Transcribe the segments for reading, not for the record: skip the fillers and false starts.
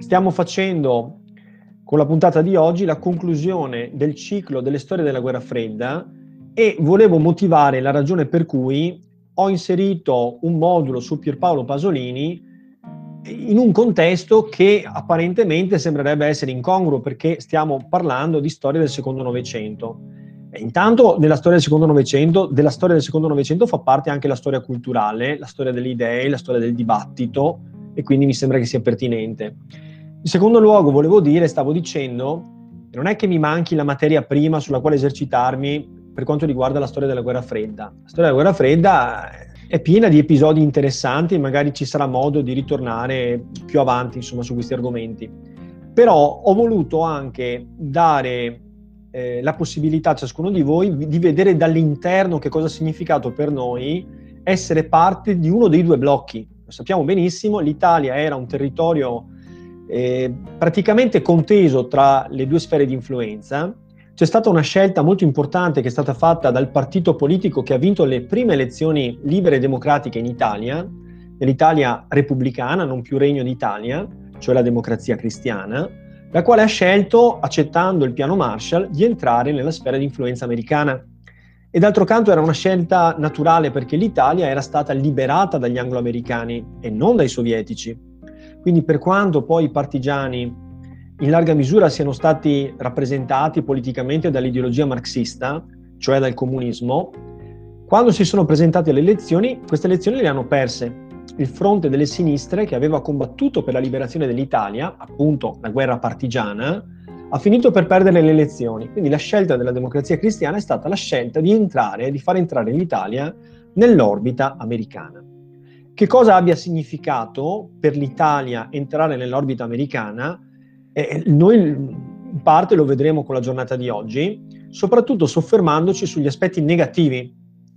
Stiamo facendo, con la puntata di oggi, la conclusione del ciclo delle storie della guerra fredda e volevo motivare la ragione per cui ho inserito un modulo su Pierpaolo Pasolini in un contesto che apparentemente sembrerebbe essere incongruo, perché stiamo parlando di storia del secondo Novecento. Intanto della storia del secondo Novecento fa parte anche la storia culturale, la storia delle idee, la storia del dibattito, e quindi mi sembra che sia pertinente. In secondo luogo stavo dicendo, non è che mi manchi la materia prima sulla quale esercitarmi per quanto riguarda la storia della guerra fredda. La storia della guerra fredda è piena di episodi interessanti e magari ci sarà modo di ritornare più avanti, insomma, su questi argomenti. Però ho voluto anche dare la possibilità a ciascuno di voi di vedere dall'interno che cosa ha significato per noi essere parte di uno dei due blocchi. Lo sappiamo benissimo, l'Italia era un territorio praticamente conteso tra le due sfere di influenza. C'è stata una scelta molto importante che è stata fatta dal partito politico che ha vinto le prime elezioni libere e democratiche in Italia, nell'Italia repubblicana, non più Regno d'Italia, cioè la Democrazia Cristiana, la quale ha scelto, accettando il piano Marshall, di entrare nella sfera di influenza americana. E d'altro canto era una scelta naturale, perché l'Italia era stata liberata dagli anglo-americani e non dai sovietici. Quindi, per quanto poi i partigiani in larga misura siano stati rappresentati politicamente dall'ideologia marxista, cioè dal comunismo, quando si sono presentati alle elezioni, queste elezioni le hanno perse. Il fronte delle sinistre, che aveva combattuto per la liberazione dell'Italia, appunto la guerra partigiana, ha finito per perdere le elezioni. Quindi la scelta della Democrazia Cristiana è stata la scelta di far entrare l'Italia nell'orbita americana. Che cosa abbia significato per l'Italia entrare nell'orbita americana? Noi in parte lo vedremo con la giornata di oggi, soprattutto soffermandoci sugli aspetti negativi.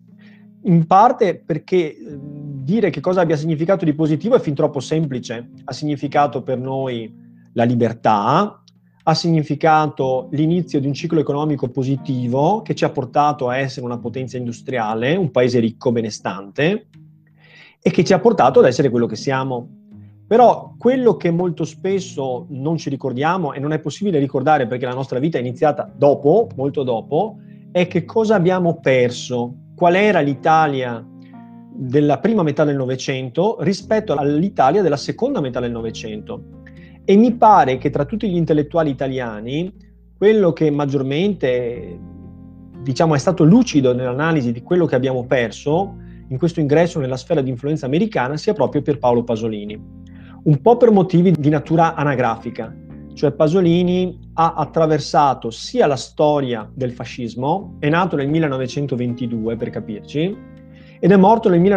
In parte perché dire che cosa abbia significato di positivo è fin troppo semplice. Ha significato per noi la libertà, ha significato l'inizio di un ciclo economico positivo che ci ha portato a essere una potenza industriale, un paese ricco, benestante, e che ci ha portato ad essere quello che siamo. Però quello che molto spesso non ci ricordiamo, e non è possibile ricordare perché la nostra vita è iniziata dopo, molto dopo, è che cosa abbiamo perso, qual era l'Italia della prima metà del Novecento rispetto all'Italia della seconda metà del Novecento. E mi pare che tra tutti gli intellettuali italiani, quello che maggiormente, diciamo, è stato lucido nell'analisi di quello che abbiamo perso in questo ingresso nella sfera di influenza americana sia proprio Pierpaolo Pasolini. Un po' per motivi di natura anagrafica, cioè Pasolini ha attraversato sia la storia del fascismo, è nato nel 1922 per capirci, ed è morto nel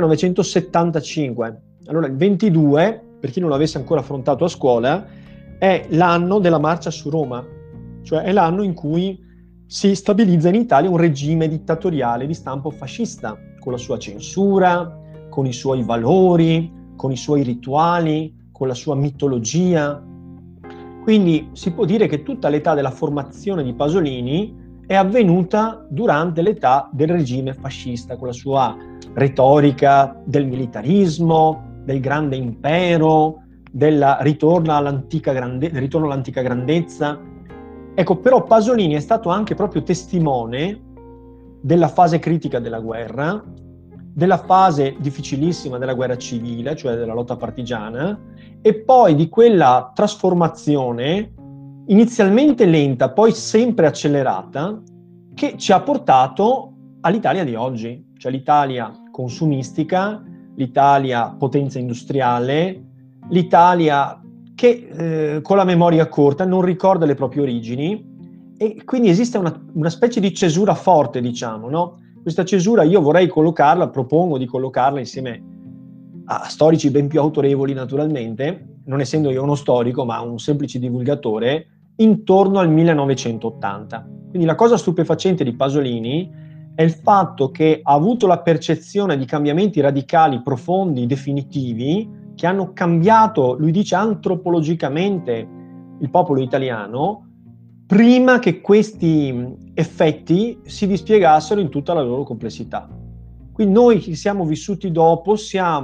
1975. Allora il 22, per chi non l'avesse ancora affrontato a scuola, è l'anno della marcia su Roma, cioè è l'anno in cui si stabilizza in Italia un regime dittatoriale di stampo fascista, con la sua censura, con i suoi valori, con i suoi rituali, con la sua mitologia. Quindi si può dire che tutta l'età della formazione di Pasolini è avvenuta durante l'età del regime fascista, con la sua retorica del militarismo, del grande impero, del ritorno all'antica grandezza. Ecco, però Pasolini è stato anche proprio testimone della fase critica della guerra, della fase difficilissima della guerra civile, cioè della lotta partigiana, e poi di quella trasformazione inizialmente lenta, poi sempre accelerata, che ci ha portato all'Italia di oggi, cioè l'Italia consumistica, l'Italia potenza industriale, l'Italia che con la memoria corta non ricorda le proprie origini, e quindi esiste una specie di cesura forte, diciamo, no? Questa cesura io propongo di collocarla insieme a storici ben più autorevoli, naturalmente, non essendo io uno storico ma un semplice divulgatore, intorno al 1980. Quindi la cosa stupefacente di Pasolini è il fatto che ha avuto la percezione di cambiamenti radicali, profondi, definitivi, che hanno cambiato, lui dice, antropologicamente il popolo italiano, prima che questi effetti si dispiegassero in tutta la loro complessità. Quindi noi che siamo vissuti dopo siamo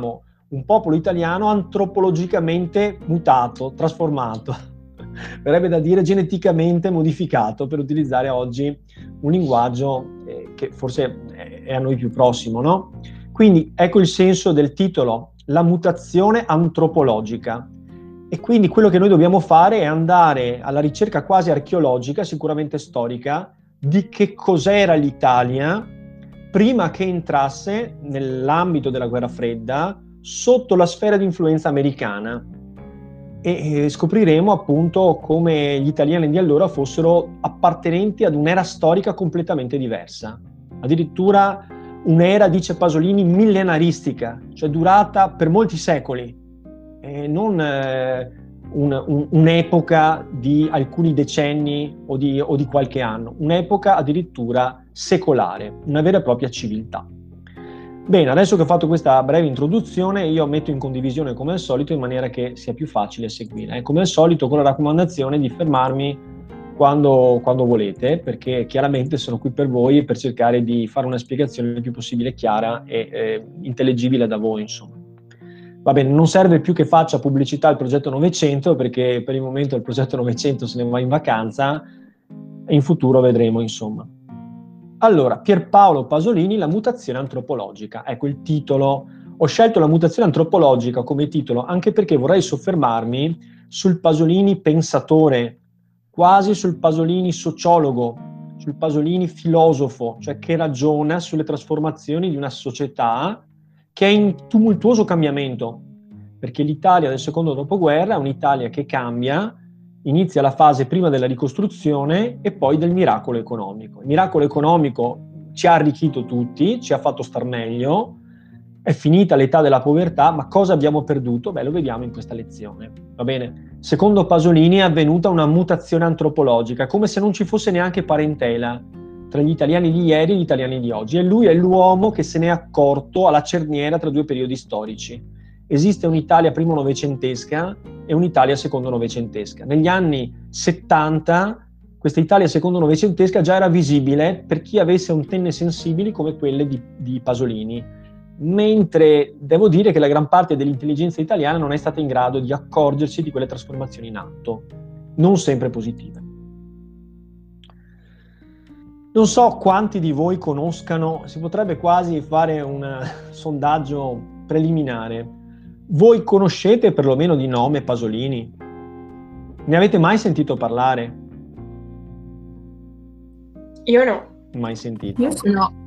un popolo italiano antropologicamente mutato, trasformato, verrebbe da dire geneticamente modificato, per utilizzare oggi un linguaggio che forse è a noi più prossimo, no? Quindi ecco il senso del titolo, la mutazione antropologica. E quindi quello che noi dobbiamo fare è andare alla ricerca quasi archeologica, sicuramente storica, di che cos'era l'Italia prima che entrasse nell'ambito della guerra fredda sotto la sfera di influenza americana. E scopriremo appunto come gli italiani di allora fossero appartenenti ad un'era storica completamente diversa. Addirittura un'era, dice Pasolini, millenaristica, cioè durata per molti secoli. Non un'epoca di alcuni decenni o di qualche anno, un'epoca addirittura secolare, una vera e propria civiltà. Bene, adesso che ho fatto questa breve introduzione, io metto in condivisione come al solito in maniera che sia più facile seguire. Come al solito con la raccomandazione di fermarmi quando volete, perché chiaramente sono qui per voi e per cercare di fare una spiegazione il più possibile chiara e intellegibile da voi, insomma. Va bene, non serve più che faccia pubblicità al progetto 900, perché per il momento il progetto 900 se ne va in vacanza e in futuro vedremo, insomma. Allora, Pierpaolo Pasolini, la mutazione antropologica. Ecco il titolo. Ho scelto la mutazione antropologica come titolo anche perché vorrei soffermarmi sul Pasolini pensatore, quasi sul Pasolini sociologo, sul Pasolini filosofo, cioè che ragiona sulle trasformazioni di una società che è in tumultuoso cambiamento, perché l'Italia del secondo dopoguerra è un'Italia che cambia, inizia la fase prima della ricostruzione e poi del miracolo economico. Il miracolo economico ci ha arricchito tutti, ci ha fatto star meglio, è finita l'età della povertà, ma cosa abbiamo perduto? Beh, lo vediamo in questa lezione, va bene? Secondo Pasolini è avvenuta una mutazione antropologica, come se non ci fosse neanche parentela tra gli italiani di ieri e gli italiani di oggi, e lui è l'uomo che se n'è accorto alla cerniera tra due periodi storici. Esiste un'Italia primo novecentesca e un'Italia secondo novecentesca. Negli anni 70 questa Italia secondo novecentesca già era visibile per chi avesse antenne sensibili come quelle di Pasolini, mentre devo dire che la gran parte dell'intelligenza italiana non è stata in grado di accorgersi di quelle trasformazioni in atto, non sempre positive. Non so quanti di voi conoscano, si potrebbe quasi fare un sondaggio preliminare. Voi conoscete perlomeno di nome Pasolini? Ne avete mai sentito parlare? Io no. Mai sentito? Io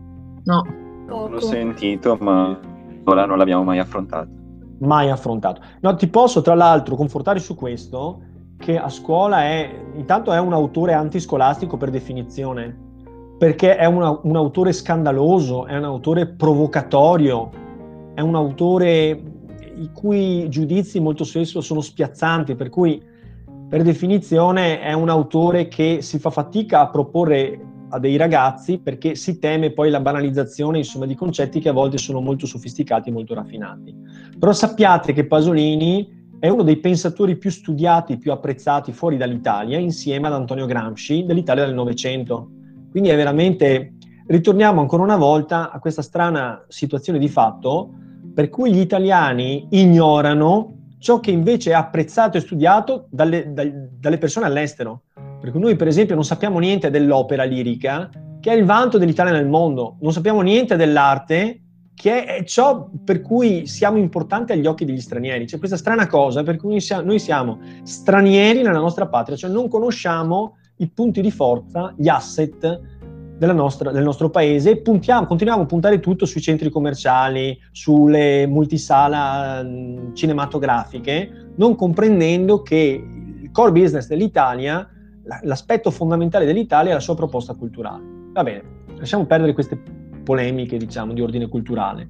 no. L'ho sentito, ma ora non l'abbiamo mai affrontato. Mai affrontato. No, ti posso tra l'altro confortare su questo, che a scuola intanto è un autore antiscolastico per definizione, perché è un autore scandaloso, è un autore provocatorio, è un autore i cui giudizi molto spesso sono spiazzanti, per cui per definizione è un autore che si fa fatica a proporre a dei ragazzi perché si teme poi la banalizzazione, insomma, di concetti che a volte sono molto sofisticati, molto raffinati. Però sappiate che Pasolini è uno dei pensatori più studiati, più apprezzati fuori dall'Italia, insieme ad Antonio Gramsci, dell'Italia del Novecento. Quindi è veramente, ritorniamo ancora una volta a questa strana situazione di fatto per cui gli italiani ignorano ciò che invece è apprezzato e studiato dalle persone all'estero. Perché noi per esempio non sappiamo niente dell'opera lirica, che è il vanto dell'Italia nel mondo, non sappiamo niente dell'arte, che è ciò per cui siamo importanti agli occhi degli stranieri. C'è questa strana cosa per cui noi siamo stranieri nella nostra patria, cioè non conosciamo i punti di forza, gli asset del nostro paese, e continuiamo a puntare tutto sui centri commerciali, sulle multisala cinematografiche, non comprendendo che il core business dell'Italia, l'aspetto fondamentale dell'Italia è la sua proposta culturale. Va bene, lasciamo perdere queste polemiche, diciamo, di ordine culturale.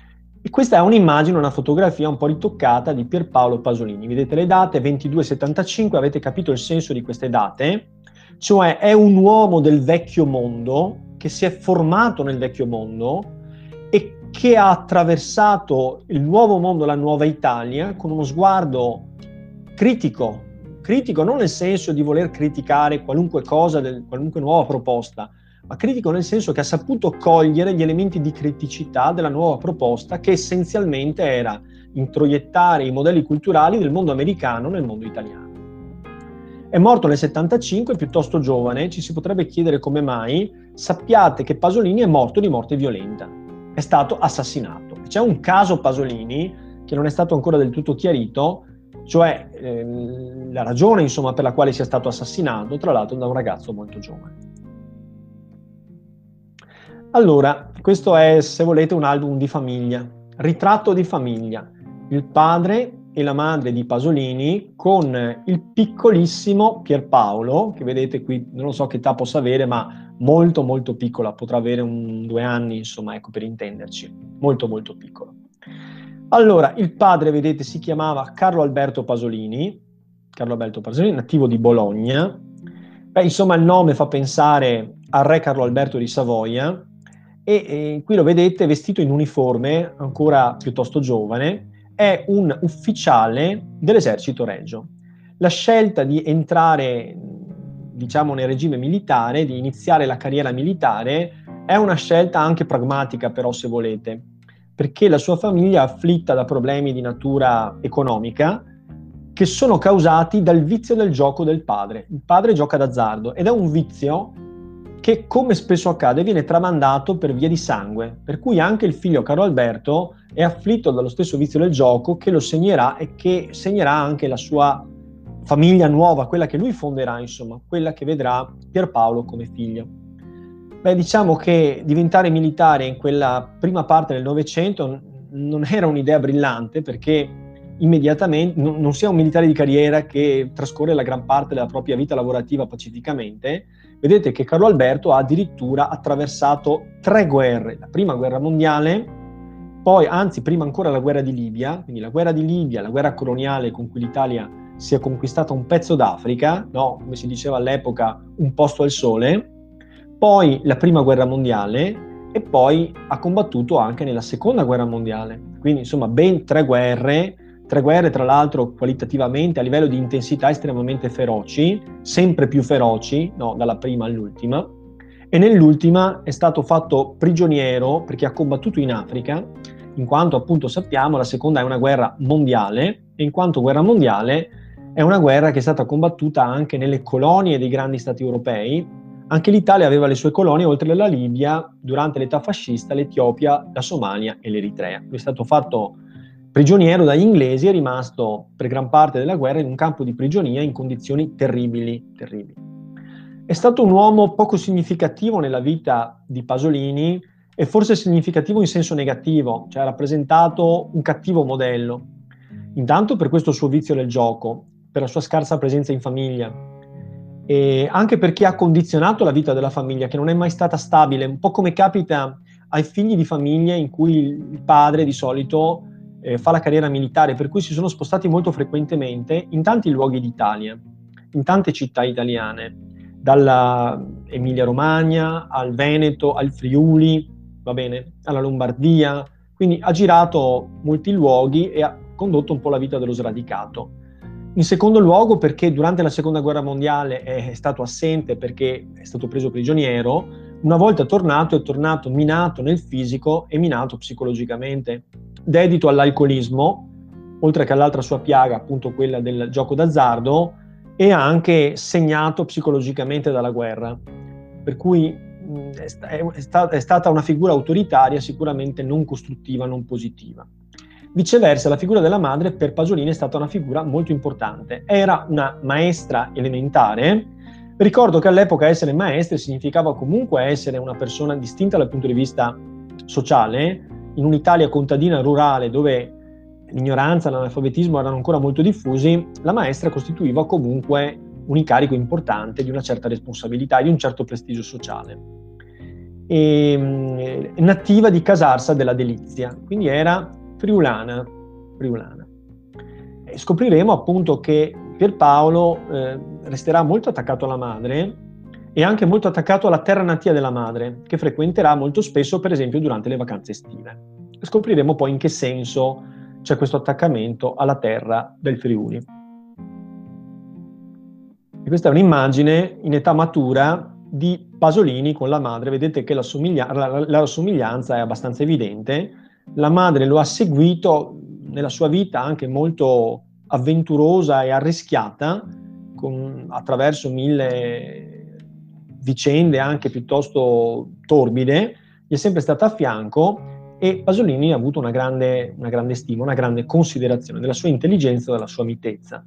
E questa è un'immagine, una fotografia un po' ritoccata di Pierpaolo Pasolini. Vedete le date, 22-75, avete capito il senso di queste date? Cioè è un uomo del vecchio mondo che si è formato nel vecchio mondo e che ha attraversato il nuovo mondo, la nuova Italia, con uno sguardo critico non nel senso di voler criticare qualunque cosa, qualunque nuova proposta, ma critico nel senso che ha saputo cogliere gli elementi di criticità della nuova proposta, che essenzialmente era introiettare i modelli culturali del mondo americano nel mondo italiano. È morto nel 75, piuttosto giovane, ci si potrebbe chiedere come mai. Sappiate che Pasolini è morto di morte violenta, è stato assassinato. C'è un caso Pasolini che non è stato ancora del tutto chiarito, cioè la ragione insomma per la quale sia stato assassinato, tra l'altro da un ragazzo molto giovane. Allora, questo è, se volete, un album di famiglia, ritratto di famiglia, il padre e la madre di Pasolini con il piccolissimo Pierpaolo, che vedete qui, non so che età possa avere, ma molto molto piccola, potrà avere 2 anni, insomma, ecco, per intenderci, molto molto piccolo. Allora, il padre, vedete, si chiamava Carlo Alberto Pasolini, nativo di Bologna. Beh, insomma, il nome fa pensare al re Carlo Alberto di Savoia, e qui lo vedete vestito in uniforme, ancora piuttosto giovane, è un ufficiale dell'esercito regio. La scelta di entrare, diciamo, nel regime militare, di iniziare la carriera militare, è una scelta anche pragmatica, però, se volete, perché la sua famiglia è afflitta da problemi di natura economica che sono causati dal vizio del gioco del padre. Il padre gioca d'azzardo ed è un vizio che, come spesso accade, viene tramandato per via di sangue, per cui anche il figlio Carlo Alberto è afflitto dallo stesso vizio del gioco che lo segnerà e che segnerà anche la sua famiglia nuova, quella che lui fonderà, insomma, quella che vedrà Pierpaolo come figlio. Beh, diciamo che diventare militare in quella prima parte del Novecento non era un'idea brillante, perché immediatamente non sia un militare di carriera che trascorre la gran parte della propria vita lavorativa pacificamente. Vedete che Carlo Alberto ha addirittura attraversato 3 guerre, la prima guerra mondiale, poi, anzi, prima ancora la guerra di Libia, quindi la guerra di Libia, la guerra coloniale con cui l'Italia si è conquistata un pezzo d'Africa, no? Come si diceva all'epoca, un posto al sole, poi la prima guerra mondiale e poi ha combattuto anche nella seconda guerra mondiale. Quindi, insomma, ben 3 guerre tra l'altro qualitativamente a livello di intensità estremamente feroci, sempre più feroci, no, dalla prima all'ultima, e nell'ultima è stato fatto prigioniero perché ha combattuto in Africa, in quanto appunto sappiamo la seconda è una guerra mondiale, e in quanto guerra mondiale è una guerra che è stata combattuta anche nelle colonie dei grandi stati europei. Anche l'Italia aveva le sue colonie oltre alla Libia, durante l'età fascista, l'Etiopia, la Somalia e l'Eritrea. Lui è stato fatto prigioniero dagli inglesi, è rimasto per gran parte della guerra in un campo di prigionia in condizioni terribili, terribili. È stato un uomo poco significativo nella vita di Pasolini, e forse significativo in senso negativo, cioè ha rappresentato un cattivo modello. Intanto per questo suo vizio del gioco, per la sua scarsa presenza in famiglia, e anche perché ha condizionato la vita della famiglia, che non è mai stata stabile, un po' come capita ai figli di famiglie in cui il padre di solito fa la carriera militare, per cui si sono spostati molto frequentemente in tanti luoghi d'Italia, in tante città italiane, dalla Emilia Romagna al Veneto, al Friuli, va bene, alla Lombardia, quindi ha girato molti luoghi e ha condotto un po' la vita dello sradicato. In secondo luogo perché durante la seconda guerra mondiale è stato assente perché è stato preso prigioniero. Una volta tornato è tornato minato nel fisico e minato psicologicamente, dedito all'alcolismo, oltre che all'altra sua piaga, appunto quella del gioco d'azzardo, e anche segnato psicologicamente dalla guerra, per cui è stata una figura autoritaria, sicuramente non costruttiva, non positiva. Viceversa, la figura della madre per Pasolini è stata una figura molto importante. Era una maestra elementare. Ricordo che all'epoca essere maestre significava comunque essere una persona distinta dal punto di vista sociale. In un'Italia contadina rurale dove l'ignoranza e l'analfabetismo erano ancora molto diffusi, la maestra costituiva comunque un incarico importante, di una certa responsabilità e di un certo prestigio sociale. Nativa di Casarsa della Delizia, quindi era friulana. E scopriremo appunto che Pierpaolo resterà molto attaccato alla madre e anche molto attaccato alla terra natia della madre, che frequenterà molto spesso, per esempio, durante le vacanze estive. E scopriremo poi in che senso c'è questo attaccamento alla terra del Friuli. E questa è un'immagine in età matura di Pasolini con la madre. Vedete che la somiglianza è abbastanza evidente. La madre lo ha seguito nella sua vita anche molto avventurosa e arrischiata, attraverso 1000 vicende anche piuttosto torbide, gli è sempre stata a fianco, e Pasolini ha avuto una grande stima, una grande considerazione della sua intelligenza e della sua mitezza.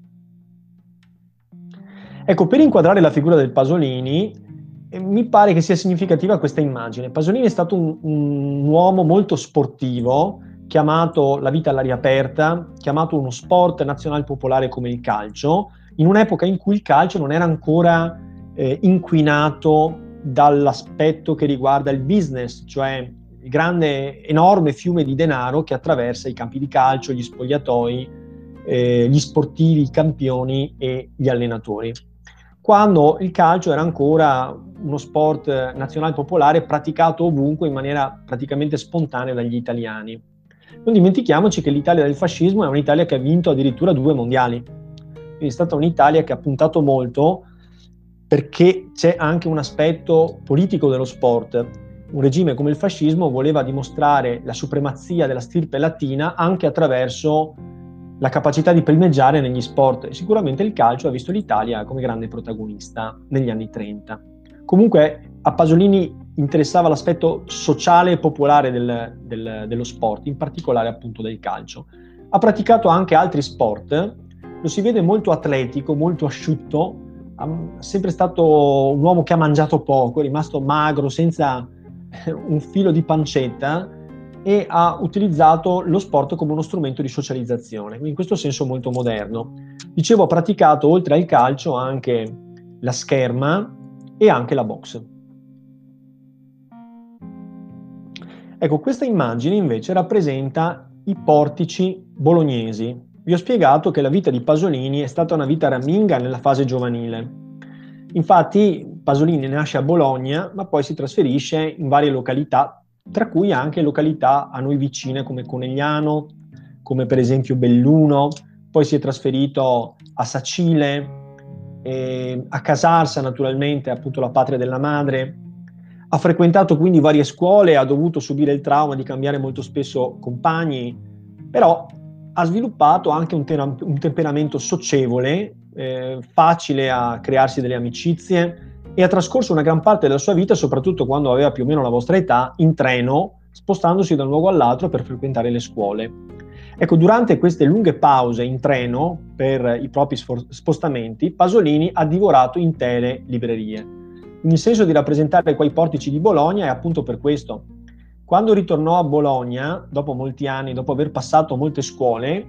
Ecco, per inquadrare la figura del Pasolini, mi pare che sia significativa questa immagine. Pasolini è stato un uomo molto sportivo, che ha amato la vita all'aria aperta, che ha amato uno sport nazionale popolare come il calcio, in un'epoca in cui il calcio non era ancora inquinato dall'aspetto che riguarda il business, cioè il grande, enorme fiume di denaro che attraversa i campi di calcio, gli spogliatoi, gli sportivi, i campioni e gli allenatori. Quando il calcio era ancora uno sport nazionale popolare praticato ovunque in maniera praticamente spontanea dagli italiani. Non dimentichiamoci che l'Italia del fascismo è un'Italia che ha vinto addirittura 2 mondiali, quindi è stata un'Italia che ha puntato molto, perché c'è anche un aspetto politico dello sport. Un regime come il fascismo voleva dimostrare la supremazia della stirpe latina anche attraverso la capacità di primeggiare negli sport, e sicuramente il calcio ha visto l'Italia come grande protagonista negli anni 30. Comunque a Pasolini interessava l'aspetto sociale e popolare dello sport, in particolare appunto del calcio. Ha praticato anche altri sport, lo si vede molto atletico, molto asciutto, è sempre stato un uomo che ha mangiato poco, è rimasto magro, senza un filo di pancetta, e ha utilizzato lo sport come uno strumento di socializzazione, quindi in questo senso molto moderno. Dicevo, ha praticato oltre al calcio anche la scherma e anche la boxe. Ecco, questa immagine invece rappresenta i portici bolognesi. Vi ho spiegato che la vita di Pasolini è stata una vita raminga nella fase giovanile. Infatti Pasolini nasce a Bologna, ma poi si trasferisce in varie località, tra cui anche località a noi vicine come Conegliano, come per esempio Belluno. Poi si è trasferito a Sacile, a Casarsa, naturalmente, appunto la patria della madre. Ha frequentato quindi varie scuole, ha dovuto subire il trauma di cambiare molto spesso compagni, però ha sviluppato anche un temperamento socievole, facile a crearsi delle amicizie, e ha trascorso una gran parte della sua vita, soprattutto quando aveva più o meno la vostra età, in treno, spostandosi da un luogo all'altro per frequentare le scuole. Ecco, durante queste lunghe pause in treno per i propri spostamenti, Pasolini ha divorato intere librerie. Il senso di rappresentare quei portici di Bologna è appunto per questo. Quando ritornò a Bologna, dopo molti anni, dopo aver passato molte scuole,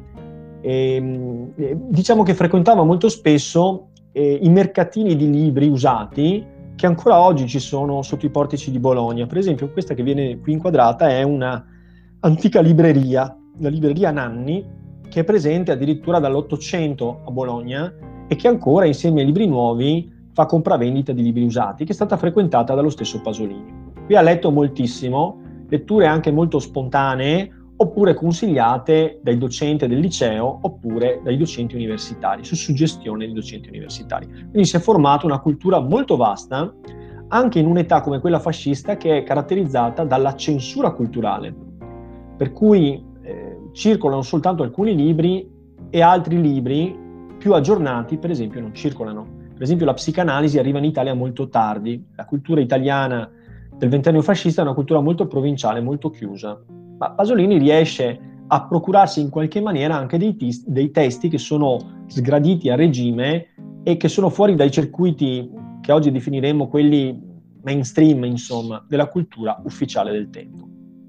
diciamo che frequentava molto spesso i mercatini di libri usati che ancora oggi ci sono sotto i portici di Bologna. Per esempio, questa che viene qui inquadrata è una antica libreria, la libreria Nanni, che è presente addirittura dall'800 a Bologna e che ancora, insieme ai libri nuovi, fa compravendita di libri usati, che è stata frequentata dallo stesso Pasolini. Qui ha letto moltissimo, letture anche molto spontanee, oppure consigliate dai docenti del liceo oppure dai docenti universitari, su suggestione dei docenti universitari. Quindi si è formata una cultura molto vasta, anche in un'età come quella fascista, che è caratterizzata dalla censura culturale, per cui circolano soltanto alcuni libri e altri libri più aggiornati, per esempio, non circolano. Per esempio la psicanalisi arriva in Italia molto tardi, la cultura italiana del ventennio fascista è una cultura molto provinciale, molto chiusa. Ma Pasolini riesce a procurarsi in qualche maniera anche dei testi che sono sgraditi al regime e che sono fuori dai circuiti che oggi definiremmo quelli mainstream, insomma, della cultura ufficiale del tempo.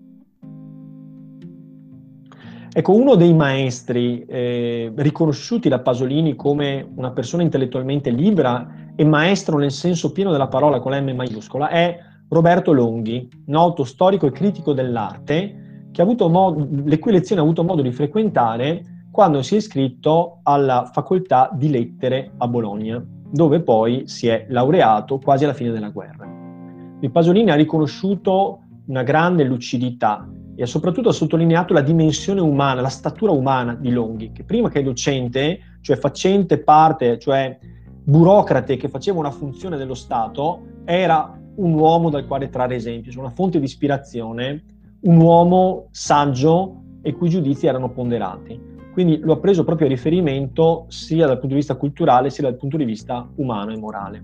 Ecco, uno dei maestri riconosciuti da Pasolini come una persona intellettualmente libera e maestro nel senso pieno della parola con la M maiuscola è Roberto Longhi, noto storico e critico dell'arte, che le cui lezioni ha avuto modo di frequentare quando si è iscritto alla facoltà di lettere a Bologna, dove poi si è laureato quasi alla fine della guerra. Il Pasolini ha riconosciuto una grande lucidità e soprattutto ha sottolineato la dimensione umana, la statura umana di Longhi, che prima che docente, cioè facente parte, cioè burocrate che faceva una funzione dello Stato, era un uomo dal quale trarre esempio, cioè una fonte di ispirazione, un uomo saggio e i cui giudizi erano ponderati. Quindi lo ha preso proprio a riferimento sia dal punto di vista culturale sia dal punto di vista umano e morale.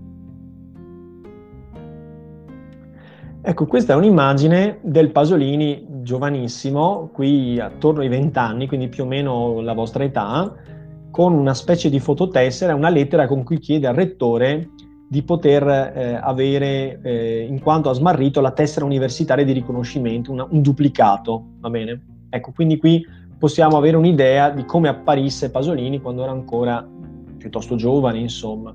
Ecco, questa è un'immagine del Pasolini giovanissimo, qui attorno ai 20 anni, quindi più o meno la vostra età, con una specie di fototessera, una lettera con cui chiede al rettore di poter avere, in quanto ha smarrito, la tessera universitaria di riconoscimento, un duplicato, va bene? Ecco, quindi qui possiamo avere un'idea di come apparisse Pasolini quando era ancora piuttosto giovane, insomma.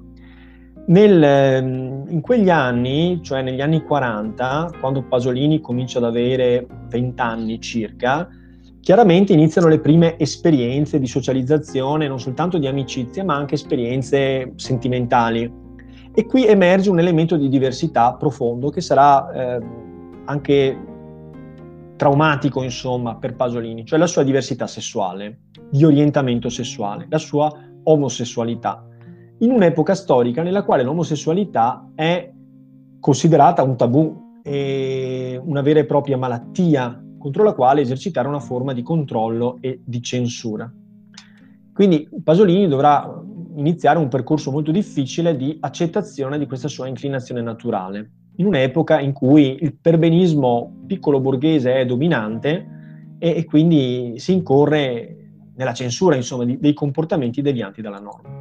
In quegli anni, cioè negli anni 40, quando Pasolini comincia ad avere 20 anni circa, chiaramente iniziano le prime esperienze di socializzazione, non soltanto di amicizie, ma anche esperienze sentimentali. E qui emerge un elemento di diversità profondo che sarà anche traumatico, insomma, per Pasolini, cioè la sua diversità sessuale, di orientamento sessuale, la sua omosessualità, in un'epoca storica nella quale l'omosessualità è considerata un tabù e una vera e propria malattia contro la quale esercitare una forma di controllo e di censura. Quindi Pasolini dovrà iniziare un percorso molto difficile di accettazione di questa sua inclinazione naturale, in un'epoca in cui il perbenismo piccolo borghese è dominante e quindi si incorre nella censura, insomma, dei comportamenti devianti dalla norma.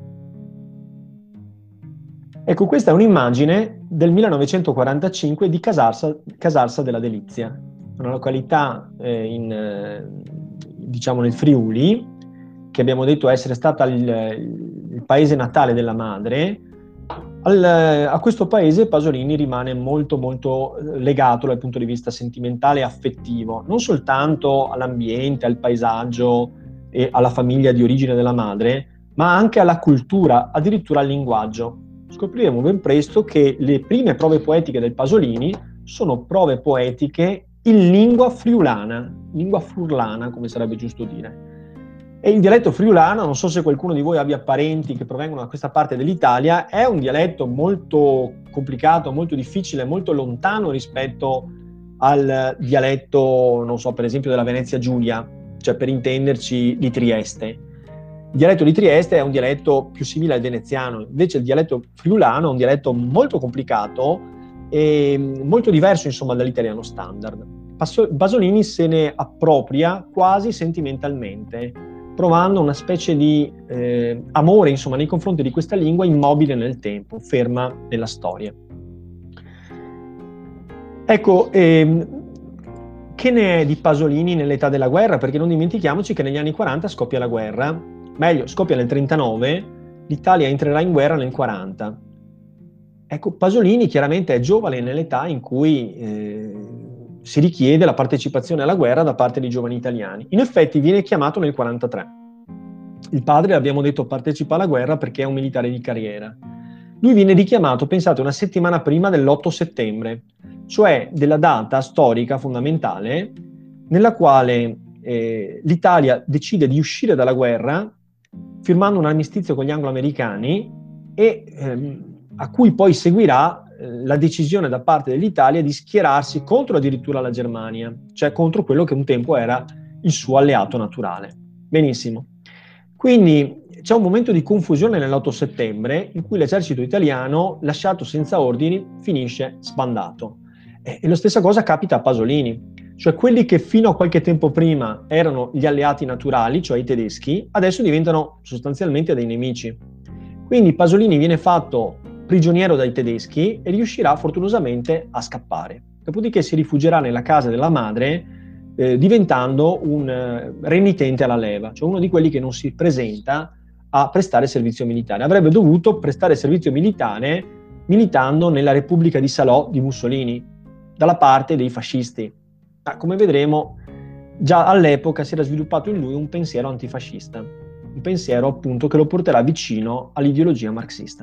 Ecco, questa è un'immagine del 1945 di Casarsa della Delizia, una località diciamo nel Friuli, che abbiamo detto essere stata il paese natale della madre. A questo paese Pasolini rimane molto molto legato dal punto di vista sentimentale e affettivo, non soltanto all'ambiente, al paesaggio e alla famiglia di origine della madre, ma anche alla cultura, addirittura al linguaggio. Scopriremo ben presto che le prime prove poetiche del Pasolini sono prove poetiche in lingua friulana, lingua furlana, come sarebbe giusto dire. E il dialetto friulano, non so se qualcuno di voi abbia parenti che provengono da questa parte dell'Italia, è un dialetto molto complicato, molto difficile, molto lontano rispetto al dialetto, non so, per esempio della Venezia Giulia, cioè per intenderci di Trieste. Il dialetto di Trieste è un dialetto più simile al veneziano, invece il dialetto friulano è un dialetto molto complicato e molto diverso, insomma, dall'italiano standard. Pasolini se ne appropria quasi sentimentalmente, provando una specie di amore, insomma, nei confronti di questa lingua immobile nel tempo, ferma nella storia. Ecco, che ne è di Pasolini nell'età della guerra? Perché non dimentichiamoci che negli anni 40 scoppia la guerra, meglio, scoppia nel 39, l'Italia entrerà in guerra nel 40. Ecco, Pasolini chiaramente è giovane nell'età in cui si richiede la partecipazione alla guerra da parte di giovani italiani. In effetti viene chiamato nel 43. Il padre, abbiamo detto, partecipa alla guerra perché è un militare di carriera. Lui viene richiamato, pensate, una settimana prima dell'8 settembre, cioè della data storica fondamentale nella quale l'Italia decide di uscire dalla guerra firmando un armistizio con gli anglo-americani e a cui poi seguirà la decisione da parte dell'Italia di schierarsi contro addirittura la Germania, cioè contro quello che un tempo era il suo alleato naturale. Benissimo. Quindi c'è un momento di confusione nell'8 settembre in cui l'esercito italiano, lasciato senza ordini, finisce sbandato. E la stessa cosa capita a Pasolini, cioè quelli che fino a qualche tempo prima erano gli alleati naturali, cioè i tedeschi, adesso diventano sostanzialmente dei nemici. Quindi Pasolini viene fatto prigioniero dai tedeschi e riuscirà fortunosamente a scappare. Dopodiché si rifugierà nella casa della madre diventando un renitente alla leva, cioè uno di quelli che non si presenta a prestare servizio militare. Avrebbe dovuto prestare servizio militare militando nella Repubblica di Salò di Mussolini, dalla parte dei fascisti. Ma come vedremo, già all'epoca si era sviluppato in lui un pensiero antifascista, un pensiero appunto che lo porterà vicino all'ideologia marxista.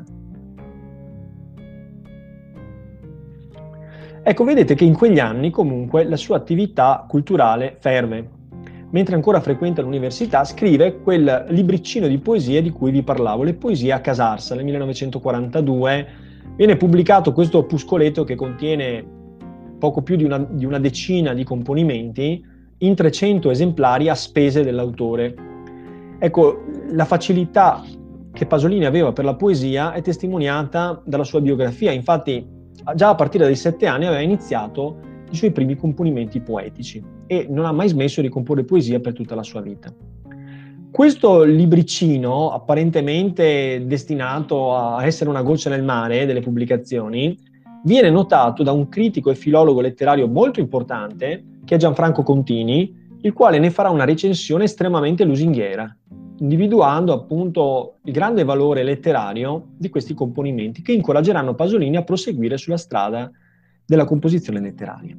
Ecco, vedete che in quegli anni comunque la sua attività culturale ferve, mentre ancora frequenta l'università, scrive quel libricino di poesie di cui vi parlavo, Le poesie a Casarsa, nel 1942. Viene pubblicato questo opuscoletto che contiene poco più di una decina di componimenti in 300 esemplari a spese dell'autore. Ecco, la facilità che Pasolini aveva per la poesia è testimoniata dalla sua biografia. Infatti, già a partire dai 7 anni aveva iniziato i suoi primi componimenti poetici e non ha mai smesso di comporre poesia per tutta la sua vita. Questo libricino, apparentemente destinato a essere una goccia nel mare delle pubblicazioni, viene notato da un critico e filologo letterario molto importante, che è Gianfranco Contini, il quale ne farà una recensione estremamente lusinghiera, individuando appunto il grande valore letterario di questi componimenti che incoraggeranno Pasolini a proseguire sulla strada della composizione letteraria.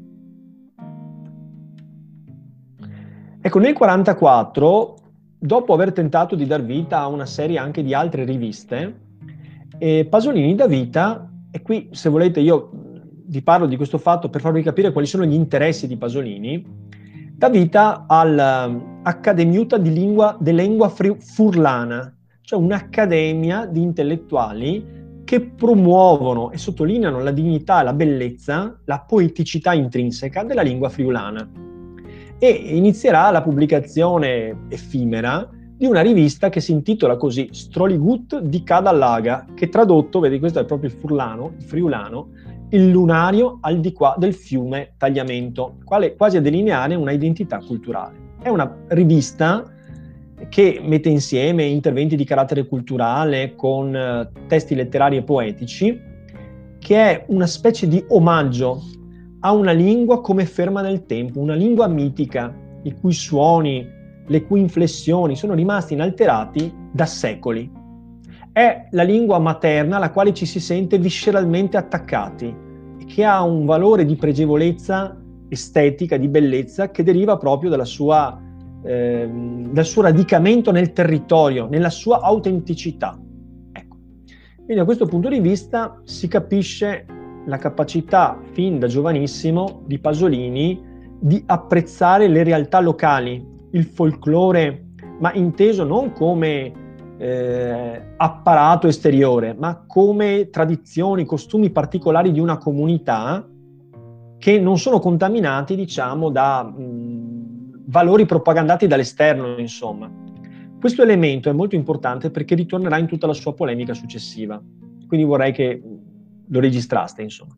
Ecco, nel 1944, dopo aver tentato di dar vita a una serie anche di altre riviste, Pasolini dà vita, e qui se volete io vi parlo di questo fatto per farvi capire quali sono gli interessi di Pasolini, dà vita all'Accademiuta di Lingua Furlana, cioè un'accademia di intellettuali che promuovono e sottolineano la dignità, la bellezza, la poeticità intrinseca della lingua friulana. E inizierà la pubblicazione effimera di una rivista che si intitola così Stroligut di Cadallaga, che tradotto, vedi, questo è proprio il furlano, il friulano, il lunario al di qua del fiume Tagliamento, quasi a delineare una identità culturale. È una rivista che mette insieme interventi di carattere culturale con testi letterari e poetici, che è una specie di omaggio a una lingua come ferma nel tempo, una lingua mitica, i cui suoni, le cui inflessioni sono rimasti inalterati da secoli. È la lingua materna alla quale ci si sente visceralmente attaccati e che ha un valore di pregevolezza estetica, di bellezza, che deriva proprio dal suo radicamento nel territorio, nella sua autenticità. Ecco. Quindi da questo punto di vista si capisce la capacità fin da giovanissimo di Pasolini di apprezzare le realtà locali, il folklore, ma inteso non come apparato esteriore, ma come tradizioni, costumi particolari di una comunità che non sono contaminati, diciamo, da valori propagandati dall'esterno, insomma. Questo elemento è molto importante perché ritornerà in tutta la sua polemica successiva, quindi vorrei che lo registraste, insomma.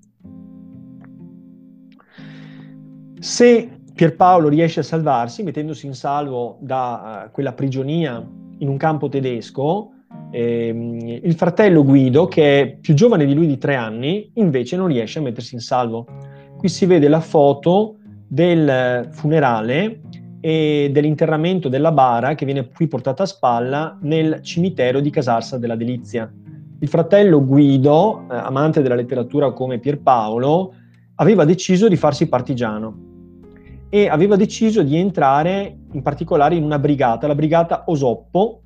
Se Pierpaolo riesce a salvarsi, mettendosi in salvo da quella prigionia in un campo tedesco, il fratello Guido, che è più giovane di lui di 3 anni, invece non riesce a mettersi in salvo. Qui si vede la foto del funerale e dell'interramento della bara che viene qui portata a spalla nel cimitero di Casarsa della Delizia. Il fratello Guido, amante della letteratura come Pierpaolo, aveva deciso di farsi partigiano e aveva deciso di entrare in particolare in una brigata, la brigata Osoppo,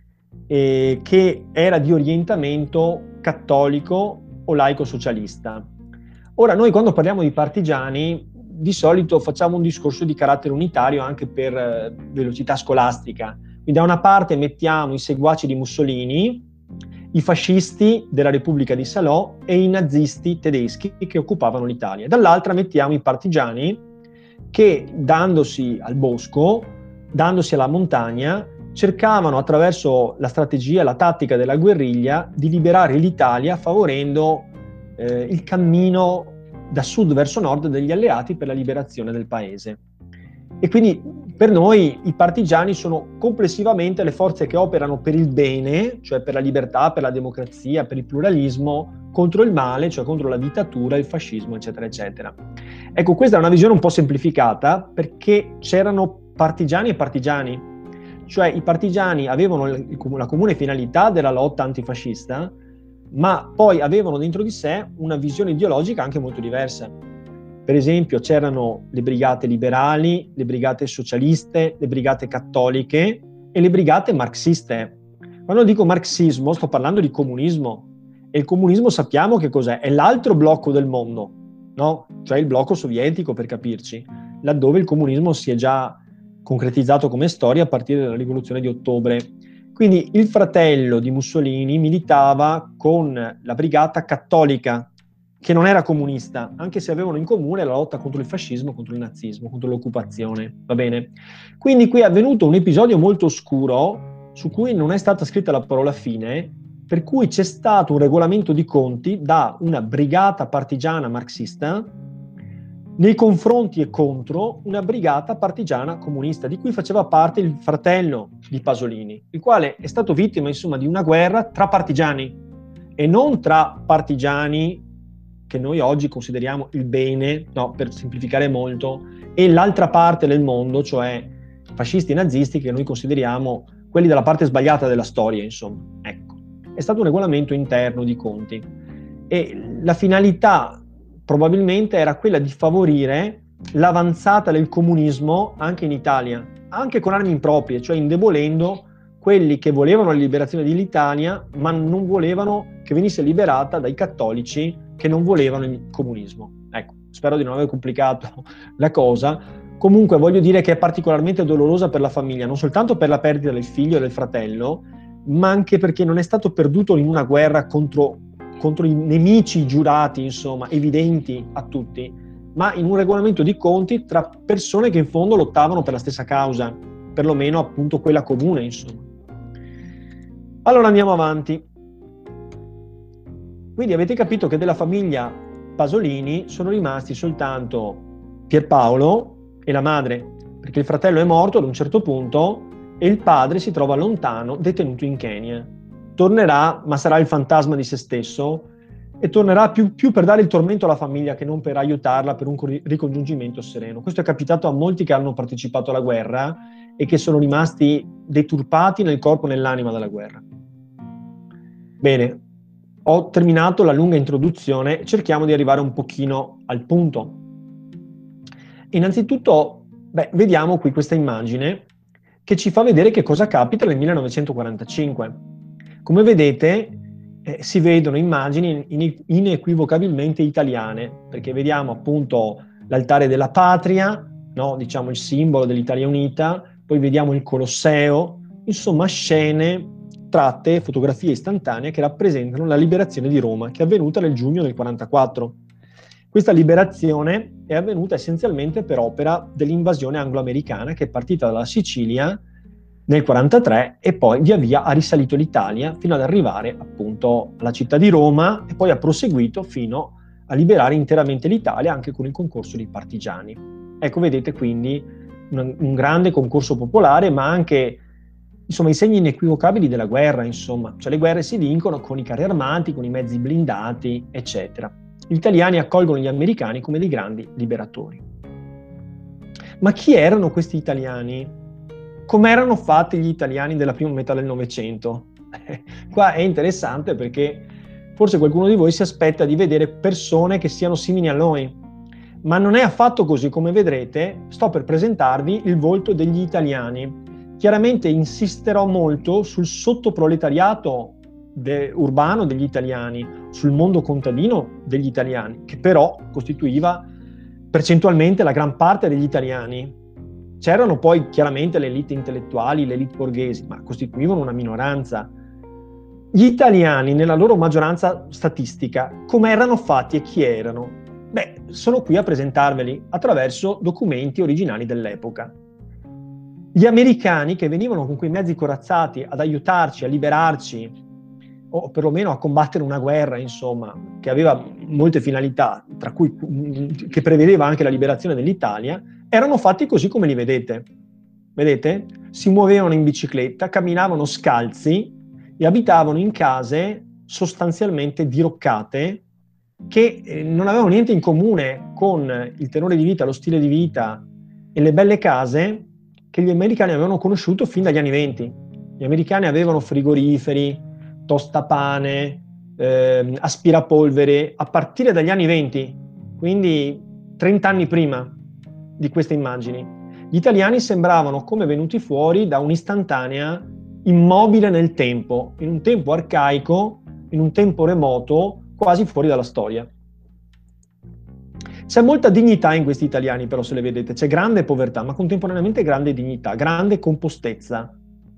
che era di orientamento cattolico o laico socialista. Ora, noi quando parliamo di partigiani di solito facciamo un discorso di carattere unitario anche per velocità scolastica. Quindi da una parte mettiamo i seguaci di Mussolini, i fascisti della Repubblica di Salò e i nazisti tedeschi che occupavano l'Italia. Dall'altra mettiamo i partigiani che, dandosi al bosco, dandosi alla montagna, cercavano attraverso la strategia, la tattica della guerriglia di liberare l'Italia favorendo il cammino da sud verso nord degli alleati per la liberazione del paese. E quindi per noi i partigiani sono complessivamente le forze che operano per il bene, cioè per la libertà, per la democrazia, per il pluralismo, contro il male, cioè contro la dittatura, il fascismo, eccetera, eccetera. Ecco, questa è una visione un po' semplificata perché c'erano partigiani e partigiani, cioè i partigiani avevano la comune finalità della lotta antifascista, ma poi avevano dentro di sé una visione ideologica anche molto diversa. Per esempio c'erano le brigate liberali, le brigate socialiste, le brigate cattoliche e le brigate marxiste. Quando dico marxismo sto parlando di comunismo, e il comunismo sappiamo che cos'è? È l'altro blocco del mondo, no? Cioè il blocco sovietico, per capirci, laddove il comunismo si è già concretizzato come storia a partire dalla rivoluzione di ottobre. Quindi il fratello di Mussolini militava con la brigata cattolica, che non era comunista, anche se avevano in comune la lotta contro il fascismo, contro il nazismo, contro l'occupazione, va bene? Quindi qui è avvenuto un episodio molto oscuro, su cui non è stata scritta la parola fine, per cui c'è stato un regolamento di conti da una brigata partigiana marxista nei confronti e contro una brigata partigiana comunista, di cui faceva parte il fratello di Pasolini, il quale è stato vittima, insomma, di una guerra tra partigiani, e non tra partigiani che noi oggi consideriamo il bene, no, per semplificare molto, e l'altra parte del mondo, cioè fascisti e nazisti, che noi consideriamo quelli dalla parte sbagliata della storia, insomma. Ecco, è stato un regolamento interno di conti, e la finalità probabilmente era quella di favorire l'avanzata del comunismo anche in Italia, anche con armi improprie, cioè indebolendo quelli che volevano la liberazione dell'Italia, ma non volevano che venisse liberata dai cattolici che non volevano il comunismo. Ecco, spero di non aver complicato la cosa. Comunque voglio dire che è particolarmente dolorosa per la famiglia, non soltanto per la perdita del figlio e del fratello, ma anche perché non è stato perduto in una guerra contro i nemici giurati, insomma, evidenti a tutti, ma in un regolamento di conti tra persone che in fondo lottavano per la stessa causa, perlomeno appunto quella comune, insomma. Allora andiamo avanti. Quindi avete capito che della famiglia Pasolini sono rimasti soltanto Pierpaolo e la madre, perché il fratello è morto ad un certo punto e il padre si trova lontano, detenuto in Kenya. Tornerà, ma sarà il fantasma di se stesso, e tornerà più per dare il tormento alla famiglia che non per aiutarla per un ricongiungimento sereno. Questo è capitato a molti che hanno partecipato alla guerra e che sono rimasti deturpati nel corpo e nell'anima dalla guerra. Bene, ho terminato la lunga introduzione, cerchiamo di arrivare un pochino al punto. Innanzitutto, vediamo qui questa immagine che ci fa vedere che cosa capita nel 1945. Come vedete, si vedono immagini inequivocabilmente italiane, perché vediamo appunto l'altare della patria, no? Diciamo il simbolo dell'Italia unita, poi vediamo il Colosseo, insomma scene tratte, fotografie istantanee che rappresentano la liberazione di Roma, che è avvenuta nel giugno del 1944. Questa liberazione è avvenuta essenzialmente per opera dell'invasione anglo-americana, che è partita dalla Sicilia nel 1943 e poi via via ha risalito l'Italia fino ad arrivare appunto alla città di Roma, e poi ha proseguito fino a liberare interamente l'Italia, anche con il concorso dei partigiani. Ecco, vedete quindi un grande concorso popolare, ma anche insomma i segni inequivocabili della guerra, insomma, cioè le guerre si vincono con i carri armati, con i mezzi blindati, eccetera. Gli italiani accolgono gli americani come dei grandi liberatori. Ma chi erano questi italiani? Come erano fatti gli italiani della prima metà del Novecento? Qua è interessante perché forse qualcuno di voi si aspetta di vedere persone che siano simili a noi, ma non è affatto così. Come vedrete, sto per presentarvi il volto degli italiani. Chiaramente insisterò molto sul sottoproletariato urbano degli italiani, sul mondo contadino degli italiani, che però costituiva percentualmente la gran parte degli italiani. C'erano poi chiaramente le elite intellettuali, le elite borghesi, ma costituivano una minoranza. Gli italiani, nella loro maggioranza statistica, come erano fatti e chi erano? Sono qui a presentarveli attraverso documenti originali dell'epoca. Gli americani, che venivano con quei mezzi corazzati ad aiutarci, a liberarci, o perlomeno a combattere una guerra, insomma, che aveva molte finalità, tra cui che prevedeva anche la liberazione dell'Italia, erano fatti così come li vedete. Vedete? Si muovevano in bicicletta, camminavano scalzi e abitavano in case sostanzialmente diroccate, che non avevano niente in comune con il tenore di vita, lo stile di vita e le belle case che gli americani avevano conosciuto fin dagli anni '20. Gli americani avevano frigoriferi, tostapane, aspirapolvere a partire dagli anni '20, quindi 30 anni prima di queste immagini. Gli italiani sembravano come venuti fuori da un'istantanea immobile nel tempo, in un tempo arcaico, in un tempo remoto, quasi fuori dalla storia. C'è molta dignità in questi italiani, però, se le vedete, c'è grande povertà, ma contemporaneamente grande dignità, grande compostezza.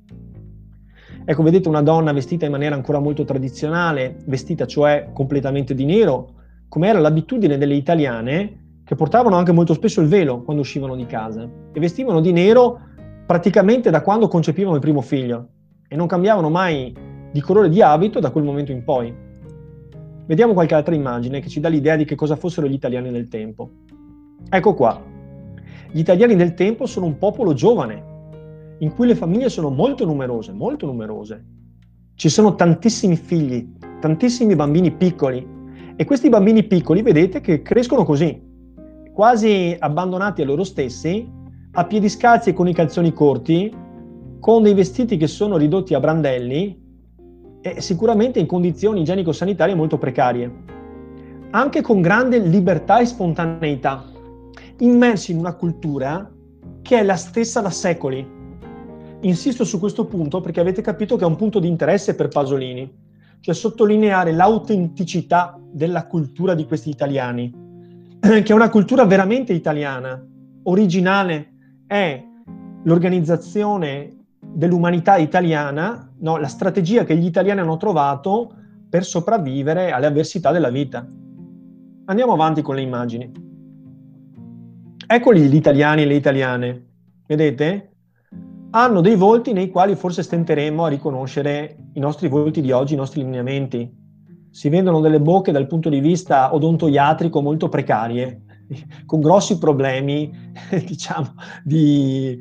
Ecco, vedete una donna vestita in maniera ancora molto tradizionale, vestita cioè completamente di nero, come era l'abitudine delle italiane, che portavano anche molto spesso il velo quando uscivano di casa e vestivano di nero praticamente da quando concepivano il primo figlio e non cambiavano mai di colore di abito da quel momento in poi. Vediamo qualche altra immagine che ci dà l'idea di che cosa fossero gli italiani del tempo. Ecco qua. Gli italiani del tempo sono un popolo giovane, in cui le famiglie sono molto numerose, molto numerose. Ci sono tantissimi figli, tantissimi bambini piccoli, e questi bambini piccoli vedete che crescono così, quasi abbandonati a loro stessi, a piedi scalzi e con i calzoni corti, con dei vestiti che sono ridotti a brandelli e sicuramente in condizioni igienico-sanitarie molto precarie, anche con grande libertà e spontaneità, immersi in una cultura che è la stessa da secoli. Insisto su questo punto perché avete capito che è un punto di interesse per Pasolini, cioè sottolineare l'autenticità della cultura di questi italiani, che è una cultura veramente italiana, originale, è l'organizzazione dell'umanità italiana, no? La strategia che gli italiani hanno trovato per sopravvivere alle avversità della vita. Andiamo avanti con le immagini. Eccoli gli italiani e le italiane, vedete? Hanno dei volti nei quali forse stenteremo a riconoscere i nostri volti di oggi, i nostri lineamenti. Si vedono delle bocche dal punto di vista odontoiatrico molto precarie, con grossi problemi, diciamo, di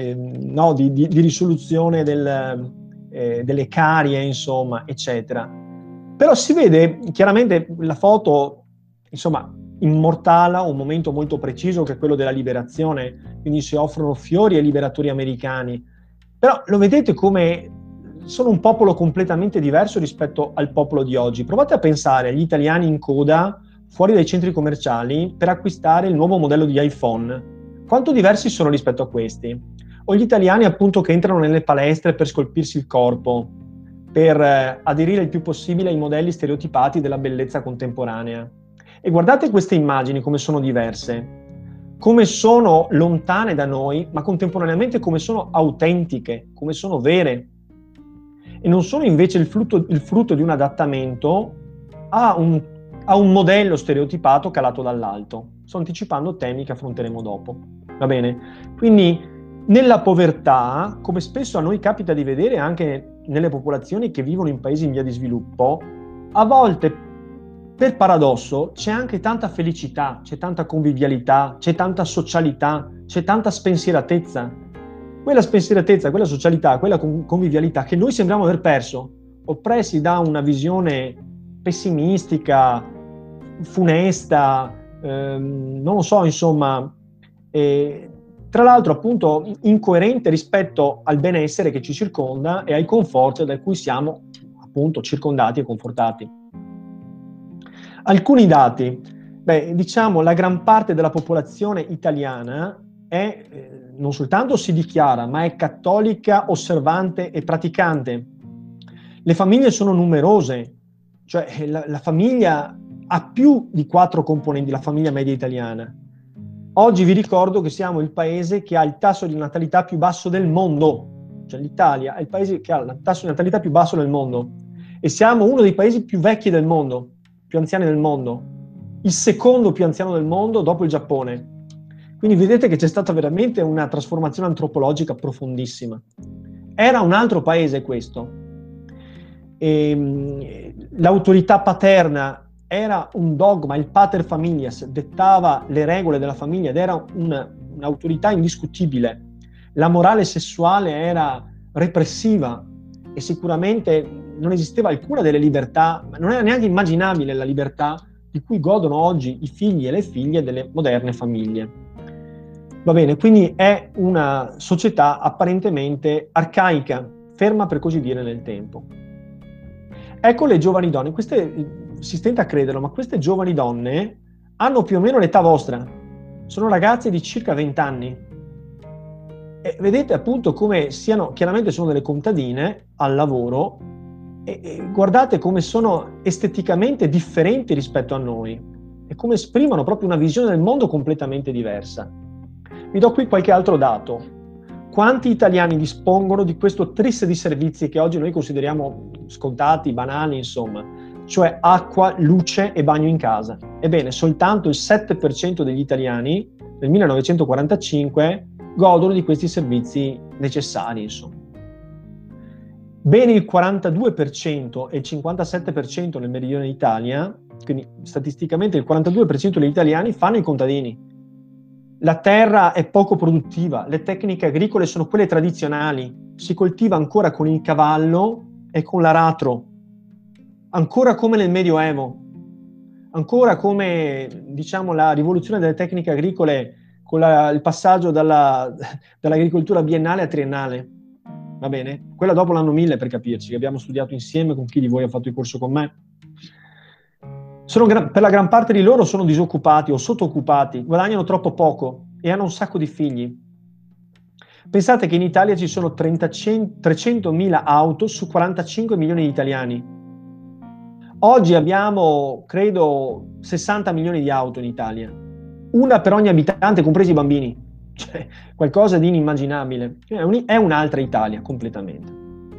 risoluzione delle carie, insomma, eccetera. Però si vede chiaramente la foto, insomma, immortala un momento molto preciso che è quello della liberazione, quindi si offrono fiori ai liberatori americani. Però lo vedete come sono un popolo completamente diverso rispetto al popolo di oggi. Provate a pensare agli italiani in coda fuori dai centri commerciali per acquistare il nuovo modello di iPhone. Quanto diversi sono rispetto a questi? O gli italiani appunto che entrano nelle palestre per scolpirsi il corpo, per aderire il più possibile ai modelli stereotipati della bellezza contemporanea. E guardate queste immagini come sono diverse, come sono lontane da noi, ma contemporaneamente come sono autentiche, come sono vere. E non sono invece il frutto di un adattamento a un modello stereotipato calato dall'alto. Sto anticipando temi che affronteremo dopo. Va bene? Quindi nella povertà, come spesso a noi capita di vedere anche nelle popolazioni che vivono in paesi in via di sviluppo, a volte per paradosso c'è anche tanta felicità, c'è tanta convivialità, c'è tanta socialità, c'è tanta spensieratezza. Quella spensieratezza, quella socialità, quella convivialità che noi sembriamo aver perso, oppressi da una visione pessimistica, funesta, non lo so, insomma, tra l'altro appunto incoerente rispetto al benessere che ci circonda e ai comfort da cui siamo appunto circondati e confortati. Alcuni dati, diciamo la gran parte della popolazione italiana è, non soltanto si dichiara, ma è cattolica, osservante e praticante. Le famiglie sono numerose, cioè la famiglia ha più di 4 componenti, la famiglia media italiana. Oggi vi ricordo che siamo il paese che ha il tasso di natalità più basso del mondo, cioè l'Italia è il paese che ha il tasso di natalità più basso del mondo e siamo uno dei paesi più vecchi del mondo, più anziani del mondo, il secondo più anziano del mondo dopo il Giappone. Quindi vedete che c'è stata veramente una trasformazione antropologica profondissima. Era un altro paese questo. L'autorità paterna era un dogma, il pater familias dettava le regole della famiglia ed era un'autorità indiscutibile. La morale sessuale era repressiva e sicuramente non esisteva alcuna delle libertà, ma non era neanche immaginabile la libertà di cui godono oggi i figli e le figlie delle moderne famiglie. Va bene, quindi è una società apparentemente arcaica, ferma per così dire nel tempo. Ecco le giovani donne, queste si stenta a crederlo, ma queste giovani donne hanno più o meno l'età vostra, sono ragazze di circa 20 anni. E vedete appunto come siano, chiaramente sono delle contadine al lavoro, e guardate come sono esteticamente differenti rispetto a noi. e come esprimono proprio una visione del mondo completamente diversa. Vi do qui qualche altro dato. Quanti italiani dispongono di questo tris di servizi che oggi noi consideriamo scontati, banali, insomma, cioè acqua, luce e bagno in casa? Ebbene, soltanto il 7% degli italiani nel 1945 godono di questi servizi necessari, insomma. Bene il 42% e il 57% nel meridione d'Italia, quindi statisticamente il 42% degli italiani fanno i contadini. La terra è poco produttiva, le tecniche agricole sono quelle tradizionali, si coltiva ancora con il cavallo e con l'aratro, ancora come nel Medioevo, ancora come, diciamo, la rivoluzione delle tecniche agricole con il passaggio dall'agricoltura biennale a triennale. Va bene? Quella dopo l'anno 1000, per capirci, che abbiamo studiato insieme con chi di voi ha fatto il corso con me. Per la gran parte di loro sono disoccupati o sottooccupati, guadagnano troppo poco e hanno un sacco di figli. Pensate che in Italia ci sono 300.000 auto su 45 milioni di italiani. Oggi abbiamo, credo, 60 milioni di auto in Italia. Una per ogni abitante, compresi i bambini. Cioè, qualcosa di inimmaginabile. È un'altra Italia, completamente.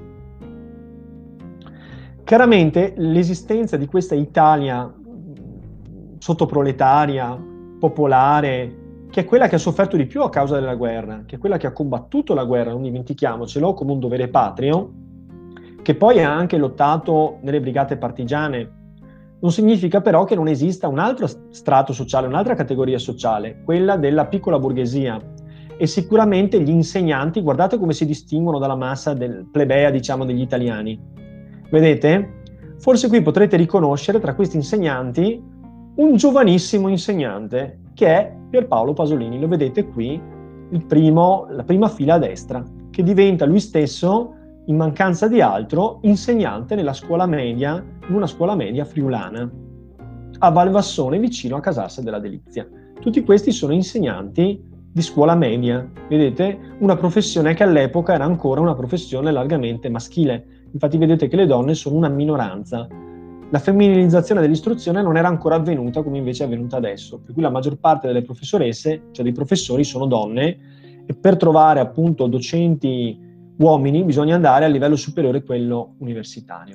Chiaramente l'esistenza di questa Italia sottoproletaria, popolare, che è quella che ha sofferto di più a causa della guerra, che è quella che ha combattuto la guerra, non dimentichiamocelo, come un dovere patrio, che poi ha anche lottato nelle brigate partigiane. Non significa però che non esista un altro strato sociale, un'altra categoria sociale, quella della piccola borghesia. E sicuramente gli insegnanti, guardate come si distinguono dalla massa del plebea, diciamo, degli italiani. Vedete? Forse qui potrete riconoscere tra questi insegnanti un giovanissimo insegnante che è Pierpaolo Pasolini. Lo vedete qui, la prima fila a destra, che diventa lui stesso, in mancanza di altro, insegnante nella scuola media, in una scuola media friulana, a Valvassone, vicino a Casasse della Delizia. Tutti questi sono insegnanti di scuola media, vedete? Una professione che all'epoca era ancora una professione largamente maschile. Infatti vedete che le donne sono una minoranza. La femminilizzazione dell'istruzione non era ancora avvenuta come invece è avvenuta adesso, per cui la maggior parte delle professoresse, cioè dei professori, sono donne, e per trovare appunto docenti uomini bisogna andare al livello superiore, quello universitario.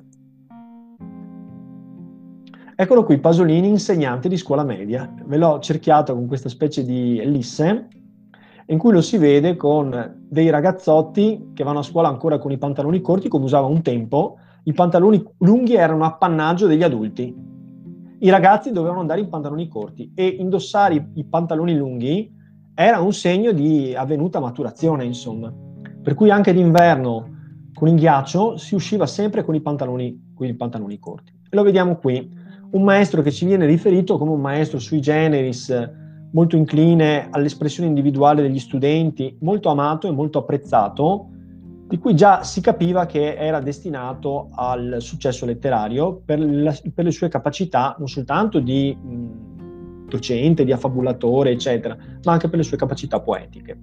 Eccolo qui, Pasolini, insegnante di scuola media. Ve l'ho cerchiato con questa specie di ellisse, in cui lo si vede con dei ragazzotti che vanno a scuola ancora con i pantaloni corti, come usava un tempo. I pantaloni lunghi erano appannaggio degli adulti. I ragazzi dovevano andare in pantaloni corti e indossare i pantaloni lunghi era un segno di avvenuta maturazione, insomma. Per cui anche d'inverno con il ghiaccio si usciva sempre con i pantaloni corti. E lo vediamo qui, un maestro che ci viene riferito come un maestro sui generis, molto incline all'espressione individuale degli studenti, molto amato e molto apprezzato, di cui già si capiva che era destinato al successo letterario per le sue capacità non soltanto di docente, di affabulatore, eccetera, ma anche per le sue capacità poetiche.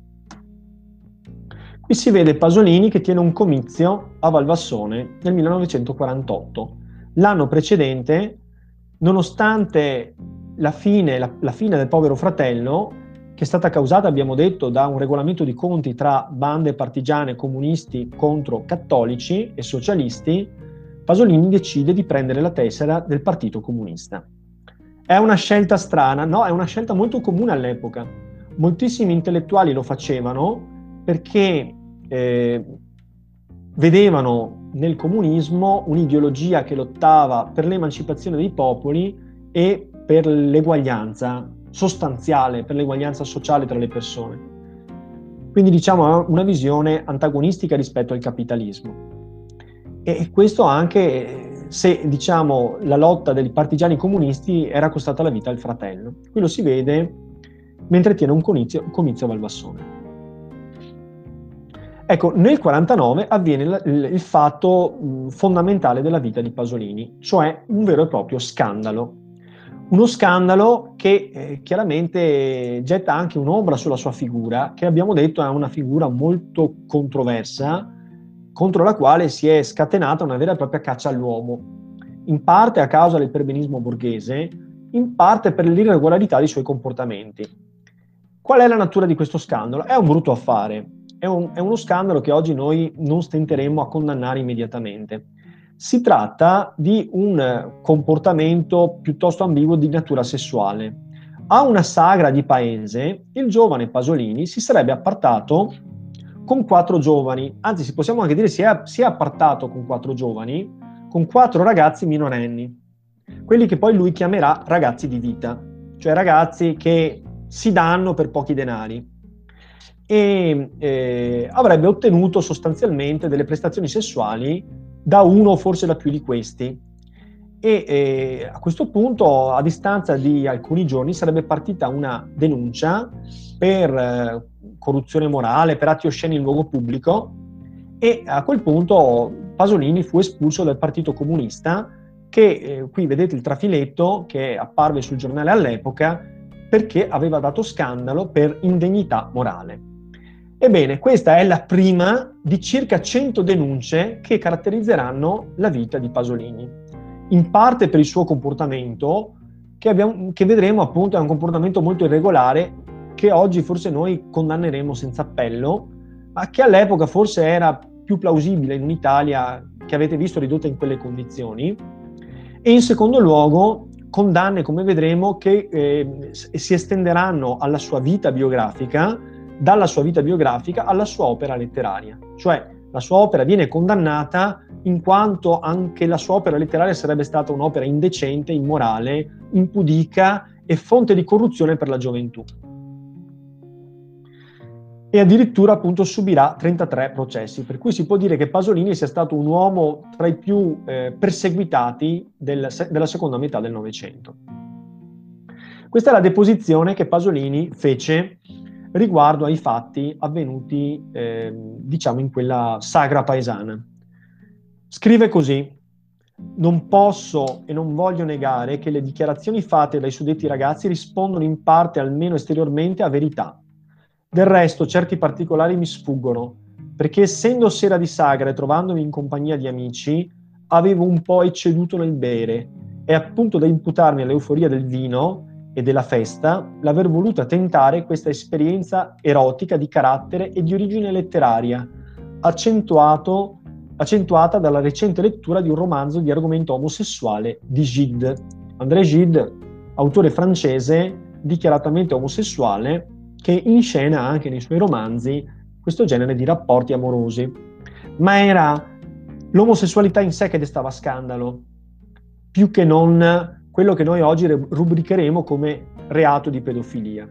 Qui si vede Pasolini che tiene un comizio a Valvassone nel 1948. L'anno precedente, nonostante la fine del povero fratello, che è stata causata, abbiamo detto, da un regolamento di conti tra bande partigiane comunisti contro cattolici e socialisti, Pasolini decide di prendere la tessera del Partito Comunista. È una scelta strana? No, è una scelta molto comune all'epoca. Moltissimi intellettuali lo facevano perché vedevano nel comunismo un'ideologia che lottava per l'emancipazione dei popoli e per l'eguaglianza sostanziale, per l'eguaglianza sociale tra le persone. Quindi diciamo una visione antagonistica rispetto al capitalismo. E questo anche se diciamo la lotta dei partigiani comunisti era costata la vita al fratello. Qui lo si vede mentre tiene un comizio a Valvassone. Ecco, nel 49 avviene il fatto fondamentale della vita di Pasolini, cioè un vero e proprio scandalo. Uno scandalo che chiaramente getta anche un'ombra sulla sua figura, che abbiamo detto è una figura molto controversa, contro la quale si è scatenata una vera e propria caccia all'uomo, in parte a causa del perbenismo borghese, in parte per l'irregolarità dei suoi comportamenti. Qual è la natura di questo scandalo? È un brutto affare, è uno scandalo che oggi noi non stenteremo a condannare immediatamente. Si tratta di un comportamento piuttosto ambiguo di natura sessuale. A una sagra di paese, il giovane Pasolini si sarebbe appartato con 4 giovani, anzi possiamo anche dire si è appartato con 4 giovani, con 4 ragazzi minorenni, quelli che poi lui chiamerà ragazzi di vita, cioè ragazzi che si danno per pochi denari, e avrebbe ottenuto sostanzialmente delle prestazioni sessuali da uno o forse da più di questi. A questo punto, a distanza di alcuni giorni, sarebbe partita una denuncia per corruzione morale, per atti osceni in luogo pubblico, e a quel punto Pasolini fu espulso dal Partito Comunista, che qui vedete il trafiletto che apparve sul giornale all'epoca, perché aveva dato scandalo per indegnità morale. Ebbene, questa è la prima di circa 100 denunce che caratterizzeranno la vita di Pasolini, in parte per il suo comportamento, che vedremo appunto è un comportamento molto irregolare, che oggi forse noi condanneremo senza appello, ma che all'epoca forse era più plausibile in un'Italia che avete visto ridotta in quelle condizioni. E in secondo luogo condanne, come vedremo, che si estenderanno alla sua vita biografica, dalla sua vita biografica alla sua opera letteraria. Cioè la sua opera viene condannata in quanto anche la sua opera letteraria sarebbe stata un'opera indecente, immorale, impudica e fonte di corruzione per la gioventù. E addirittura appunto subirà 33 processi, per cui si può dire che Pasolini sia stato un uomo tra i più perseguitati della seconda metà del Novecento. Questa è la deposizione che Pasolini fece riguardo ai fatti avvenuti diciamo in quella sagra paesana. Scrive così: non posso e non voglio negare che le dichiarazioni fatte dai suddetti ragazzi rispondono in parte, almeno esteriormente, a verità. Del resto certi particolari mi sfuggono, perché essendo sera di sagra e trovandomi in compagnia di amici, avevo un po' ecceduto nel bere, e appunto da imputarmi all'euforia del vino e della festa l'aver voluta tentare questa esperienza erotica di carattere e di origine letteraria, accentuata dalla recente lettura di un romanzo di argomento omosessuale di Gide. André Gide, autore francese dichiaratamente omosessuale, che inscena anche nei suoi romanzi questo genere di rapporti amorosi. Ma era l'omosessualità in sé che destava scandalo, più che non quello che noi oggi rubricheremo come reato di pedofilia.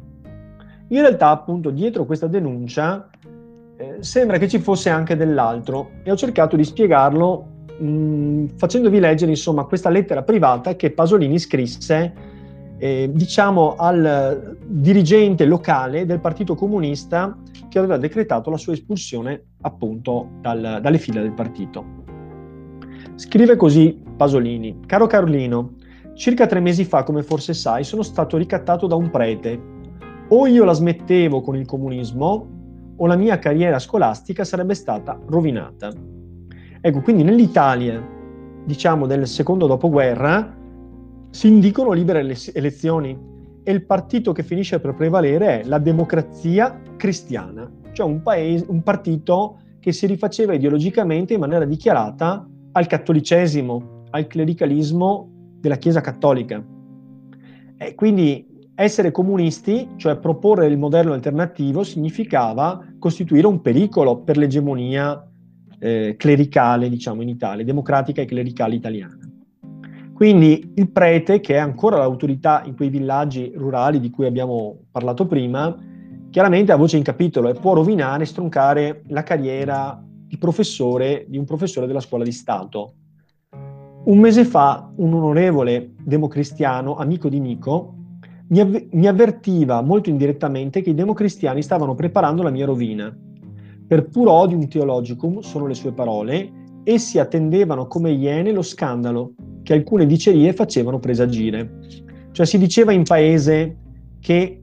In realtà, appunto, dietro questa denuncia sembra che ci fosse anche dell'altro, e ho cercato di spiegarlo facendovi leggere, insomma, questa lettera privata che Pasolini scrisse diciamo al dirigente locale del Partito Comunista, che aveva decretato la sua espulsione appunto dalle fila del partito. Scrive così Pasolini: caro Carlino, circa 3 mesi fa, come forse sai, sono stato ricattato da un prete. O io la smettevo con il comunismo, o la mia carriera scolastica sarebbe stata rovinata. Ecco, quindi nell'Italia, diciamo, del secondo dopoguerra, si indicano libere elezioni e il partito che finisce per prevalere è la Democrazia Cristiana, cioè un partito che si rifaceva ideologicamente in maniera dichiarata al cattolicesimo, al clericalismo della Chiesa cattolica. E quindi essere comunisti, cioè proporre il modello alternativo, significava costituire un pericolo per l'egemonia clericale, diciamo, in Italia, democratica e clericale italiana. Quindi il prete, che è ancora l'autorità in quei villaggi rurali di cui abbiamo parlato prima, chiaramente ha voce in capitolo e può rovinare e stroncare la carriera di un professore della scuola di Stato. Un mese fa un onorevole democristiano, amico di Nico, mi avvertiva molto indirettamente che i democristiani stavano preparando la mia rovina. Per puro odium theologicum, sono le sue parole, essi attendevano come iene lo scandalo che alcune dicerie facevano presagire. Cioè si diceva in paese che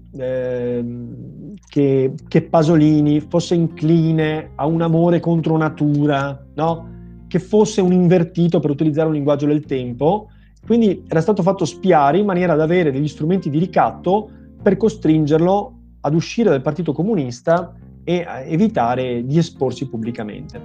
Pasolini fosse incline a un amore contro natura, no? Che fosse un invertito, per utilizzare un linguaggio del tempo, Quindi era stato fatto spiare in maniera da avere degli strumenti di ricatto per costringerlo ad uscire dal Partito Comunista e a evitare di esporsi pubblicamente.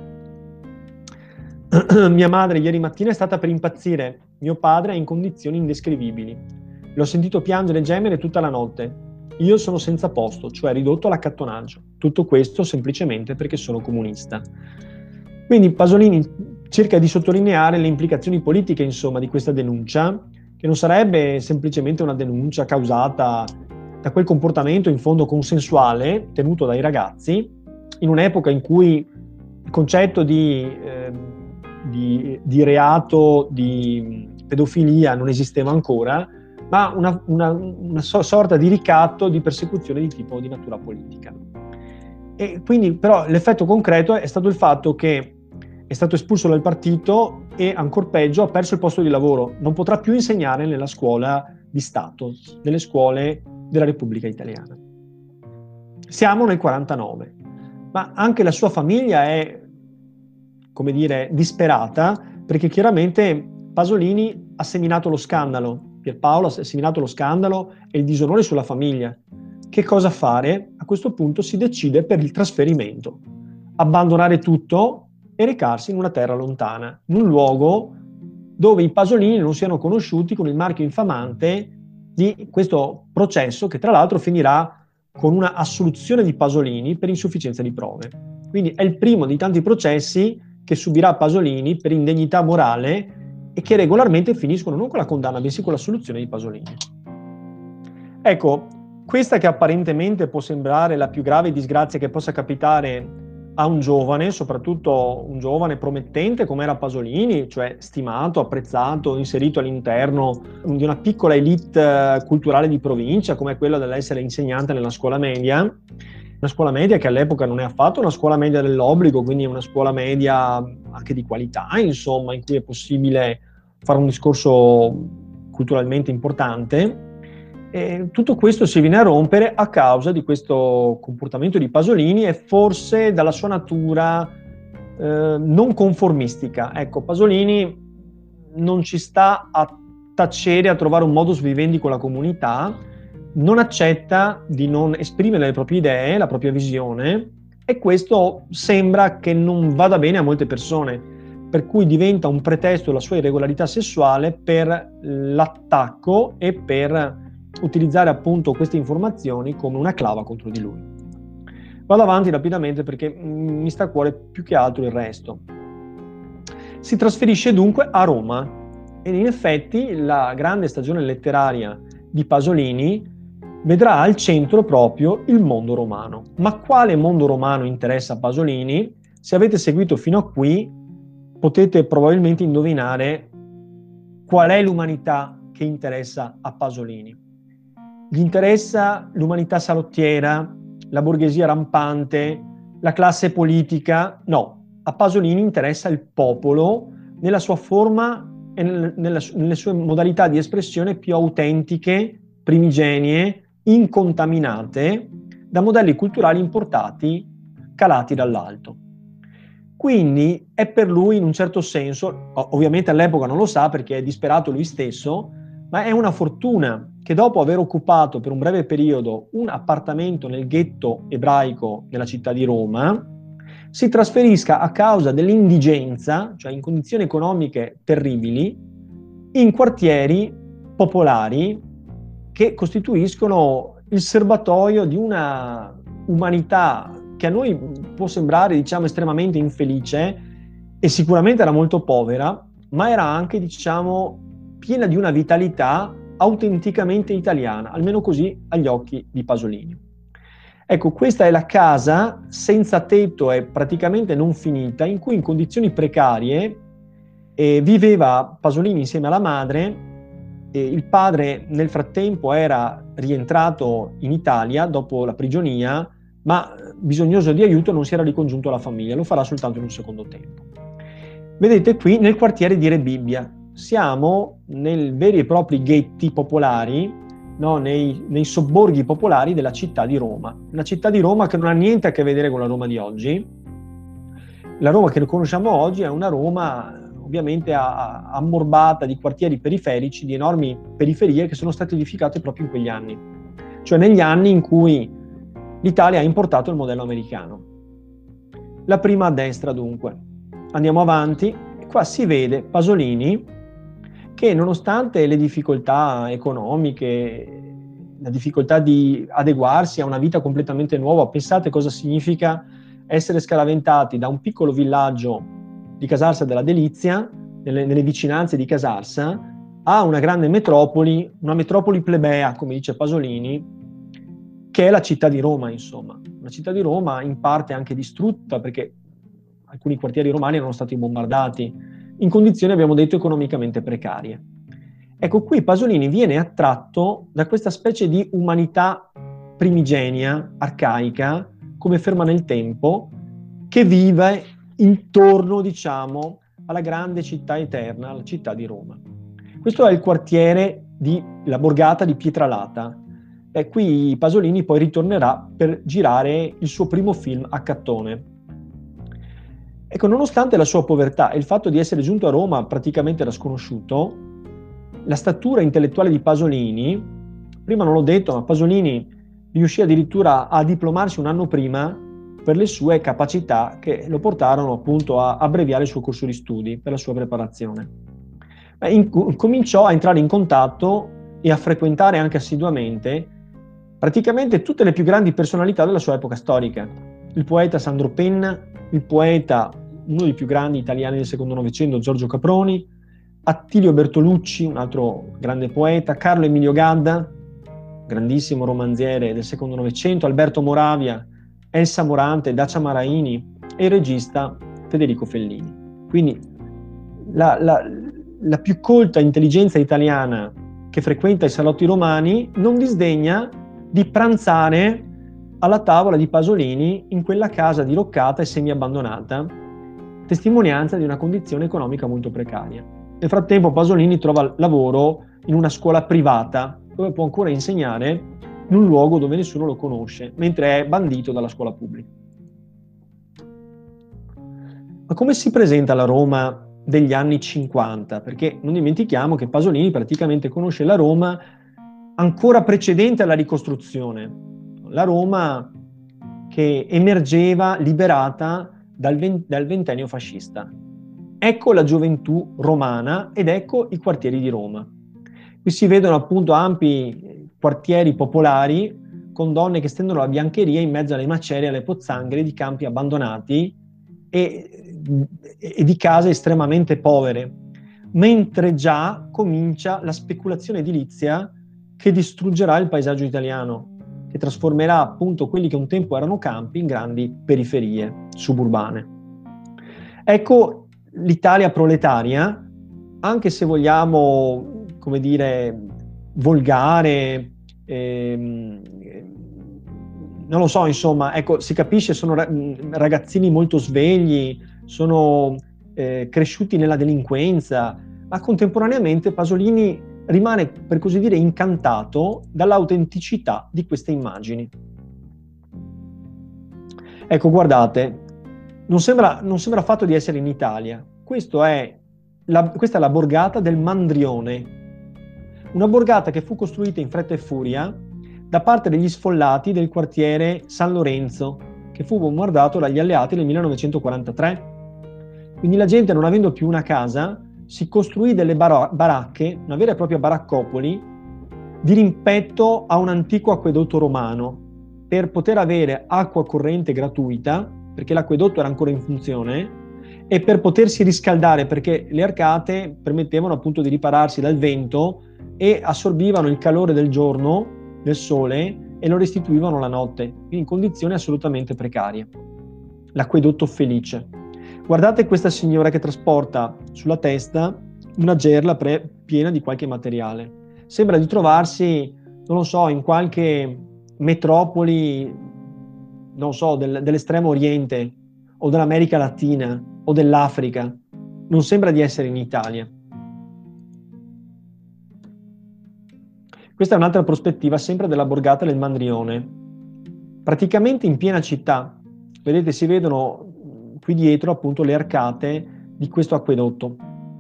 Mia madre ieri mattina è stata per impazzire. Mio padre è in condizioni indescrivibili. L'ho sentito piangere e gemere tutta la notte. Io sono senza posto, cioè ridotto all'accattonaggio. Tutto questo semplicemente perché sono comunista. Quindi Pasolini cerca di sottolineare le implicazioni politiche, insomma, di questa denuncia, che non sarebbe semplicemente una denuncia causata da quel comportamento in fondo consensuale tenuto dai ragazzi, in un'epoca in cui il concetto di reato di pedofilia non esisteva ancora, ma una sorta di ricatto di persecuzione di tipo di natura politica. E quindi però l'effetto concreto è stato il fatto che è stato espulso dal partito e, ancor peggio, ha perso il posto di lavoro. Non potrà più insegnare nella scuola di Stato, nelle scuole della Repubblica Italiana. Siamo nel 49, ma anche la sua famiglia è, come dire, disperata, perché chiaramente Pasolini ha seminato lo scandalo, Pierpaolo ha seminato lo scandalo e il disonore sulla famiglia. Che cosa fare? A questo punto si decide per il trasferimento, abbandonare tutto e recarsi in una terra lontana, in un luogo dove i Pasolini non siano conosciuti con il marchio infamante di questo processo che tra l'altro finirà con una assoluzione di Pasolini per insufficienza di prove. Quindi è il primo di tanti processi che subirà Pasolini per indegnità morale e che regolarmente finiscono non con la condanna, bensì con l'assoluzione di Pasolini. Ecco, questa che apparentemente può sembrare la più grave disgrazia che possa capitare a un giovane, soprattutto un giovane promettente come era Pasolini, cioè stimato, apprezzato, inserito all'interno di una piccola elite culturale di provincia come quella dell'essere insegnante nella scuola media, una scuola media che all'epoca non è affatto una scuola media dell'obbligo, quindi è una scuola media anche di qualità, insomma, in cui è possibile fare un discorso culturalmente importante. E tutto questo si viene a rompere a causa di questo comportamento di Pasolini e forse dalla sua natura non conformistica. Ecco, Pasolini non ci sta a tacere, a trovare un modus vivendi con la comunità, non accetta di non esprimere le proprie idee, la propria visione, e questo sembra che non vada bene a molte persone, per cui diventa un pretesto la sua irregolarità sessuale per l'attacco e per utilizzare appunto queste informazioni come una clava contro di lui. Vado avanti rapidamente perché mi sta a cuore più che altro il resto. Si trasferisce dunque a Roma ed in effetti la grande stagione letteraria di Pasolini vedrà al centro proprio il mondo romano. Ma quale mondo romano interessa a Pasolini? Se avete seguito fino a qui potete probabilmente indovinare qual è l'umanità che interessa a Pasolini. Gli interessa l'umanità salottiera, la borghesia rampante, la classe politica? No, a Pasolini interessa il popolo nella sua forma e nelle sue modalità di espressione più autentiche, primigenie, incontaminate da modelli culturali importati, calati dall'alto. Quindi è per lui in un certo senso, ovviamente all'epoca non lo sa perché è disperato lui stesso, ma è una fortuna che dopo aver occupato per un breve periodo un appartamento nel ghetto ebraico della città di Roma, si trasferisca a causa dell'indigenza, cioè in condizioni economiche terribili, in quartieri popolari che costituiscono il serbatoio di una umanità che a noi può sembrare, diciamo, estremamente infelice e sicuramente era molto povera, ma era anche, diciamo, piena di una vitalità autenticamente italiana, almeno così agli occhi di Pasolini. Ecco, questa è la casa senza tetto e praticamente non finita, in cui in condizioni precarie viveva Pasolini insieme alla madre. Il padre nel frattempo era rientrato in Italia dopo la prigionia, ma bisognoso di aiuto non si era ricongiunto alla famiglia, lo farà soltanto in un secondo tempo. Vedete qui nel quartiere di Rebibbia, siamo nei veri e propri ghetti popolari, no? nei sobborghi popolari della città di Roma. Una città di Roma che non ha niente a che vedere con la Roma di oggi. La Roma che conosciamo oggi è una Roma ovviamente ammorbata di quartieri periferici, di enormi periferie che sono state edificate proprio in quegli anni, cioè negli anni in cui l'Italia ha importato il modello americano. La prima a destra dunque. Andiamo avanti, e qua si vede Pasolini che nonostante le difficoltà economiche, la difficoltà di adeguarsi a una vita completamente nuova, pensate cosa significa essere scaraventati da un piccolo villaggio di Casarsa della Delizia, nelle vicinanze di Casarsa, a una grande metropoli, una metropoli plebea, come dice Pasolini, che è la città di Roma, insomma. Una città di Roma in parte anche distrutta, perché alcuni quartieri romani erano stati bombardati, in condizioni, abbiamo detto, economicamente precarie. Ecco, qui Pasolini viene attratto da questa specie di umanità primigenia, arcaica, come ferma nel tempo, che vive intorno, diciamo, alla grande città eterna, la città di Roma. Questo è il quartiere la borgata di Pietralata. E qui Pasolini poi ritornerà per girare il suo primo film a Cattone. Ecco, nonostante la sua povertà e il fatto di essere giunto a Roma praticamente da sconosciuto, la statura intellettuale di Pasolini, prima non l'ho detto, ma Pasolini riuscì addirittura a diplomarsi un anno prima per le sue capacità che lo portarono appunto a abbreviare il suo corso di studi per la sua preparazione. Cominciò a entrare in contatto e a frequentare anche assiduamente praticamente tutte le più grandi personalità della sua epoca storica. Il poeta Sandro Penna, il poeta, uno dei più grandi italiani del secondo Novecento, Giorgio Caproni, Attilio Bertolucci, un altro grande poeta, Carlo Emilio Gadda, grandissimo romanziere del secondo Novecento, Alberto Moravia, Elsa Morante, Dacia Maraini e il regista Federico Fellini. Quindi la più colta intelligenza italiana che frequenta i salotti romani non disdegna di pranzare alla tavola di Pasolini in quella casa diroccata e semi-abbandonata, testimonianza di una condizione economica molto precaria. Nel frattempo Pasolini trova lavoro in una scuola privata dove può ancora insegnare in un luogo dove nessuno lo conosce, mentre è bandito dalla scuola pubblica. Ma come si presenta la Roma degli anni 50? Perché non dimentichiamo che Pasolini praticamente conosce la Roma ancora precedente alla ricostruzione, la Roma che emergeva liberata dal ventennio fascista. Ecco la gioventù romana ed ecco i quartieri di Roma. Qui si vedono appunto ampi quartieri popolari con donne che stendono la biancheria in mezzo alle macerie e alle pozzanghere di campi abbandonati e di case estremamente povere, mentre già comincia la speculazione edilizia che distruggerà il paesaggio italiano, che trasformerà appunto quelli che un tempo erano campi in grandi periferie suburbane. Ecco l'Italia proletaria, anche se vogliamo, come dire, volgare, non lo so, insomma, ecco, si capisce, sono ragazzini molto svegli, sono cresciuti nella delinquenza, ma contemporaneamente Pasolini rimane, per così dire, incantato dall'autenticità di queste immagini. Ecco, guardate, non sembra affatto di essere in Italia. Questa è la borgata del Mandrione, una borgata che fu costruita in fretta e furia da parte degli sfollati del quartiere San Lorenzo, che fu bombardato dagli alleati nel 1943. Quindi la gente, non avendo più una casa, si costruì delle baracche, una vera e propria baraccopoli, di rimpetto a un antico acquedotto romano, per poter avere acqua corrente gratuita, perché l'acquedotto era ancora in funzione, e per potersi riscaldare, perché le arcate permettevano appunto di ripararsi dal vento e assorbivano il calore del giorno, del sole, e lo restituivano la notte, quindi in condizioni assolutamente precarie. L'acquedotto Felice. Guardate questa signora che trasporta sulla testa una gerla piena di qualche materiale. Sembra di trovarsi, non lo so, in qualche metropoli, non so, dell'estremo oriente o dell'America Latina o dell'Africa. Non sembra di essere in Italia. Questa è un'altra prospettiva, sempre della borgata del Mandrione. Praticamente in piena città. Vedete, si vedono qui dietro appunto le arcate di questo acquedotto.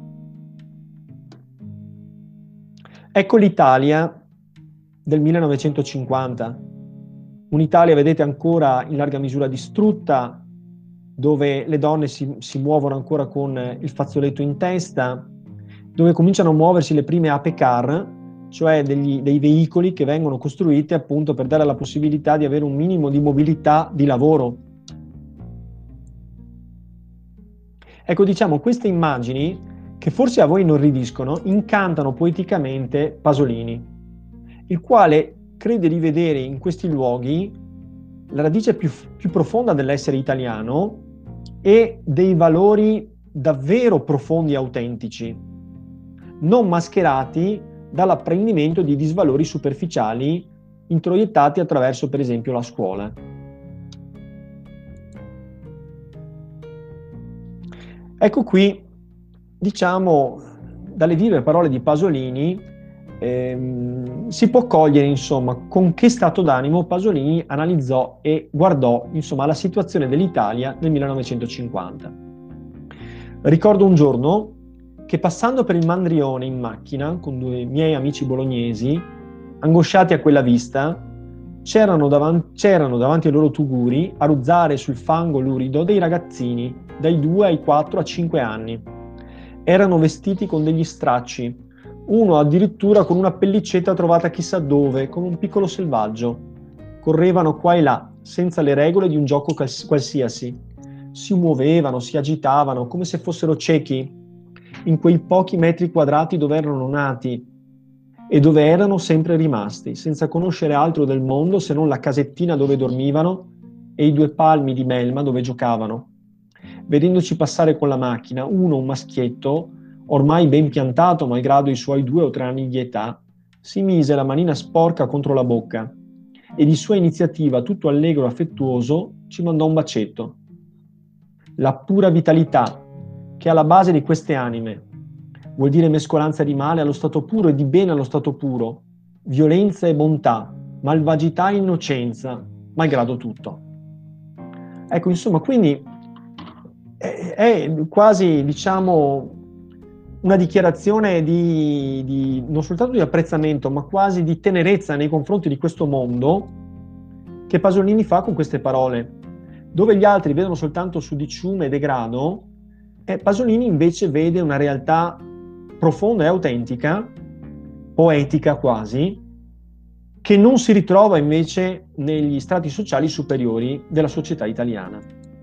Ecco l'Italia del 1950, un'Italia, vedete, ancora in larga misura distrutta, dove le donne si muovono ancora con il fazzoletto in testa, dove cominciano a muoversi le prime ape car, cioè dei veicoli che vengono costruiti appunto per dare la possibilità di avere un minimo di mobilità di lavoro. Ecco, diciamo, queste immagini, che forse a voi non inorridiscono, incantano poeticamente Pasolini, il quale crede di vedere in questi luoghi la radice più profonda dell'essere italiano e dei valori davvero profondi e autentici, non mascherati dall'apprendimento di disvalori superficiali introiettati attraverso, per esempio, la scuola. Ecco qui, diciamo, dalle vive parole di Pasolini si può cogliere, insomma, con che stato d'animo Pasolini analizzò e guardò, insomma, la situazione dell'Italia nel 1950. Ricordo un giorno che, passando per il Mandrione in macchina con due miei amici bolognesi, angosciati a quella vista, c'erano davanti ai loro tuguri a ruzzare sul fango lurido dei ragazzini dai 2 ai 4 a 5 anni. Erano vestiti con degli stracci, uno addirittura con una pellicetta trovata chissà dove, come un piccolo selvaggio. Correvano qua e là, senza le regole di un gioco qualsiasi. Si muovevano, si agitavano, come se fossero ciechi, in quei pochi metri quadrati dove erano nati e dove erano sempre rimasti, senza conoscere altro del mondo se non la casettina dove dormivano e i 2 palmi di melma dove giocavano. Vedendoci passare con la macchina, un maschietto, ormai ben piantato malgrado i suoi 2 o 3 anni di età, si mise la manina sporca contro la bocca e di sua iniziativa, tutto allegro e affettuoso, ci mandò un bacetto. La pura vitalità che è alla base di queste anime vuol dire mescolanza di male allo stato puro e di bene allo stato puro, violenza e bontà, malvagità e innocenza, malgrado tutto. Ecco, insomma, quindi è quasi, diciamo, una dichiarazione non soltanto di apprezzamento, ma quasi di tenerezza nei confronti di questo mondo che Pasolini fa con queste parole. Dove gli altri vedono soltanto sudiciume e degrado, Pasolini invece vede una realtà profonda e autentica, poetica quasi, che non si ritrova invece negli strati sociali superiori della società italiana.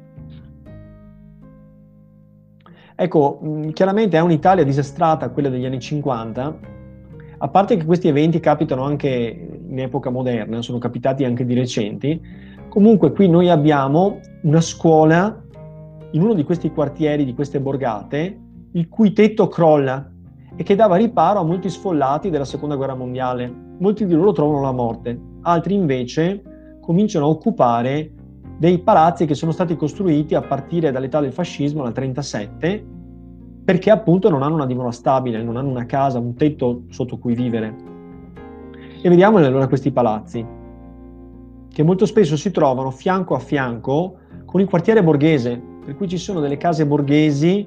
Ecco, chiaramente è un'Italia disastrata, quella degli anni 50, a parte che questi eventi capitano anche in epoca moderna, sono capitati anche di recenti. Comunque qui noi abbiamo una scuola in uno di questi quartieri, di queste borgate, il cui tetto crolla e che dava riparo a molti sfollati della Seconda Guerra Mondiale. Molti di loro trovano la morte, altri invece cominciano a occupare dei palazzi che sono stati costruiti a partire dall'età del fascismo, dal 1937, perché appunto non hanno una dimora stabile, non hanno una casa, un tetto sotto cui vivere. E vediamoli allora questi palazzi, che molto spesso si trovano fianco a fianco con il quartiere borghese, per cui ci sono delle case borghesi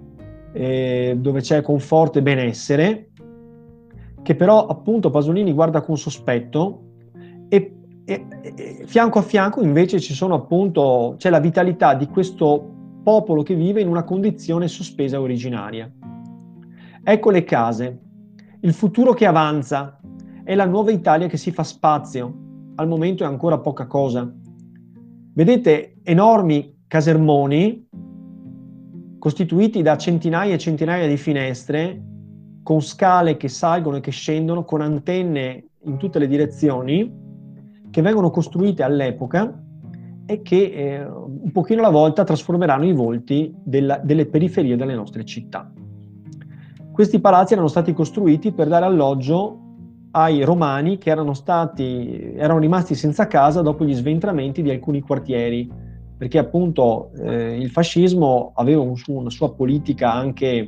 dove c'è conforto e benessere, che però appunto Pasolini guarda con sospetto, e fianco a fianco invece c'è la vitalità di questo popolo che vive in una condizione sospesa originaria. Ecco le case, il futuro che avanza, è la nuova Italia che si fa spazio, al momento è ancora poca cosa. Vedete enormi casermoni costituiti da centinaia e centinaia di finestre, con scale che salgono e che scendono, con antenne in tutte le direzioni, che vengono costruite all'epoca e che un pochino alla volta trasformeranno i volti delle periferie delle nostre città. Questi palazzi erano stati costruiti per dare alloggio ai romani che erano rimasti senza casa dopo gli sventramenti di alcuni quartieri, perché appunto il fascismo aveva una sua politica anche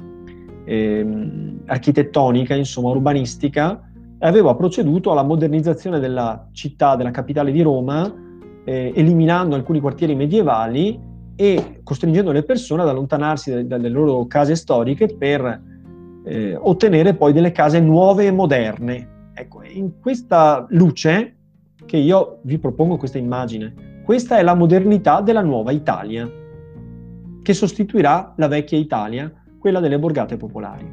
architettonica, insomma urbanistica, e aveva proceduto alla modernizzazione della città, della capitale di Roma, eliminando alcuni quartieri medievali e costringendo le persone ad allontanarsi dalle loro case storiche per ottenere poi delle case nuove e moderne. Ecco, in questa luce che io vi propongo questa immagine, questa è la modernità della nuova Italia, che sostituirà la vecchia Italia, quella delle borgate popolari.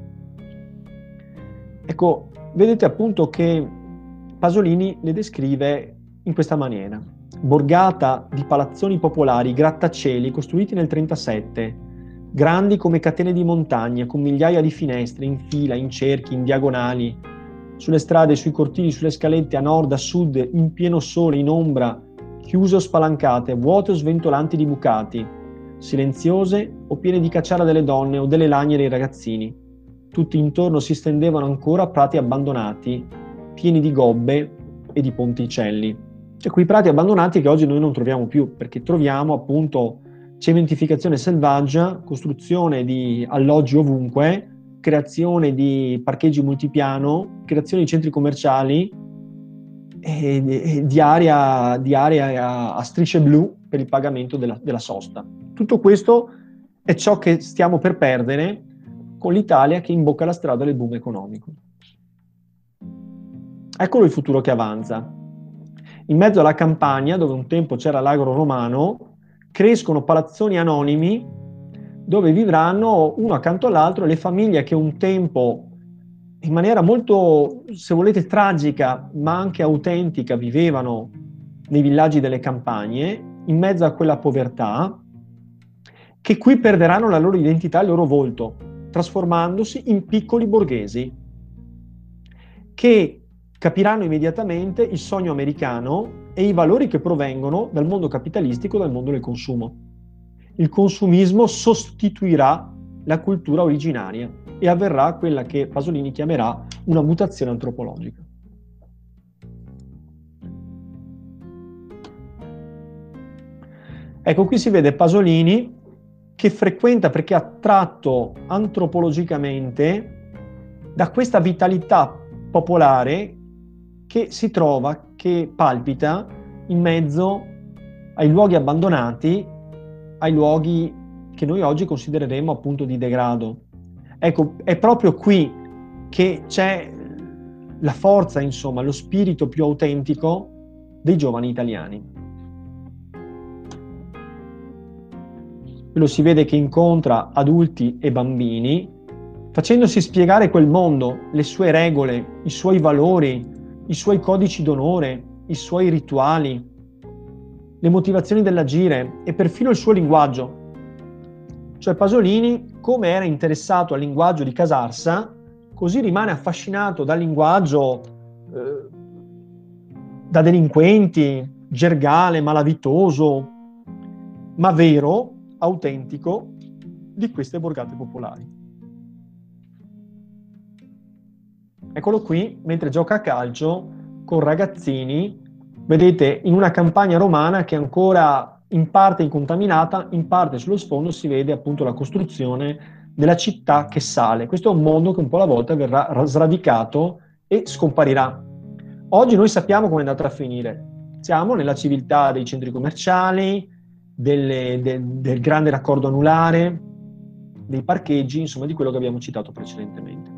Ecco, vedete appunto che Pasolini le descrive in questa maniera: borgata di palazzoni popolari, grattacieli costruiti nel 37, grandi come catene di montagne, con migliaia di finestre in fila, in cerchi, in diagonali, sulle strade, sui cortili, sulle scalette, a nord, a sud, in pieno sole, in ombra, chiuse o spalancate, vuote o sventolanti di bucati, silenziose o piene di cacciara delle donne o delle lagne dei ragazzini. Tutti intorno si stendevano ancora prati abbandonati, pieni di gobbe e di ponticelli. Cioè quei prati abbandonati che oggi noi non troviamo più, perché troviamo appunto cementificazione selvaggia, costruzione di alloggi ovunque, creazione di parcheggi multipiano, creazione di centri commerciali e di area a strisce blu per il pagamento della sosta. Tutto questo è ciò che stiamo per perdere con l'Italia che imbocca la strada del boom economico. Eccolo il futuro che avanza. In mezzo alla campagna, dove un tempo c'era l'agro romano, crescono palazzoni anonimi dove vivranno uno accanto all'altro le famiglie che un tempo, in maniera molto, se volete, tragica, ma anche autentica, vivevano nei villaggi delle campagne, in mezzo a quella povertà, che qui perderanno la loro identità e il loro volto, trasformandosi in piccoli borghesi, che capiranno immediatamente il sogno americano e i valori che provengono dal mondo capitalistico, dal mondo del consumo. Il consumismo sostituirà la cultura originaria e avverrà quella che Pasolini chiamerà una mutazione antropologica. Ecco, qui si vede Pasolini che frequenta, perché è attratto antropologicamente da questa vitalità popolare che si trova, che palpita in mezzo ai luoghi abbandonati, ai luoghi che noi oggi considereremo appunto di degrado. Ecco, è proprio qui che c'è la forza, insomma, lo spirito più autentico dei giovani italiani. Lo si vede che incontra adulti e bambini, facendosi spiegare quel mondo, le sue regole, i suoi valori, i suoi codici d'onore, i suoi rituali, le motivazioni dell'agire e perfino il suo linguaggio. Cioè Pasolini, come era interessato al linguaggio di Casarsa, così rimane affascinato dal linguaggio da delinquenti, gergale, malavitoso, ma vero, autentico, di queste borgate popolari. Eccolo qui, mentre gioca a calcio con ragazzini, vedete, in una campagna romana che è ancora in parte incontaminata, in parte sullo sfondo si vede appunto la costruzione della città che sale. Questo è un mondo che un po' alla volta verrà sradicato e scomparirà. Oggi noi sappiamo come è andata a finire. Siamo nella civiltà dei centri commerciali, del grande raccordo anulare, dei parcheggi, insomma di quello che abbiamo citato precedentemente.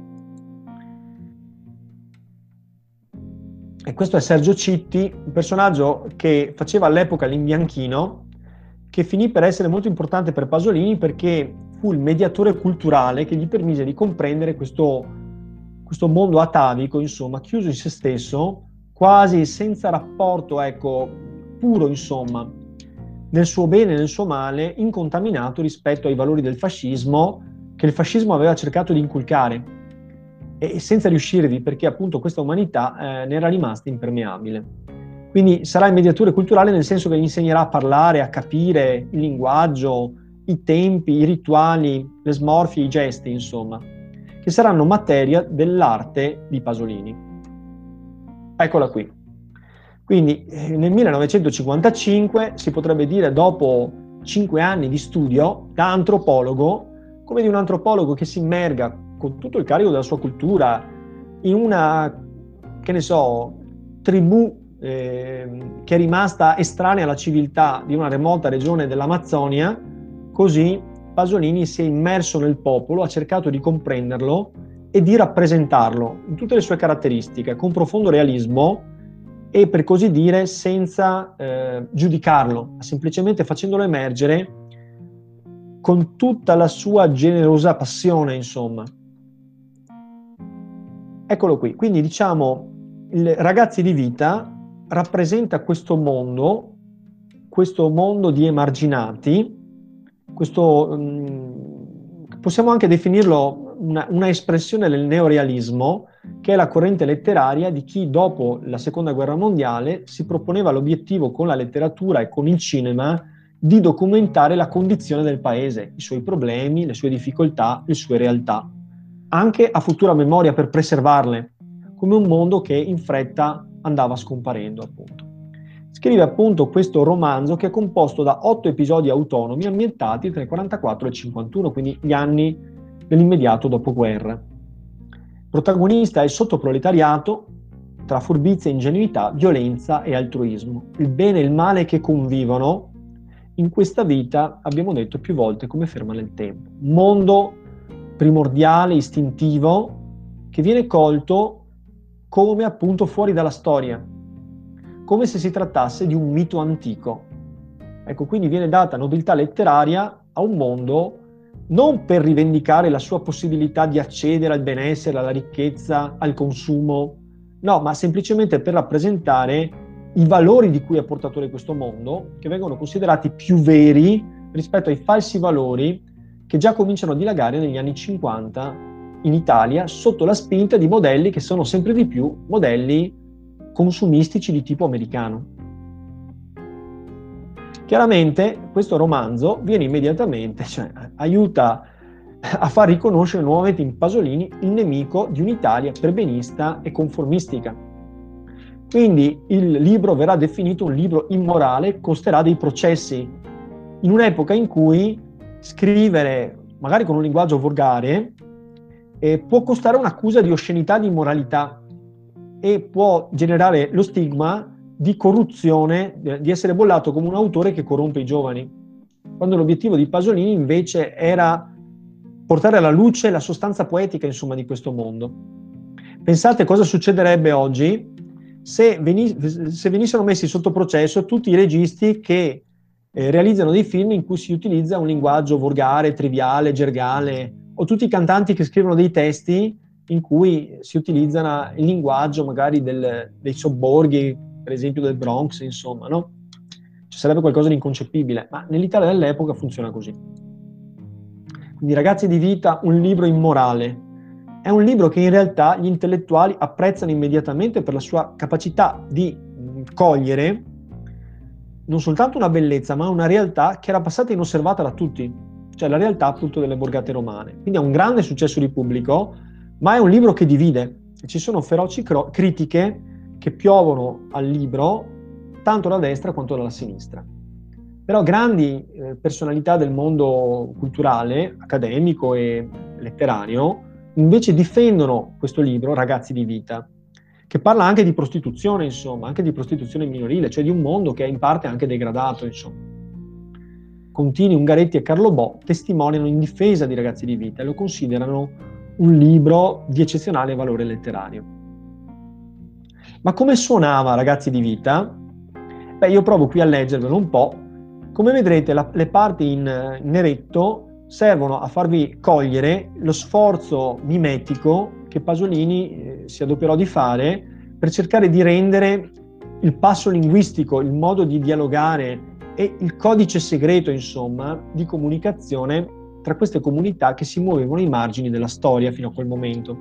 E questo è Sergio Citti, un personaggio che faceva all'epoca l'imbianchino, che finì per essere molto importante per Pasolini perché fu il mediatore culturale che gli permise di comprendere questo mondo atavico, insomma, chiuso in se stesso, quasi senza rapporto, ecco, puro, insomma, nel suo bene e nel suo male, incontaminato rispetto ai valori del fascismo, che il fascismo aveva cercato di inculcare, e senza riuscirvi, perché appunto questa umanità ne era rimasta impermeabile. Quindi sarà il mediatore culturale nel senso che gli insegnerà a parlare, a capire il linguaggio, i tempi, i rituali, le smorfie, i gesti, insomma, che saranno materia dell'arte di Pasolini. Eccola qui. Quindi nel 1955, si potrebbe dire dopo 5 anni di studio da antropologo, come di un antropologo che si immerga con tutto il carico della sua cultura in una, che ne so, tribù che è rimasta estranea alla civiltà di una remota regione dell'Amazzonia, così Pasolini si è immerso nel popolo, ha cercato di comprenderlo e di rappresentarlo in tutte le sue caratteristiche, con profondo realismo e, per così dire, senza giudicarlo, semplicemente facendolo emergere con tutta la sua generosa passione, insomma. Eccolo qui. Quindi, diciamo, il Ragazzi di vita rappresenta questo mondo di emarginati, possiamo anche definirlo una espressione del neorealismo, che è la corrente letteraria di chi dopo la Seconda Guerra Mondiale si proponeva l'obiettivo con la letteratura e con il cinema di documentare la condizione del paese, i suoi problemi, le sue difficoltà, le sue realtà, anche a futura memoria per preservarle, come un mondo che in fretta andava scomparendo, appunto. Scrive appunto questo romanzo che è composto da 8 episodi autonomi ambientati tra il 44 e il 51, quindi gli anni dell'immediato dopoguerra. Il protagonista è il sottoproletariato, tra furbizia e ingenuità, violenza e altruismo. Il bene e il male che convivono in questa vita, abbiamo detto più volte, come ferma nel tempo. Mondo primordiale, istintivo, che viene colto come appunto fuori dalla storia, come se si trattasse di un mito antico. Ecco, quindi viene data nobiltà letteraria a un mondo non per rivendicare la sua possibilità di accedere al benessere, alla ricchezza, al consumo, no, ma semplicemente per rappresentare i valori di cui è portatore questo mondo, che vengono considerati più veri rispetto ai falsi valori che già cominciano a dilagare negli anni 50 in Italia, sotto la spinta di modelli che sono sempre di più modelli consumistici di tipo americano. Chiaramente questo romanzo viene immediatamente, aiuta a far riconoscere nuovamente in Pasolini il nemico di un'Italia perbenista e conformistica. Quindi il libro verrà definito un libro immorale, costerà dei processi, in un'epoca in cui scrivere, magari con un linguaggio volgare, può costare un'accusa di oscenità, di immoralità, e può generare lo stigma di corruzione, di essere bollato come un autore che corrompe i giovani, quando l'obiettivo di Pasolini invece era portare alla luce la sostanza poetica, insomma, di questo mondo. Pensate cosa succederebbe oggi se venissero messi sotto processo tutti i registi che realizzano dei film in cui si utilizza un linguaggio volgare, triviale, gergale, o tutti i cantanti che scrivono dei testi in cui si utilizza il linguaggio magari dei sobborghi, per esempio del Bronx, insomma, no? Ci sarebbe qualcosa di inconcepibile, ma nell'Italia dell'epoca funziona così. Quindi Ragazzi di vita, un libro immorale. È un libro che in realtà gli intellettuali apprezzano immediatamente per la sua capacità di cogliere non soltanto una bellezza, ma una realtà che era passata inosservata da tutti, cioè la realtà appunto delle borgate romane. Quindi ha un grande successo di pubblico, ma è un libro che divide. Ci sono feroci critiche che piovono al libro tanto dalla destra quanto dalla sinistra. Però grandi personalità del mondo culturale, accademico e letterario invece difendono questo libro, Ragazzi di vita, che parla anche di prostituzione, insomma, anche di prostituzione minorile, cioè di un mondo che è in parte anche degradato, insomma. Contini, Ungaretti e Carlo Bo testimoniano in difesa di Ragazzi di vita e lo considerano un libro di eccezionale valore letterario. Ma come suonava Ragazzi di vita? Beh, io provo qui a leggervelo un po'. Come vedrete, le parti in neretto servono a farvi cogliere lo sforzo mimetico che Pasolini si adoperò di fare per cercare di rendere il passo linguistico, il modo di dialogare e il codice segreto, insomma, di comunicazione tra queste comunità che si muovevano ai margini della storia fino a quel momento.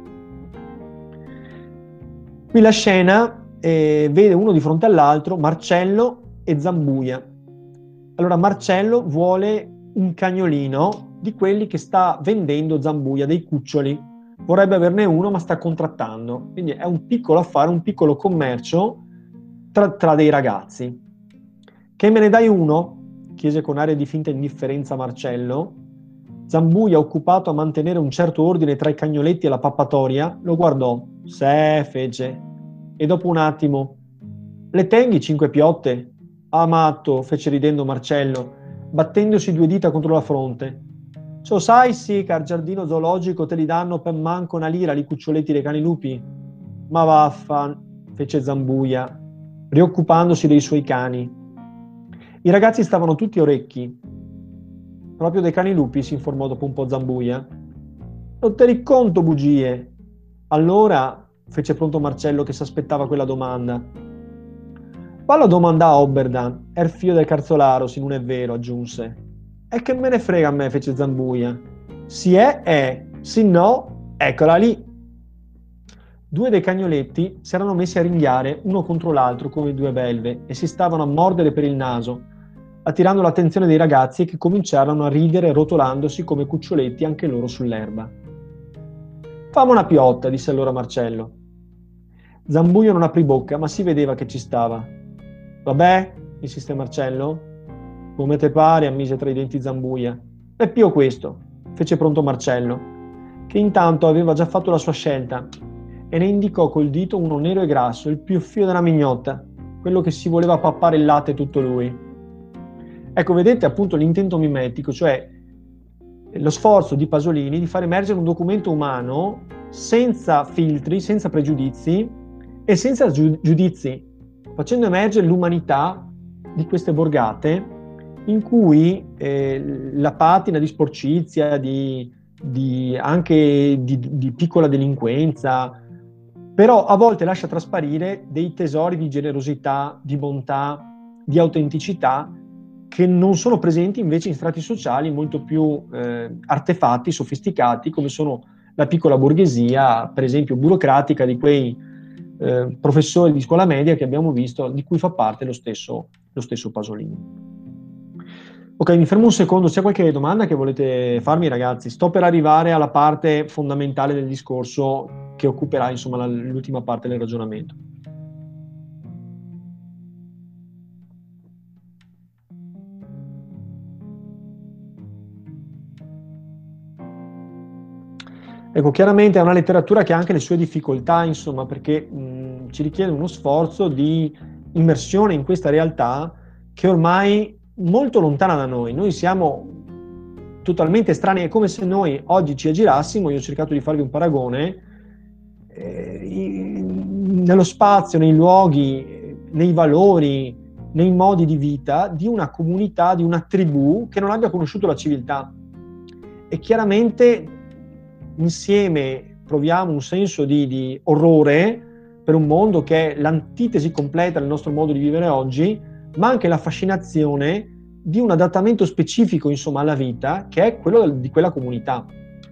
Qui la scena vede uno di fronte all'altro Marcello e Zambuia. Allora Marcello vuole un cagnolino di quelli che sta vendendo Zambuia, dei cuccioli. Vorrebbe averne uno, ma sta contrattando. Quindi è un piccolo affare, un piccolo commercio tra dei ragazzi. Che me ne dai uno? Chiese con aria di finta indifferenza Marcello. Zambuia, occupato a mantenere un certo ordine tra i cagnoletti e la pappatoria, lo guardò. Fece. E dopo un attimo: le tenghi 5 piotte? Ah, matto, fece ridendo Marcello, battendosi 2 dita contro la fronte. So, sai sì che al giardino zoologico te li danno per manco una lira li cuccioletti dei cani lupi? Ma fece Zambuia, preoccupandosi dei suoi cani. I ragazzi stavano tutti orecchi. Proprio dei cani lupi, si informò dopo un po' Zambuia. Non te li conto bugie. Allora fece pronto Marcello che s'aspettava quella domanda. Fallo domandà a Oberdan, er figlio del carzolaro, se non è vero, aggiunse. E che me ne frega a me, fece Zambuia. Si è, se no, eccola lì. Due dei cagnoletti si erano messi a ringhiare uno contro l'altro come due belve e si stavano a mordere per il naso, attirando l'attenzione dei ragazzi che cominciarono a ridere rotolandosi come cuccioletti anche loro sull'erba. Fammi una piotta, disse allora Marcello. Zambuio non aprì bocca, ma si vedeva che ci stava. Vabbè, insiste Marcello. Come te pare, ammise tra i denti Zambuia. È più questo, fece pronto Marcello, che intanto aveva già fatto la sua scelta e ne indicò col dito uno nero e grasso, il più fio della mignotta, quello che si voleva pappare il latte tutto lui. Ecco, vedete appunto l'intento mimetico, cioè lo sforzo di Pasolini di far emergere un documento umano senza filtri, senza pregiudizi e senza giudizi, facendo emergere l'umanità di queste borgate in cui la patina di sporcizia, anche di piccola delinquenza, però a volte lascia trasparire dei tesori di generosità, di bontà, di autenticità che non sono presenti invece in strati sociali molto più artefatti, sofisticati, come sono la piccola borghesia, per esempio burocratica, di quei professori di scuola media che abbiamo visto, di cui fa parte lo stesso Pasolini. Ok, mi fermo un secondo, c'è qualche domanda che volete farmi, ragazzi? Sto per arrivare alla parte fondamentale del discorso che occuperà, insomma, l'ultima parte del ragionamento. Ecco, chiaramente è una letteratura che ha anche le sue difficoltà, insomma, perché ci richiede uno sforzo di immersione in questa realtà che ormai molto lontana da noi. Noi siamo totalmente estranei, è come se noi oggi ci aggirassimo, io ho cercato di farvi un paragone, nello spazio, nei luoghi, nei valori, nei modi di vita di una comunità, di una tribù che non abbia conosciuto la civiltà. E chiaramente insieme proviamo un senso di orrore per un mondo che è l'antitesi completa del nostro modo di vivere oggi, ma anche la fascinazione di un adattamento specifico, insomma, alla vita, che è quello di quella comunità.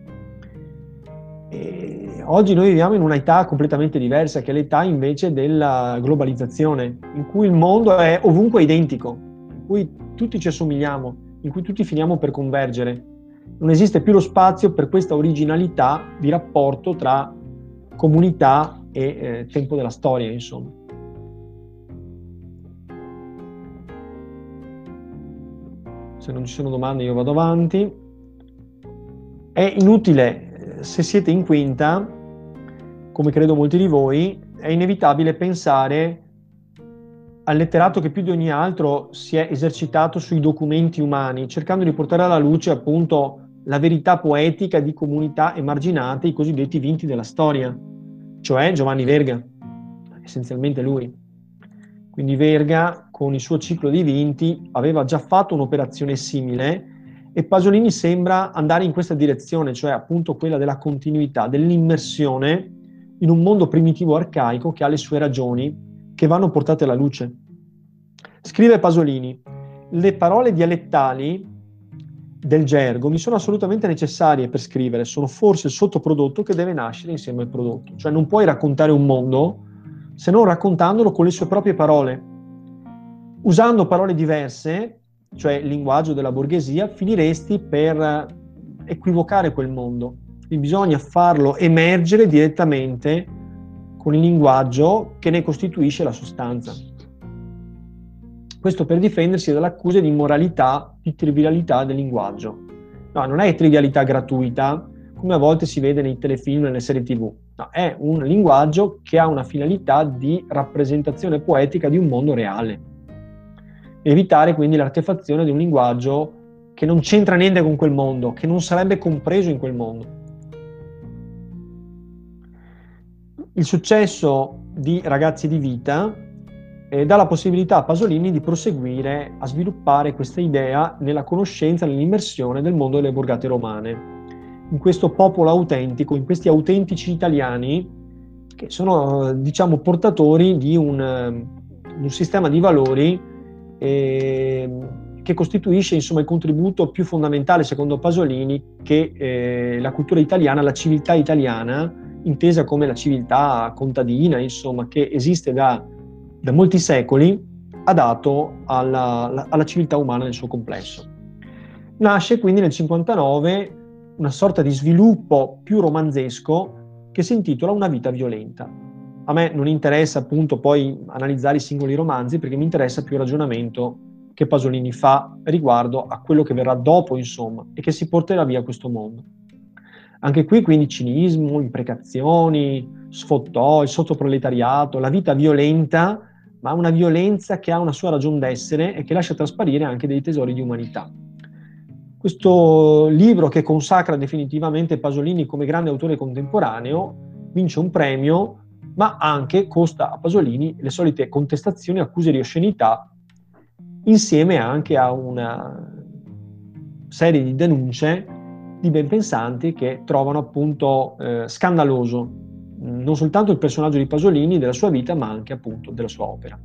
E oggi noi viviamo in un'età completamente diversa, che è l'età invece della globalizzazione, in cui il mondo è ovunque identico, in cui tutti ci assomigliamo, in cui tutti finiamo per convergere. Non esiste più lo spazio per questa originalità di rapporto tra comunità e tempo della storia, insomma. Se non ci sono domande io vado avanti. È inutile, se siete in quinta, come credo molti di voi, è inevitabile pensare al letterato che più di ogni altro si è esercitato sui documenti umani, cercando di portare alla luce appunto la verità poetica di comunità emarginate, i cosiddetti vinti della storia, cioè Giovanni Verga, essenzialmente lui. Quindi Verga, con il suo ciclo di vinti, aveva già fatto un'operazione simile e Pasolini sembra andare in questa direzione, cioè appunto quella della continuità, dell'immersione in un mondo primitivo arcaico che ha le sue ragioni che vanno portate alla luce. Scrive Pasolini: le parole dialettali del gergo mi sono assolutamente necessarie per scrivere, sono forse il sottoprodotto che deve nascere insieme al prodotto. Cioè non puoi raccontare un mondo se non raccontandolo con le sue proprie parole. Usando parole diverse, cioè il linguaggio della borghesia, finiresti per equivocare quel mondo. Quindi bisogna farlo emergere direttamente con il linguaggio che ne costituisce la sostanza. Questo per difendersi dalle accuse di immoralità, di trivialità del linguaggio. No, non è trivialità gratuita, come a volte si vede nei telefilm e nelle serie TV. No, è un linguaggio che ha una finalità di rappresentazione poetica di un mondo reale. Evitare quindi l'artefazione di un linguaggio che non c'entra niente con quel mondo, che non sarebbe compreso in quel mondo. Il successo di Ragazzi di Vita dà la possibilità a Pasolini di proseguire a sviluppare questa idea nella conoscenza, nell'immersione del mondo delle borgate romane, in questo popolo autentico, in questi autentici italiani che sono, diciamo, portatori di un sistema di valori che costituisce, insomma, il contributo più fondamentale, secondo Pasolini, che la cultura italiana, la civiltà italiana, intesa come la civiltà contadina, insomma, che esiste da molti secoli, ha dato alla civiltà umana nel suo complesso. Nasce quindi nel 59 una sorta di sviluppo più romanzesco che si intitola Una vita violenta. A me non interessa appunto poi analizzare i singoli romanzi, perché mi interessa più il ragionamento che Pasolini fa riguardo a quello che verrà dopo, insomma, e che si porterà via questo mondo. Anche qui quindi cinismo, imprecazioni, sfottò, il sottoproletariato, la vita violenta, ma una violenza che ha una sua ragion d'essere e che lascia trasparire anche dei tesori di umanità. Questo libro, che consacra definitivamente Pasolini come grande autore contemporaneo, vince un premio, ma anche costa a Pasolini le solite contestazioni, accuse di oscenità, insieme anche a una serie di denunce di benpensanti che trovano appunto scandaloso non soltanto il personaggio di Pasolini, della sua vita, ma anche appunto della sua opera.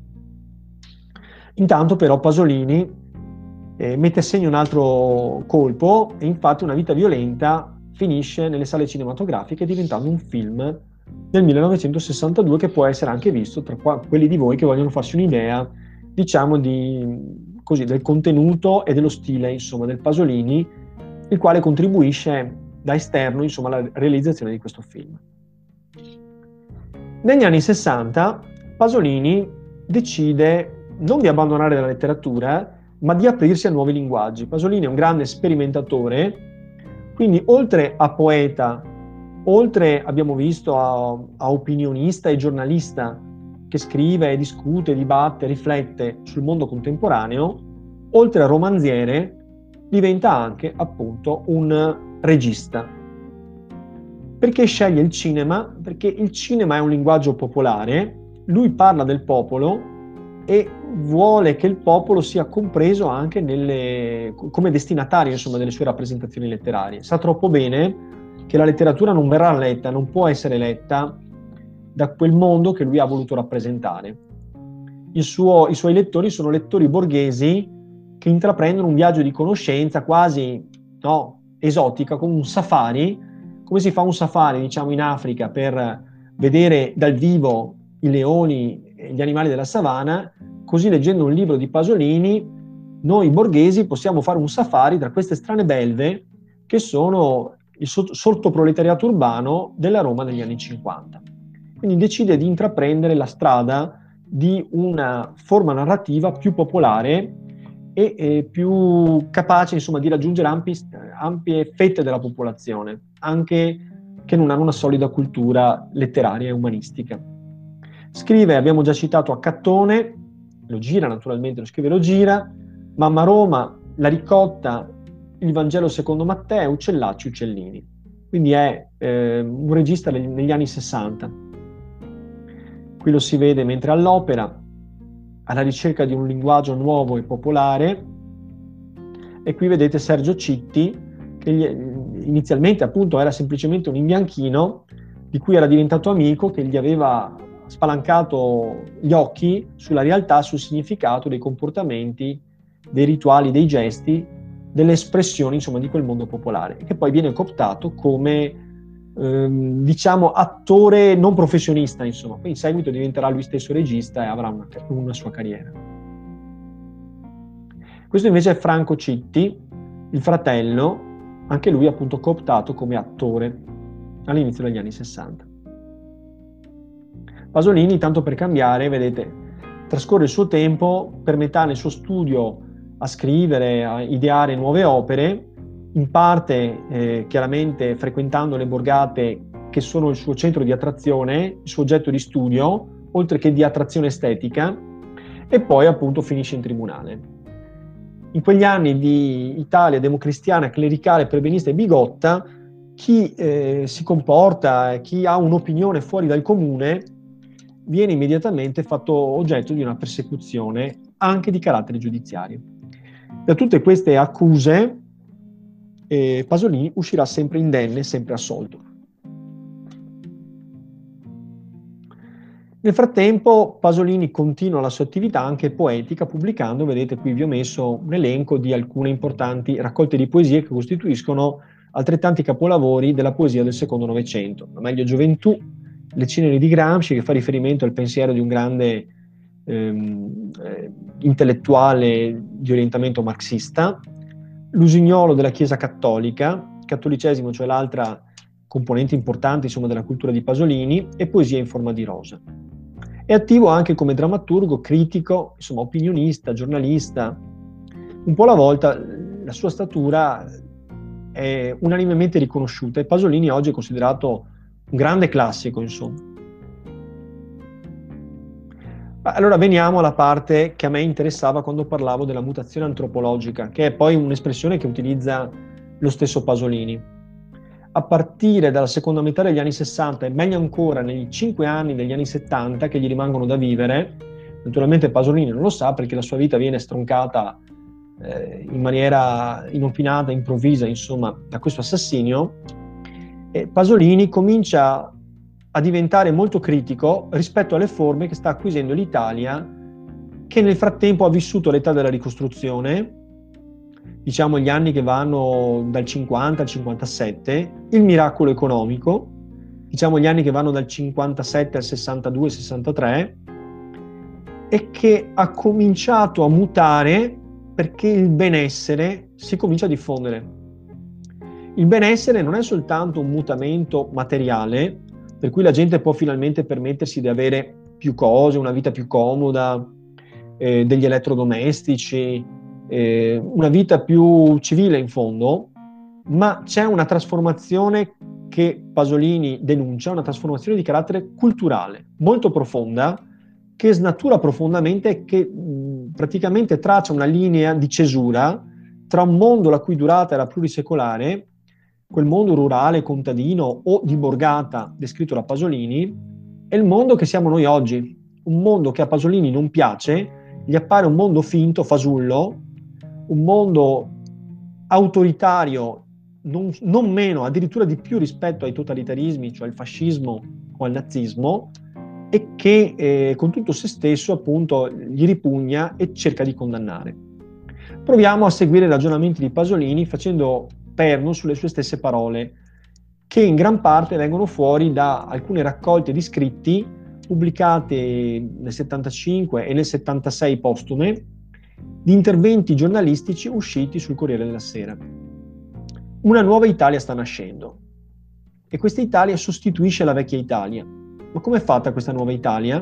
Intanto però Pasolini mette a segno un altro colpo, e infatti Una vita violenta finisce nelle sale cinematografiche diventando un film del 1962 che può essere anche visto tra quelli di voi che vogliono farsi un'idea, diciamo, del contenuto e dello stile, insomma, del Pasolini, il quale contribuisce da esterno, insomma, alla realizzazione di questo film. Negli anni 60 Pasolini decide non di abbandonare la letteratura, ma di aprirsi a nuovi linguaggi. Pasolini è un grande sperimentatore, quindi oltre a poeta, oltre, abbiamo visto, a opinionista e giornalista che scrive, discute, dibatte, riflette sul mondo contemporaneo, oltre a romanziere, diventa anche appunto un regista. Perché sceglie il cinema? Perché il cinema è un linguaggio popolare, lui parla del popolo e vuole che il popolo sia compreso anche come destinatario, insomma, delle sue rappresentazioni letterarie. Sa troppo bene che la letteratura non verrà letta, non può essere letta da quel mondo che lui ha voluto rappresentare. I suoi lettori sono lettori borghesi che intraprendono un viaggio di conoscenza quasi esotica, come un safari, come si fa un safari, diciamo, in Africa per vedere dal vivo i leoni e gli animali della savana. Così, leggendo un libro di Pasolini, noi borghesi possiamo fare un safari tra queste strane belve che sono il sottoproletariato urbano della Roma degli anni 50. Quindi decide di intraprendere la strada di una forma narrativa più popolare e più capace, insomma, di raggiungere ampie fette della popolazione, anche che non hanno una solida cultura letteraria e umanistica. Scrive, abbiamo già citato Accattone, lo gira naturalmente, lo scrive e lo gira, Mamma Roma, La Ricotta, Il Vangelo secondo Matteo, Uccellacci, Uccellini. Quindi è un regista negli anni 60. Qui lo si vede mentre all'opera, alla ricerca di un linguaggio nuovo e popolare, e qui vedete Sergio Citti, che inizialmente appunto era semplicemente un imbianchino di cui era diventato amico, che gli aveva spalancato gli occhi sulla realtà, sul significato dei comportamenti, dei rituali, dei gesti, delle espressioni, insomma, di quel mondo popolare, che poi viene cooptato come diciamo attore non professionista, insomma. Poi in seguito diventerà lui stesso regista e avrà una sua carriera. Questo invece è Franco Citti, il fratello, anche lui appunto cooptato come attore all'inizio degli anni 60. Pasolini, tanto per cambiare, vedete, trascorre il suo tempo per metà nel suo studio a scrivere, a ideare nuove opere, in parte chiaramente frequentando le borgate che sono il suo centro di attrazione, il suo oggetto di studio, oltre che di attrazione estetica, e poi appunto finisce in tribunale. in quegli anni di Italia democristiana, clericale, plebeinista e bigotta, chi si comporta, chi ha un'opinione fuori dal comune, viene immediatamente fatto oggetto di una persecuzione anche di carattere giudiziario. Da tutte queste accuse Pasolini uscirà sempre indenne, sempre assolto. Nel frattempo Pasolini continua la sua attività anche poetica pubblicando, vedete qui vi ho messo un elenco di alcune importanti raccolte di poesie che costituiscono altrettanti capolavori della poesia del secondo Novecento. La meglio gioventù, Le ceneri di Gramsci, che fa riferimento al pensiero di un grande intellettuale di orientamento marxista, L'usignolo della Chiesa Cattolica, cattolicesimo, cioè l'altra componente importante insomma, della cultura di Pasolini, e Poesia in forma di rosa. È attivo anche come drammaturgo, critico, insomma opinionista, giornalista. Un po' alla volta la sua statura è unanimemente riconosciuta e Pasolini oggi è considerato un grande classico, insomma. Allora veniamo alla parte che a me interessava quando parlavo della mutazione antropologica, che è poi un'espressione che utilizza lo stesso Pasolini. A partire dalla seconda metà degli anni 60 e meglio ancora negli 5 anni degli anni 70 che gli rimangono da vivere, naturalmente Pasolini non lo sa perché la sua vita viene stroncata in maniera inopinata, improvvisa, insomma, da questo assassinio, Pasolini comincia a diventare molto critico rispetto alle forme che sta acquisendo l'Italia, che nel frattempo ha vissuto l'età della ricostruzione, diciamo gli anni che vanno dal 50 al 57, il miracolo economico, diciamo gli anni che vanno dal 57 al 62-63, e che ha cominciato a mutare perché il benessere si comincia a diffondere. Il benessere non è soltanto un mutamento materiale, per cui la gente può finalmente permettersi di avere più cose, una vita più comoda, degli elettrodomestici, una vita più civile in fondo, ma c'è una trasformazione che Pasolini denuncia, una trasformazione di carattere culturale, molto profonda, che snatura profondamente e che praticamente traccia una linea di cesura tra un mondo la cui durata era plurisecolare, quel mondo rurale, contadino o di borgata descritto da Pasolini, e il mondo che siamo noi oggi, un mondo che a Pasolini non piace, gli appare un mondo finto, fasullo, un mondo autoritario, non meno, addirittura di più rispetto ai totalitarismi, cioè al fascismo o al nazismo, e che con tutto se stesso appunto gli ripugna e cerca di condannare. Proviamo a seguire i ragionamenti di Pasolini facendo perno sulle sue stesse parole, che in gran parte vengono fuori da alcune raccolte di scritti pubblicate nel 75 e nel 76 postume, di interventi giornalistici usciti sul Corriere della Sera. Una nuova Italia sta nascendo e questa Italia sostituisce la vecchia Italia. Ma com'è fatta questa nuova Italia?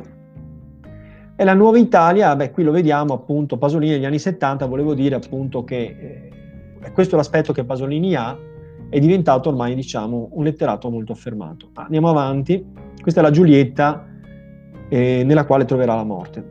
E la nuova Italia, qui lo vediamo appunto, Pasolini negli anni 70, volevo dire appunto che questo è l'aspetto che Pasolini ha, è diventato ormai diciamo un letterato molto affermato. Andiamo avanti, questa è la Giulietta nella quale troverà la morte.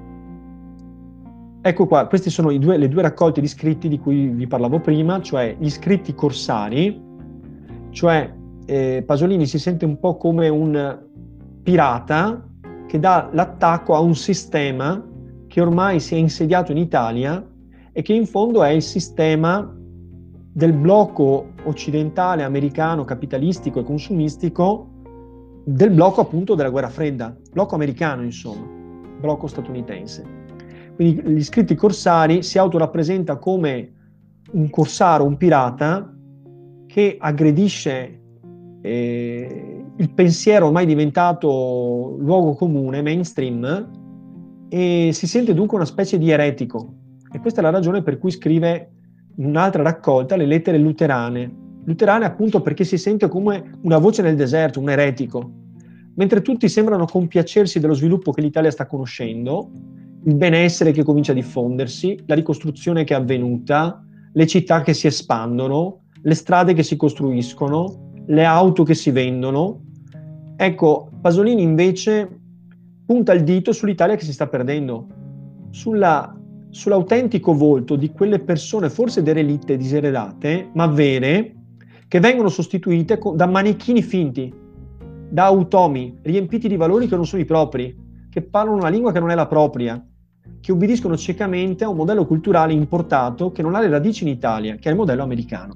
Ecco qua, queste sono le due raccolte di scritti di cui vi parlavo prima, cioè gli scritti corsari, cioè Pasolini si sente un po' come un pirata che dà l'attacco a un sistema che ormai si è insediato in Italia e che in fondo è il sistema del blocco occidentale, americano, capitalistico e consumistico, del blocco appunto della guerra fredda, blocco americano insomma, blocco statunitense. Quindi gli scritti corsari si autorappresenta come un corsaro, un pirata che aggredisce il pensiero ormai diventato luogo comune, mainstream, e si sente dunque una specie di eretico. E questa è la ragione per cui scrive in un'altra raccolta le lettere luterane. Luterane appunto perché si sente come una voce nel deserto, un eretico. Mentre tutti sembrano compiacersi dello sviluppo che l'Italia sta conoscendo, il benessere che comincia a diffondersi, la ricostruzione che è avvenuta, le città che si espandono, le strade che si costruiscono, le auto che si vendono. Ecco, Pasolini invece punta il dito sull'Italia che si sta perdendo, sulla sull'autentico volto di quelle persone, forse derelitte e diseredate, ma vere, che vengono sostituite da manichini finti, da automi riempiti di valori che non sono i propri, che parlano una lingua che non è la propria, che obbediscono ciecamente a un modello culturale importato che non ha le radici in Italia, che è il modello americano.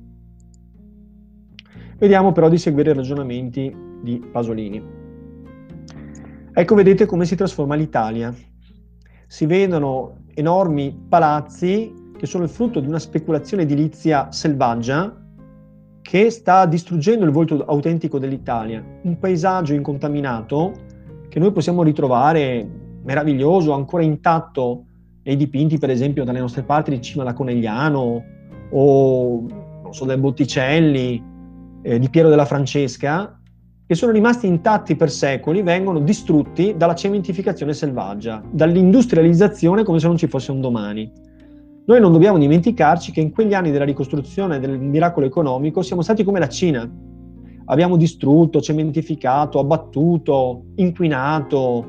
Vediamo però di seguire i ragionamenti di Pasolini. Ecco, vedete come si trasforma l'Italia. Si vedono enormi palazzi che sono il frutto di una speculazione edilizia selvaggia che sta distruggendo il volto autentico dell'Italia. Un paesaggio incontaminato che noi possiamo ritrovare meraviglioso, ancora intatto nei dipinti, per esempio, dalle nostre parti di Cima da Conegliano o, non so, del Botticelli, di Piero della Francesca, che sono rimasti intatti per secoli, vengono distrutti dalla cementificazione selvaggia, dall'industrializzazione come se non ci fosse un domani. Noi non dobbiamo dimenticarci che in quegli anni della ricostruzione del miracolo economico siamo stati come la Cina. Abbiamo distrutto, cementificato, abbattuto, inquinato,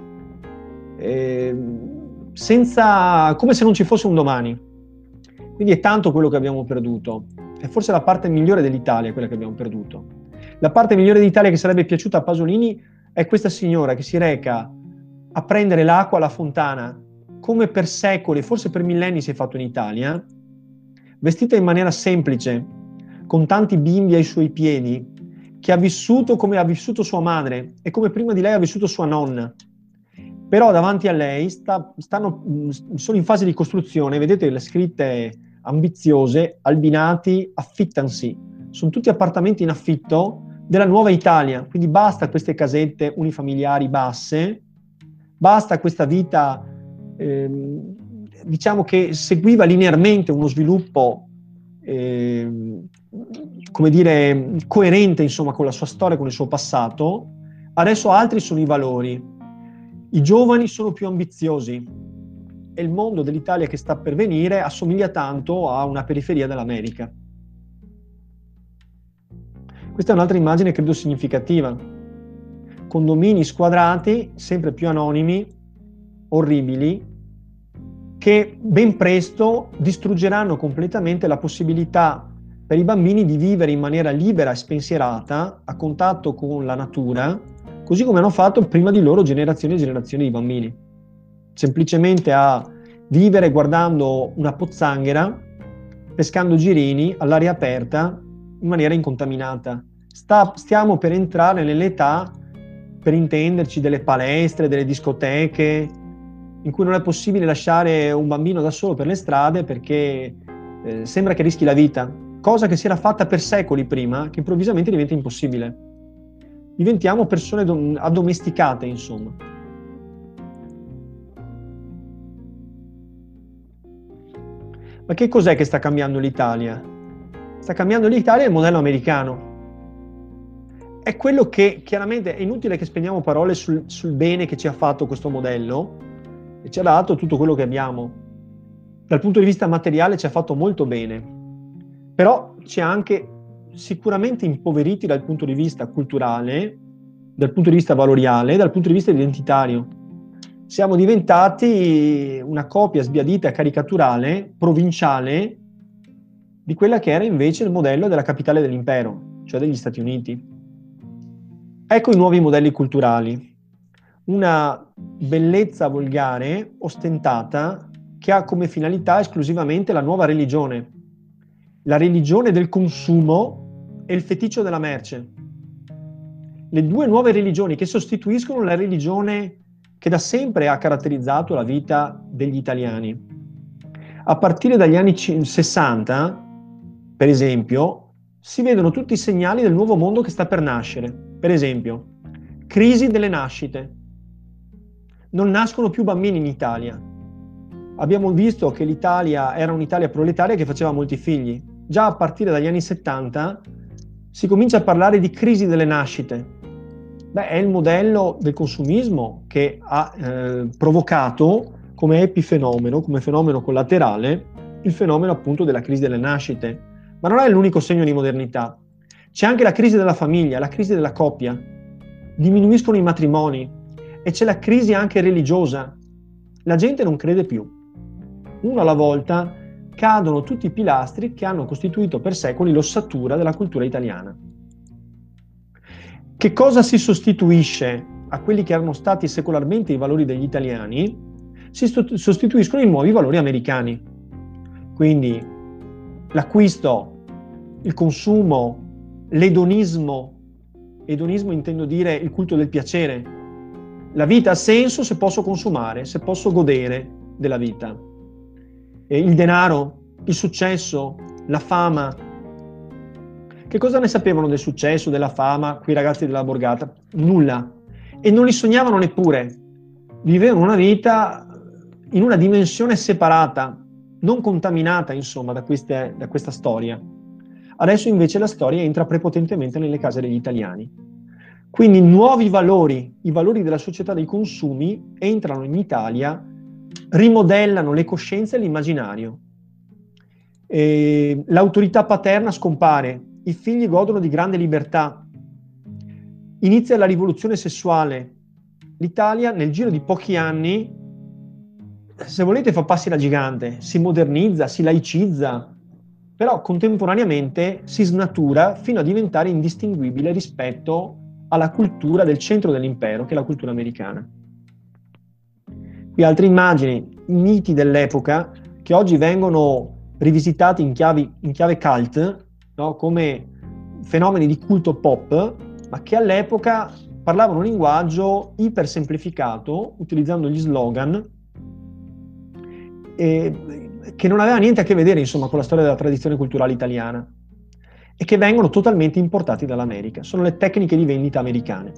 come se non ci fosse un domani. Quindi è tanto quello che abbiamo perduto. È forse la parte migliore dell'Italia quella che abbiamo perduto. La parte migliore d'Italia che sarebbe piaciuta a Pasolini è questa signora che si reca a prendere l'acqua alla fontana, come per secoli, forse per millenni si è fatto in Italia, vestita in maniera semplice, con tanti bimbi ai suoi piedi, che ha vissuto come ha vissuto sua madre e come prima di lei ha vissuto sua nonna. Però davanti a lei sono in fase di costruzione, vedete le scritte ambiziose, albinati, affittansi. Sono tutti appartamenti in affitto della nuova Italia, quindi basta queste casette unifamiliari basse, basta questa vita, diciamo che seguiva linearmente uno sviluppo, come dire, coerente insomma con la sua storia, con il suo passato. Adesso altri sono i valori. I giovani sono più ambiziosi e il mondo dell'Italia che sta per venire assomiglia tanto a una periferia dell'America. Questa è un'altra immagine credo significativa. Condomini squadrati, sempre più anonimi, orribili, che ben presto distruggeranno completamente la possibilità per i bambini di vivere in maniera libera e spensierata, a contatto con la natura, così come hanno fatto prima di loro generazioni e generazioni di bambini. Semplicemente a vivere guardando una pozzanghera, pescando girini all'aria aperta, in maniera incontaminata. Stiamo per entrare nell'età, per intenderci, delle palestre, delle discoteche, in cui non è possibile lasciare un bambino da solo per le strade perché sembra che rischi la vita, cosa che si era fatta per secoli prima, che improvvisamente diventa impossibile. Diventiamo persone addomesticate, insomma. Ma che cos'è che sta cambiando l'Italia? Sta cambiando l'Italia il modello americano. È quello che chiaramente è inutile che spendiamo parole sul bene che ci ha fatto questo modello e ci ha dato tutto quello che abbiamo. Dal punto di vista materiale ci ha fatto molto bene, però ci ha anche sicuramente impoveriti dal punto di vista culturale, dal punto di vista valoriale, dal punto di vista identitario. Siamo diventati una copia sbiadita e caricaturale, provinciale, di quella che era invece il modello della capitale dell'impero, cioè degli Stati Uniti. Ecco i nuovi modelli culturali. Una bellezza volgare, ostentata, che ha come finalità esclusivamente la nuova religione. La religione del consumo e il feticcio della merce. Le due nuove religioni che sostituiscono la religione che da sempre ha caratterizzato la vita degli italiani. A partire dagli anni 60, per esempio, si vedono tutti i segnali del nuovo mondo che sta per nascere. Per esempio, crisi delle nascite. Non nascono più bambini in Italia. Abbiamo visto che l'Italia era un'Italia proletaria che faceva molti figli. Già a partire dagli anni 70 si comincia a parlare di crisi delle nascite. È il modello del consumismo che ha provocato come epifenomeno, come fenomeno collaterale, il fenomeno appunto della crisi delle nascite. Ma non è l'unico segno di modernità. C'è anche la crisi della famiglia, la crisi della coppia. Diminuiscono i matrimoni e c'è la crisi anche religiosa. La gente non crede più. uno alla volta, cadono tutti i pilastri che hanno costituito per secoli l'ossatura della cultura italiana. Che cosa si sostituisce a quelli che erano stati secolarmente i valori degli italiani? Si sostituiscono i nuovi valori americani. Quindi l'acquisto, il consumo, l'edonismo. Edonismo intendo dire il culto del piacere. La vita ha senso se posso consumare, se posso godere della vita. Il denaro, il successo, la fama. Che cosa ne sapevano del successo, della fama, quei ragazzi della borgata? Nulla. E non li sognavano neppure. Vivevano una vita in una dimensione separata, non contaminata, insomma, da questa storia. Adesso invece la storia entra prepotentemente nelle case degli italiani. Quindi nuovi valori, i valori della società dei consumi, entrano in Italia, rimodellano le coscienze e l'immaginario. L'autorità paterna scompare, i figli godono di grande libertà, inizia la rivoluzione sessuale. L'Italia nel giro di pochi anni, se volete, fa passi da gigante, si modernizza, si laicizza, però contemporaneamente si snatura fino a diventare indistinguibile rispetto alla cultura del centro dell'impero, che è la cultura americana. Qui altre immagini, i miti dell'epoca, che oggi vengono rivisitati in chiave cult, no? Come fenomeni di culto pop, ma che all'epoca parlavano un linguaggio ipersemplificato, utilizzando gli slogan, che non aveva niente a che vedere, insomma, con la storia della tradizione culturale italiana, e che vengono totalmente importati dall'America. Sono le tecniche di vendita americane.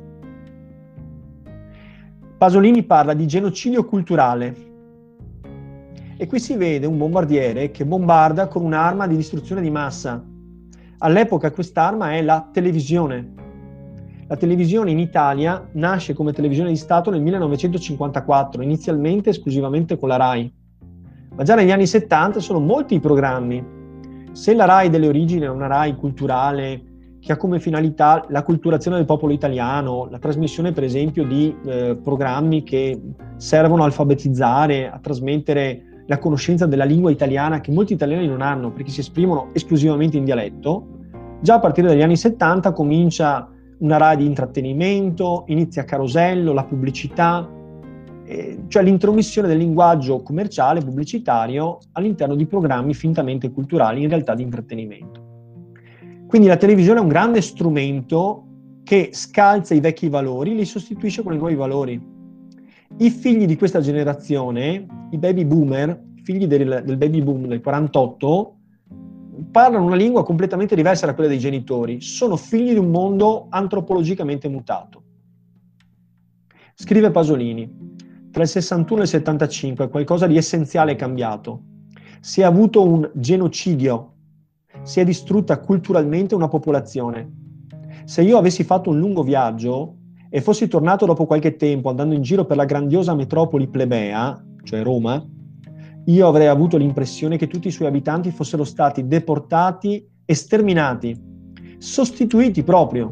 Pasolini parla di genocidio culturale, e qui si vede un bombardiere che bombarda con un'arma di distruzione di massa. All'epoca quest'arma è la televisione. La televisione in Italia nasce come televisione di Stato nel 1954, inizialmente esclusivamente con la RAI. Ma già negli anni 70 sono molti i programmi. Se la RAI delle origini è una RAI culturale che ha come finalità l'acculturazione del popolo italiano, la trasmissione per esempio di programmi che servono a alfabetizzare, a trasmettere la conoscenza della lingua italiana che molti italiani non hanno perché si esprimono esclusivamente in dialetto, già a partire dagli anni 70 comincia una RAI di intrattenimento, inizia Carosello, la pubblicità, cioè l'intromissione del linguaggio commerciale, pubblicitario, all'interno di programmi fintamente culturali, in realtà di intrattenimento. Quindi la televisione è un grande strumento che scalza i vecchi valori, li sostituisce con i nuovi valori. I figli di questa generazione, i baby boomer, figli del baby boom del 48, parlano una lingua completamente diversa da quella dei genitori, sono figli di un mondo antropologicamente mutato. Scrive Pasolini, tra il 61 e il 75 qualcosa di essenziale è cambiato. Si è avuto un genocidio, si è distrutta culturalmente una popolazione. Se io avessi fatto un lungo viaggio e fossi tornato dopo qualche tempo andando in giro per la grandiosa metropoli plebea, cioè Roma, io avrei avuto l'impressione che tutti i suoi abitanti fossero stati deportati e sterminati, sostituiti proprio.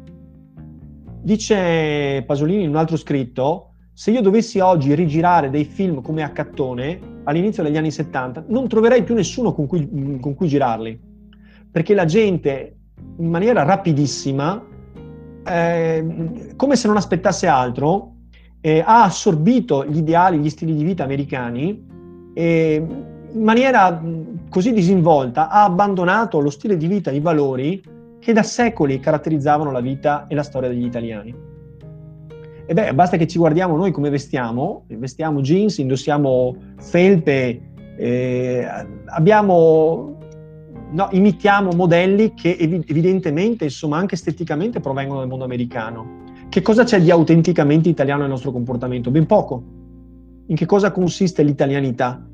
Dice Pasolini in un altro scritto, se io dovessi oggi rigirare dei film come Accattone, all'inizio degli anni 70, non troverei più nessuno con cui girarli, perché la gente, in maniera rapidissima, come se non aspettasse altro, ha assorbito gli ideali, gli stili di vita americani e in maniera così disinvolta ha abbandonato lo stile di vita, i valori che da secoli caratterizzavano la vita e la storia degli italiani. E beh, basta che ci guardiamo noi come vestiamo jeans, indossiamo felpe, imitiamo modelli che evidentemente, insomma, anche esteticamente provengono dal mondo americano. Che cosa c'è di autenticamente italiano nel nostro comportamento? Ben poco. In che cosa consiste l'italianità?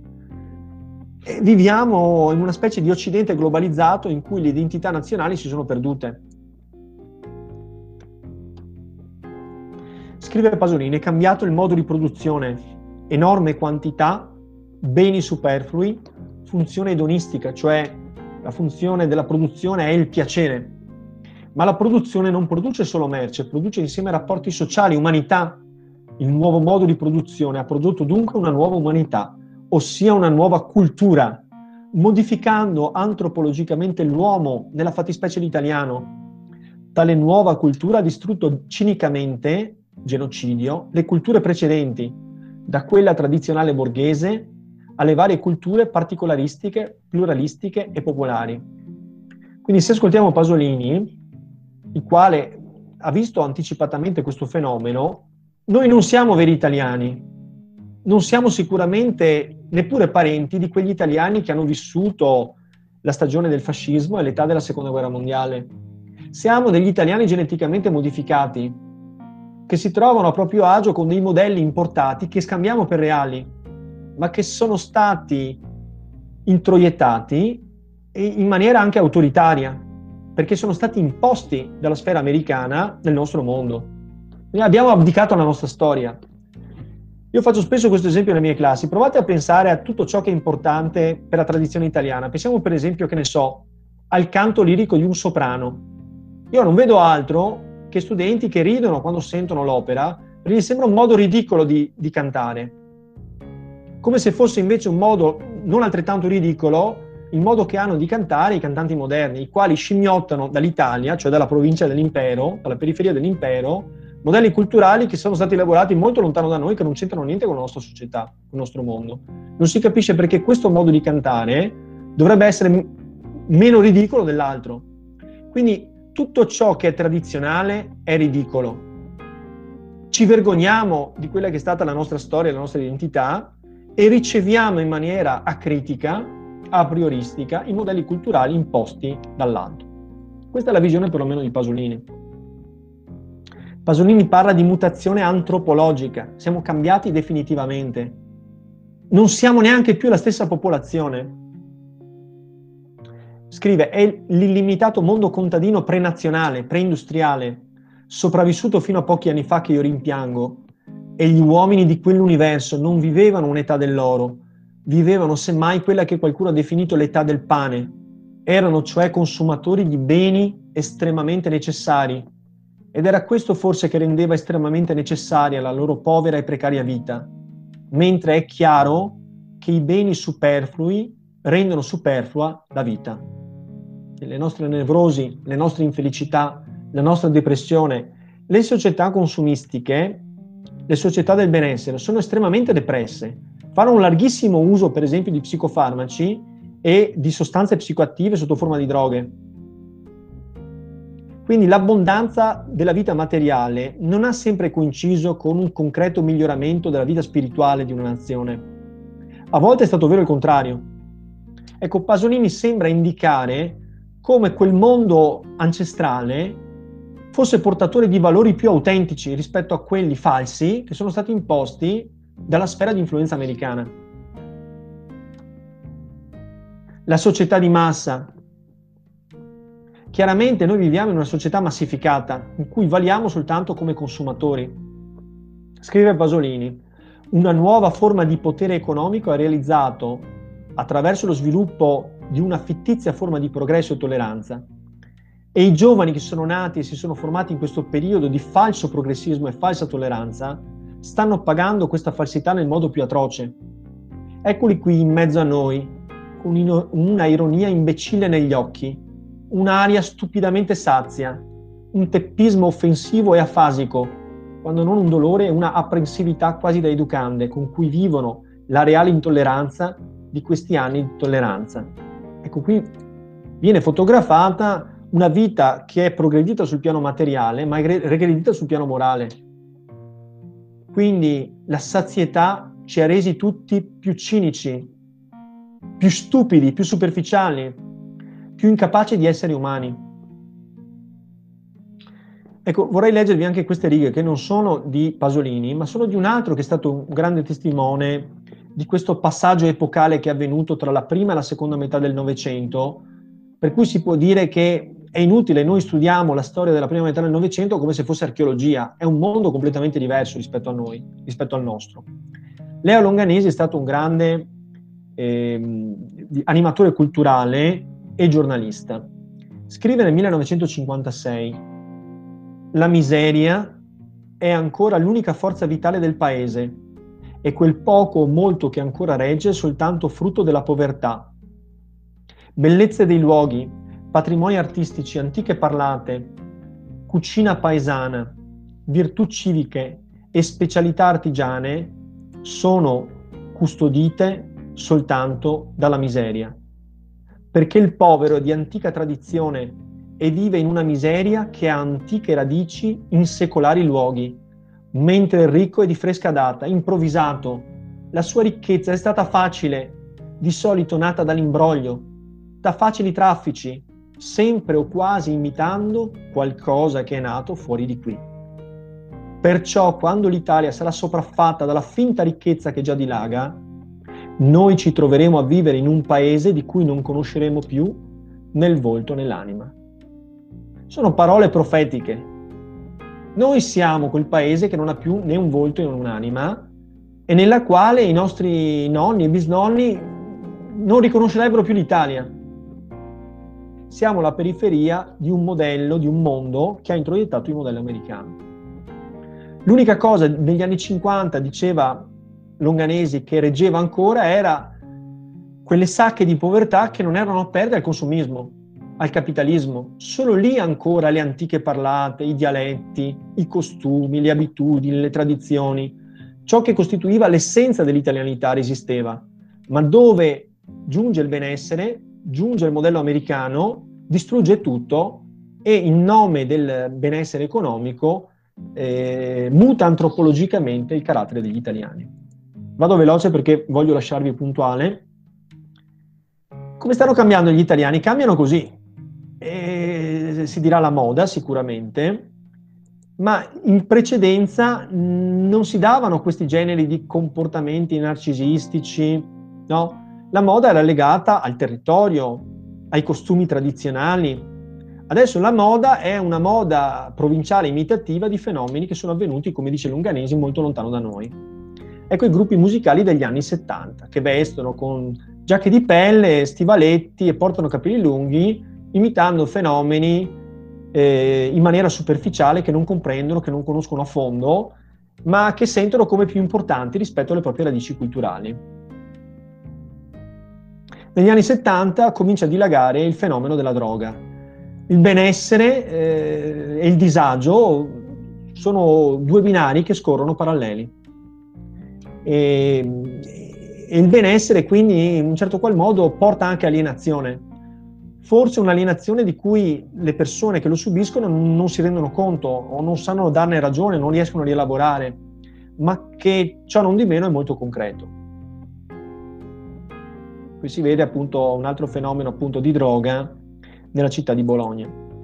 Viviamo in una specie di occidente globalizzato in cui le identità nazionali si sono perdute. Scrive Pasolini, è cambiato il modo di produzione, enorme quantità, beni superflui, funzione edonistica, cioè la funzione della produzione è il piacere. Ma la produzione non produce solo merce, produce insieme rapporti sociali, umanità. Il nuovo modo di produzione ha prodotto dunque una nuova umanità, ossia una nuova cultura, modificando antropologicamente l'uomo, nella fattispecie l'italiano. Tale nuova cultura ha distrutto cinicamente, genocidio, le culture precedenti, da quella tradizionale borghese alle varie culture particolaristiche, pluralistiche e popolari. Quindi se ascoltiamo Pasolini, il quale ha visto anticipatamente questo fenomeno, noi non siamo veri italiani, non siamo sicuramente neppure parenti di quegli italiani che hanno vissuto la stagione del fascismo e l'età della seconda guerra mondiale. Siamo degli italiani geneticamente modificati, che si trovano a proprio agio con dei modelli importati che scambiamo per reali, ma che sono stati introiettati in maniera anche autoritaria, perché sono stati imposti dalla sfera americana nel nostro mondo. Noi abbiamo abdicato alla nostra storia. Io faccio spesso questo esempio nelle mie classi. Provate a pensare a tutto ciò che è importante per la tradizione italiana. Pensiamo per esempio, che ne so, al canto lirico di un soprano. Io non vedo altro che studenti che ridono quando sentono l'opera, perché gli sembra un modo ridicolo di cantare. Come se fosse invece un modo non altrettanto ridicolo il modo che hanno di cantare i cantanti moderni, i quali scimmiottano dall'Italia, cioè dalla provincia dell'impero, dalla periferia dell'impero, modelli culturali che sono stati elaborati molto lontano da noi, che non c'entrano niente con la nostra società, con il nostro mondo. Non si capisce perché questo modo di cantare dovrebbe essere meno ridicolo dell'altro. Quindi tutto ciò che è tradizionale è ridicolo. Ci vergogniamo di quella che è stata la nostra storia, la nostra identità, e riceviamo in maniera acritica, a prioristica, i modelli culturali imposti dall'alto. Questa è la visione perlomeno di Pasolini. Pasolini parla di mutazione antropologica, siamo cambiati definitivamente. Non siamo neanche più la stessa popolazione. Scrive, è l'illimitato mondo contadino prenazionale, preindustriale, sopravvissuto fino a pochi anni fa che io rimpiango, e gli uomini di quell'universo non vivevano un'età dell'oro, vivevano semmai quella che qualcuno ha definito l'età del pane. Erano cioè consumatori di beni estremamente necessari, ed era questo forse che rendeva estremamente necessaria la loro povera e precaria vita, mentre è chiaro che i beni superflui rendono superflua la vita. Le nostre nevrosi, le nostre infelicità, la nostra depressione, le società consumistiche, le società del benessere sono estremamente depresse, fanno un larghissimo uso per esempio di psicofarmaci e di sostanze psicoattive sotto forma di droghe. Quindi l'abbondanza della vita materiale non ha sempre coinciso con un concreto miglioramento della vita spirituale di una nazione. A volte è stato vero il contrario. Ecco, Pasolini sembra indicare come quel mondo ancestrale fosse portatore di valori più autentici rispetto a quelli falsi che sono stati imposti dalla sfera di influenza americana. La società di massa. Chiaramente noi viviamo in una società massificata, in cui valiamo soltanto come consumatori. Scrive Pasolini, una nuova forma di potere economico ha realizzato, attraverso lo sviluppo di una fittizia forma di progresso e tolleranza, e i giovani che sono nati e si sono formati in questo periodo di falso progressismo e falsa tolleranza stanno pagando questa falsità nel modo più atroce. Eccoli qui in mezzo a noi, con una ironia imbecille negli occhi, un'aria stupidamente sazia, un teppismo offensivo e afasico, quando non un dolore e una apprensività quasi da educande, con cui vivono la reale intolleranza di questi anni di tolleranza. Ecco, qui viene fotografata una vita che è progredita sul piano materiale, ma è regredita sul piano morale. Quindi la sazietà ci ha resi tutti più cinici, più stupidi, più superficiali, più incapaci di essere umani. Ecco, vorrei leggervi anche queste righe che non sono di Pasolini, ma sono di un altro che è stato un grande testimone di questo passaggio epocale che è avvenuto tra la prima e la seconda metà del Novecento, per cui si può dire che è inutile, noi studiamo la storia della prima metà del Novecento come se fosse archeologia, è un mondo completamente diverso rispetto a noi, rispetto al nostro. Leo Longanesi è stato un grande animatore culturale e giornalista. Scrive nel 1956: la miseria è ancora l'unica forza vitale del paese e quel poco o molto che ancora regge è soltanto frutto della povertà. Bellezze dei luoghi, patrimoni artistici, antiche parlate, cucina paesana, virtù civiche e specialità artigiane sono custodite soltanto dalla miseria. Perché il povero è di antica tradizione e vive in una miseria che ha antiche radici in secolari luoghi, mentre il ricco è di fresca data, improvvisato. La sua ricchezza è stata facile, di solito nata dall'imbroglio, da facili traffici, sempre o quasi imitando qualcosa che è nato fuori di qui. Perciò, quando l'Italia sarà sopraffatta dalla finta ricchezza che già dilaga, noi ci troveremo a vivere in un paese di cui non conosceremo più né il volto né l'anima. Sono parole profetiche. Noi siamo quel paese che non ha più né un volto né un'anima e nella quale i nostri nonni e bisnonni non riconoscerebbero più l'Italia. Siamo la periferia di un modello, di un mondo che ha introiettato il modello americano. L'unica cosa negli anni 50, diceva Longanesi, che reggeva ancora era quelle sacche di povertà che non erano aperte al consumismo, al capitalismo. Solo lì ancora le antiche parlate, i dialetti, i costumi, le abitudini, le tradizioni, ciò che costituiva l'essenza dell'italianità resisteva. Ma dove giunge il benessere, giunge il modello americano, distrugge tutto e in nome del benessere economico muta antropologicamente il carattere degli italiani. Vado veloce perché voglio lasciarvi puntuale. Come stanno cambiando gli italiani? Cambiano così. Si dirà la moda sicuramente, ma in precedenza non si davano questi generi di comportamenti narcisistici, no? La moda era legata al territorio, ai costumi tradizionali. Adesso la moda è una moda provinciale imitativa di fenomeni che sono avvenuti, come dice Longanesi, molto lontano da noi. Ecco i gruppi musicali degli anni 70, che vestono con giacche di pelle, stivaletti e portano capelli lunghi, imitando fenomeni in maniera superficiale, che non comprendono, che non conoscono a fondo, ma che sentono come più importanti rispetto alle proprie radici culturali. Negli anni 70 comincia a dilagare il fenomeno della droga. Il benessere e il disagio sono due binari che scorrono paralleli. E il benessere quindi in un certo qual modo porta anche alienazione. Forse un'alienazione di cui le persone che lo subiscono non si rendono conto o non sanno darne ragione, non riescono a rielaborare, ma che ciò non di meno è molto concreto. Qui si vede appunto un altro fenomeno appunto di droga nella città di Bologna.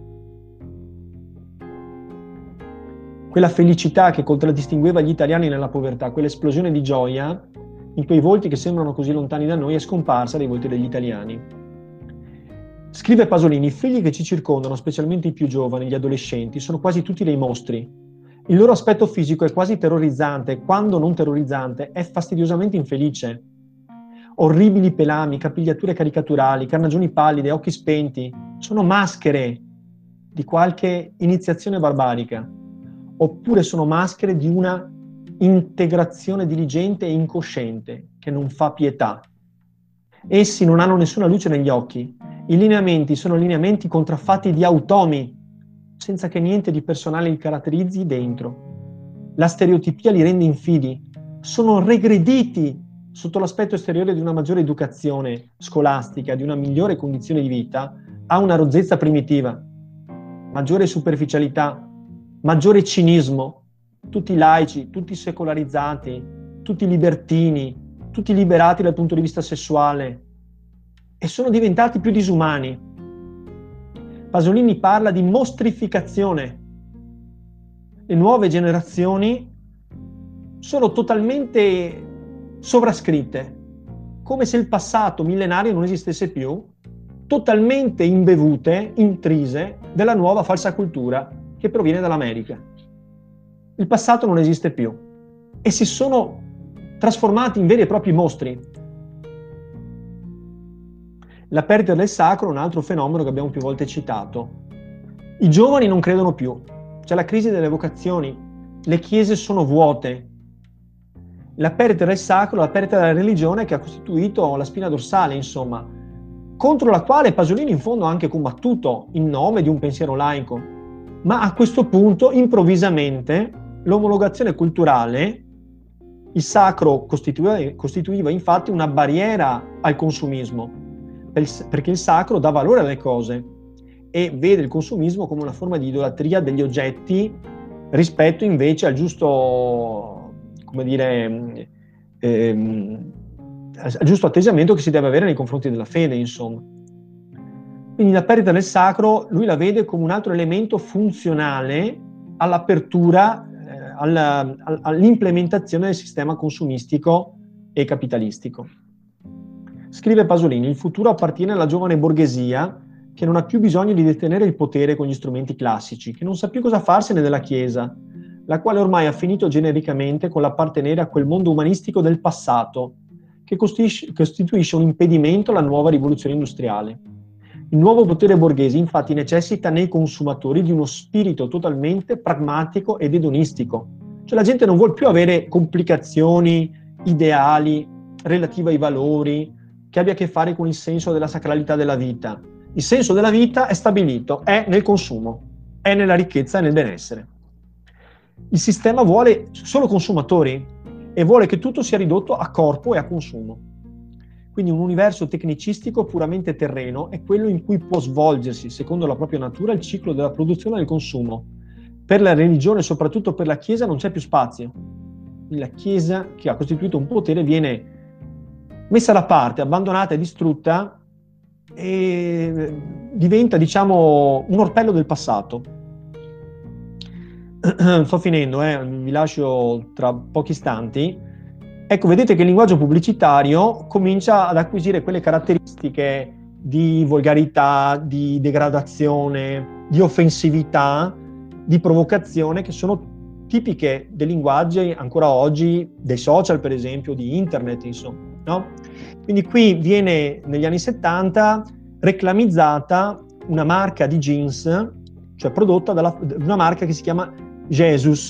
Quella felicità che contraddistingueva gli italiani nella povertà, quell'esplosione di gioia in quei volti che sembrano così lontani da noi, è scomparsa dai volti degli italiani. Scrive Pasolini: i figli che ci circondano, specialmente i più giovani, gli adolescenti, sono quasi tutti dei mostri. Il loro aspetto fisico è quasi terrorizzante, quando non terrorizzante, è fastidiosamente infelice. Orribili pelami, capigliature caricaturali, carnagioni pallide, occhi spenti, sono maschere di qualche iniziazione barbarica, oppure sono maschere di una integrazione diligente e incosciente che non fa pietà. Essi non hanno nessuna luce negli occhi, i lineamenti sono lineamenti contraffatti di automi, senza che niente di personale li caratterizzi dentro. La stereotipia li rende infidi, sono regrediti sotto l'aspetto esteriore di una maggiore educazione scolastica, di una migliore condizione di vita, ha una rozzezza primitiva, maggiore superficialità, maggiore cinismo, tutti laici, tutti secolarizzati, tutti libertini, tutti liberati dal punto di vista sessuale e sono diventati più disumani. Pasolini parla di mostrificazione. Le nuove generazioni sono totalmente sovrascritte, come se il passato millenario non esistesse più, totalmente imbevute, intrise della nuova falsa cultura che proviene dall'America. Il passato non esiste più e si sono trasformati in veri e propri mostri. La perdita del sacro è un altro fenomeno che abbiamo più volte citato. I giovani non credono più, c'è la crisi delle vocazioni, le chiese sono vuote la perdita del sacro, la perdita della religione che ha costituito la spina dorsale, insomma, contro la quale Pasolini in fondo ha anche combattuto in nome di un pensiero laico. Ma a questo punto, improvvisamente, l'omologazione culturale, il sacro costituiva infatti una barriera al consumismo, perché il sacro dà valore alle cose e vede il consumismo come una forma di idolatria degli oggetti rispetto invece al giusto, come dire, al giusto atteggiamento che si deve avere nei confronti della fede, insomma. Quindi la perdita del sacro lui la vede come un altro elemento funzionale all'apertura, all'implementazione del sistema consumistico e capitalistico. Scrive Pasolini: il futuro appartiene alla giovane borghesia che non ha più bisogno di detenere il potere con gli strumenti classici, che non sa più cosa farsene della Chiesa, la quale ormai ha finito genericamente con l'appartenere a quel mondo umanistico del passato, che costituisce un impedimento alla nuova rivoluzione industriale. Il nuovo potere borghese infatti necessita nei consumatori di uno spirito totalmente pragmatico ed edonistico. Cioè la gente non vuole più avere complicazioni ideali relative ai valori, che abbia a che fare con il senso della sacralità della vita. Il senso della vita è stabilito, è nel consumo, è nella ricchezza e nel benessere. Il sistema vuole solo consumatori e vuole che tutto sia ridotto a corpo e a consumo. Quindi un universo tecnicistico puramente terreno è quello in cui può svolgersi, secondo la propria natura, il ciclo della produzione e del consumo. Per la religione, soprattutto per la Chiesa, non c'è più spazio. La Chiesa, che ha costituito un potere, viene messa da parte, abbandonata e distrutta e diventa, diciamo, un orpello del passato. Sto finendo, vi lascio tra pochi istanti. Ecco, vedete che il linguaggio pubblicitario comincia ad acquisire quelle caratteristiche di volgarità, di degradazione, di offensività, di provocazione che sono tipiche dei linguaggi ancora oggi, dei social per esempio, di internet, insomma, no? Quindi qui viene negli anni 70 reclamizzata una marca di jeans, cioè prodotta da una marca che si chiama Jesus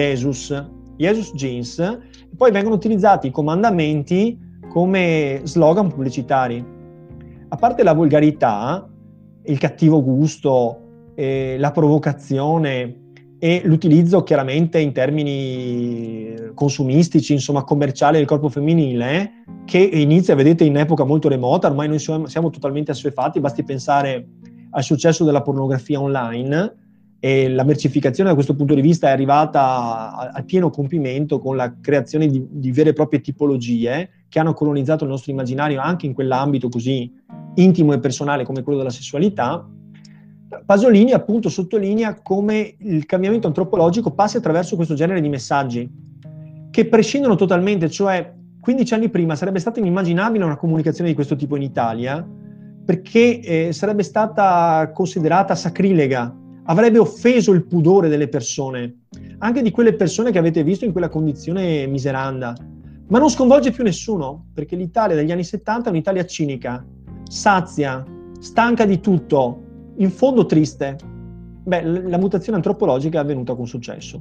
Jeans, e poi vengono utilizzati i comandamenti come slogan pubblicitari. A parte la volgarità, il cattivo gusto, la provocazione e l'utilizzo chiaramente in termini consumistici, insomma commerciali del corpo femminile, che inizia, vedete, in epoca molto remota, ormai noi siamo totalmente assuefatti, basti pensare al successo della pornografia online, e la mercificazione da questo punto di vista è arrivata al pieno compimento con la creazione di vere e proprie tipologie che hanno colonizzato il nostro immaginario anche in quell'ambito così intimo e personale come quello della sessualità. Pasolini appunto sottolinea come il cambiamento antropologico passi attraverso questo genere di messaggi che prescindono totalmente, cioè 15 anni prima sarebbe stata inimmaginabile una comunicazione di questo tipo in Italia, perché sarebbe stata considerata sacrilega, avrebbe offeso il pudore delle persone, anche di quelle persone che avete visto in quella condizione miseranda. Ma non sconvolge più nessuno, perché l'Italia degli anni 70 è un'Italia cinica, sazia, stanca di tutto, in fondo triste. La mutazione antropologica è avvenuta con successo.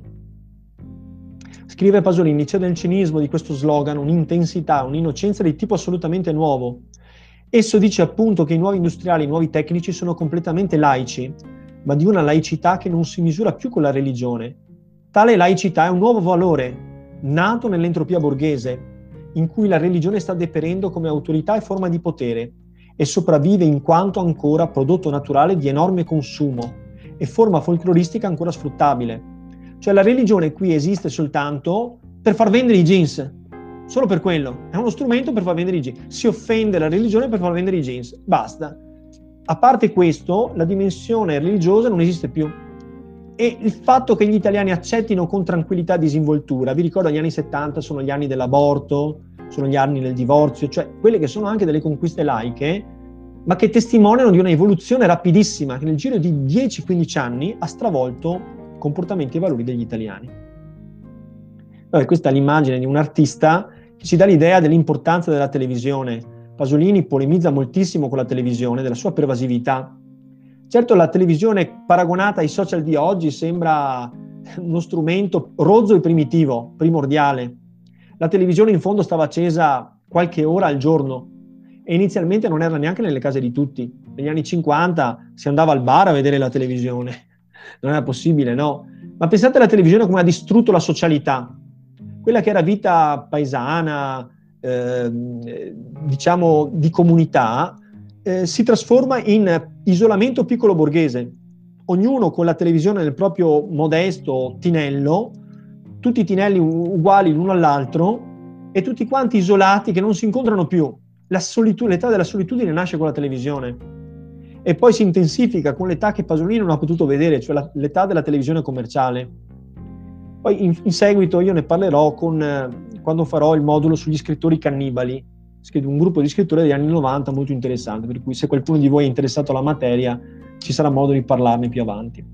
Scrive Pasolini: c'è nel cinismo di questo slogan un'intensità, un'innocenza di tipo assolutamente nuovo. Esso dice appunto che i nuovi industriali, i nuovi tecnici sono completamente laici, ma di una laicità che non si misura più con la religione. Tale laicità è un nuovo valore, nato nell'entropia borghese, in cui la religione sta deperendo come autorità e forma di potere, e sopravvive in quanto ancora prodotto naturale di enorme consumo e forma folcloristica ancora sfruttabile. Cioè la religione qui esiste soltanto per far vendere i jeans, solo per quello, è uno strumento per far vendere i jeans. Si offende la religione per far vendere i jeans, basta. A parte questo, la dimensione religiosa non esiste più. E il fatto che gli italiani accettino con tranquillità e disinvoltura, vi ricordo gli anni 70 sono gli anni dell'aborto, sono gli anni del divorzio, cioè quelle che sono anche delle conquiste laiche, ma che testimoniano di una evoluzione rapidissima che nel giro di 10-15 anni ha stravolto comportamenti e valori degli italiani. Questa è l'immagine di un artista che ci dà l'idea dell'importanza della televisione. Pasolini polemizza moltissimo con la televisione, della sua pervasività. Certo, la televisione paragonata ai social di oggi sembra uno strumento rozzo e primitivo, primordiale. la televisione in fondo stava accesa qualche ora al giorno e inizialmente non era neanche nelle case di tutti. Negli anni 50 si andava al bar a vedere la televisione, non era possibile, no? Ma pensate alla televisione come ha distrutto la socialità, quella che era vita paesana, diciamo di comunità, si trasforma in isolamento piccolo borghese, ognuno con la televisione nel proprio modesto tinello, tutti i tinelli uguali l'uno all'altro e tutti quanti isolati che non si incontrano più. L'età della solitudine nasce con la televisione e poi si intensifica con l'età che Pasolini non ha potuto vedere, cioè l'età della televisione commerciale. Poi in seguito io ne parlerò quando farò il modulo sugli scrittori cannibali, un gruppo di scrittori degli anni 90 molto interessante, per cui se qualcuno di voi è interessato alla materia ci sarà modo di parlarne più avanti.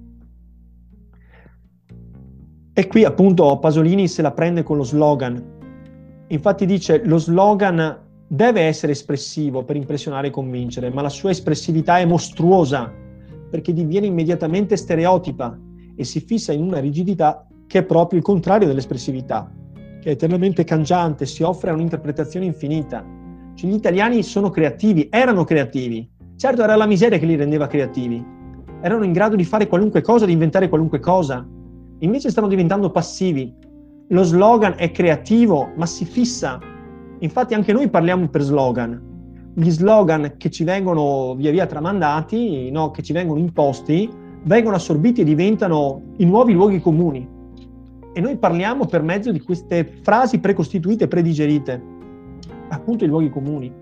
E qui appunto Pasolini se la prende con lo slogan. Infatti dice: lo slogan deve essere espressivo per impressionare e convincere, ma la sua espressività è mostruosa perché diviene immediatamente stereotipa e si fissa in una rigidità che è proprio il contrario dell'espressività, che è eternamente cangiante, si offre a un'interpretazione infinita. Cioè, gli italiani sono creativi, erano creativi. Certo, era la miseria che li rendeva creativi. Erano in grado di fare qualunque cosa, di inventare qualunque cosa. Invece stanno diventando passivi. Lo slogan è creativo, ma si fissa. Infatti anche noi parliamo per slogan. Gli slogan che ci vengono via via tramandati, no, che ci vengono imposti, vengono assorbiti e diventano i nuovi luoghi comuni. E noi parliamo per mezzo di queste frasi precostituite, predigerite, appunto i luoghi comuni.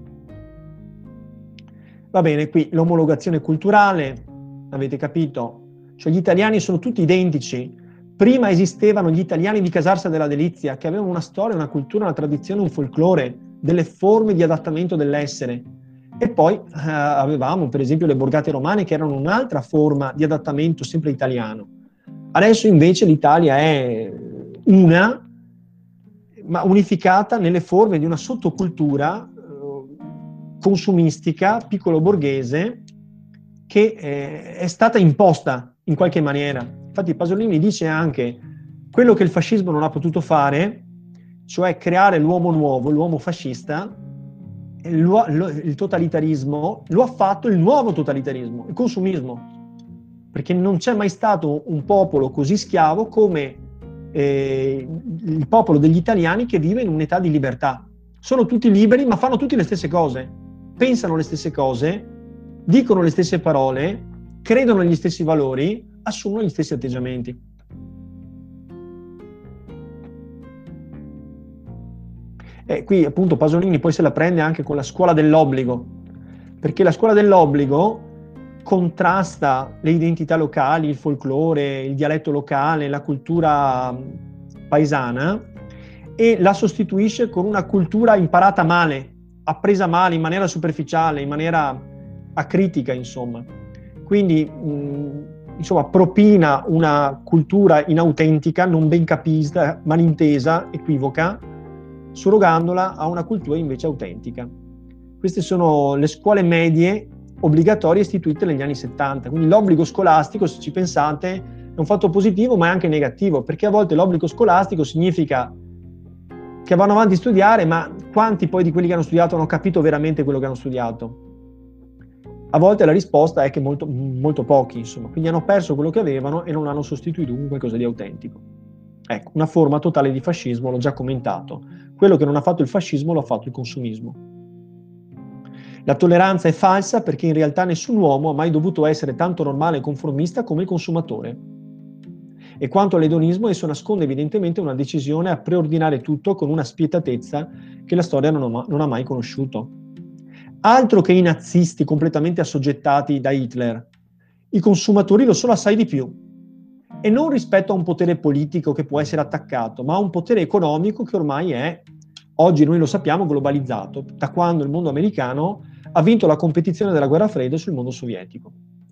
Va bene, qui l'omologazione culturale, avete capito? Cioè gli italiani sono tutti identici. Prima esistevano gli italiani di Casarsa della Delizia, che avevano una storia, una cultura, una tradizione, un folklore, delle forme di adattamento dell'essere. E poi avevamo, per esempio, le borgate romane, che erano un'altra forma di adattamento sempre italiano. Adesso invece l'Italia è una, ma unificata nelle forme di una sottocultura consumistica, piccolo borghese, che è stata imposta in qualche maniera. Infatti Pasolini dice anche quello che il fascismo non ha potuto fare, cioè creare l'uomo nuovo, l'uomo fascista, il totalitarismo, lo ha fatto il nuovo totalitarismo, il consumismo, perché non c'è mai stato un popolo così schiavo come il popolo degli italiani che vive in un'età di libertà. Sono tutti liberi, ma fanno tutti le stesse cose, pensano le stesse cose, dicono le stesse parole, credono negli stessi valori, assumono gli stessi atteggiamenti. E qui appunto Pasolini poi se la prende anche con la scuola dell'obbligo, perché la scuola dell'obbligo contrasta le identità locali, il folklore, il dialetto locale, la cultura paesana e la sostituisce con una cultura imparata male, appresa male, in maniera superficiale, in maniera acritica, insomma. Quindi insomma, propina una cultura inautentica, non ben capita, malintesa, equivoca, surrogandola a una cultura invece autentica. Queste sono le scuole medie obbligatorie istituite negli anni 70, quindi l'obbligo scolastico, se ci pensate, è un fatto positivo ma è anche negativo, perché a volte l'obbligo scolastico significa che vanno avanti a studiare, ma quanti poi di quelli che hanno studiato hanno capito veramente quello che hanno studiato? A volte la risposta è che molto, molto pochi, insomma, quindi hanno perso quello che avevano e non hanno sostituito con qualcosa di autentico. Ecco, una forma totale di fascismo, l'ho già commentato. Quello che non ha fatto il fascismo lo ha fatto il consumismo. La tolleranza è falsa perché in realtà nessun uomo ha mai dovuto essere tanto normale e conformista come il consumatore. E quanto all'edonismo, esso nasconde evidentemente una decisione a preordinare tutto con una spietatezza che la storia non ha mai conosciuto. Altro che i nazisti completamente assoggettati da Hitler. I consumatori lo sono assai di più. E non rispetto a un potere politico che può essere attaccato, ma a un potere economico che ormai è, oggi noi lo sappiamo, globalizzato, da quando il mondo americano ha vinto la competizione della guerra fredda sul mondo sovietico.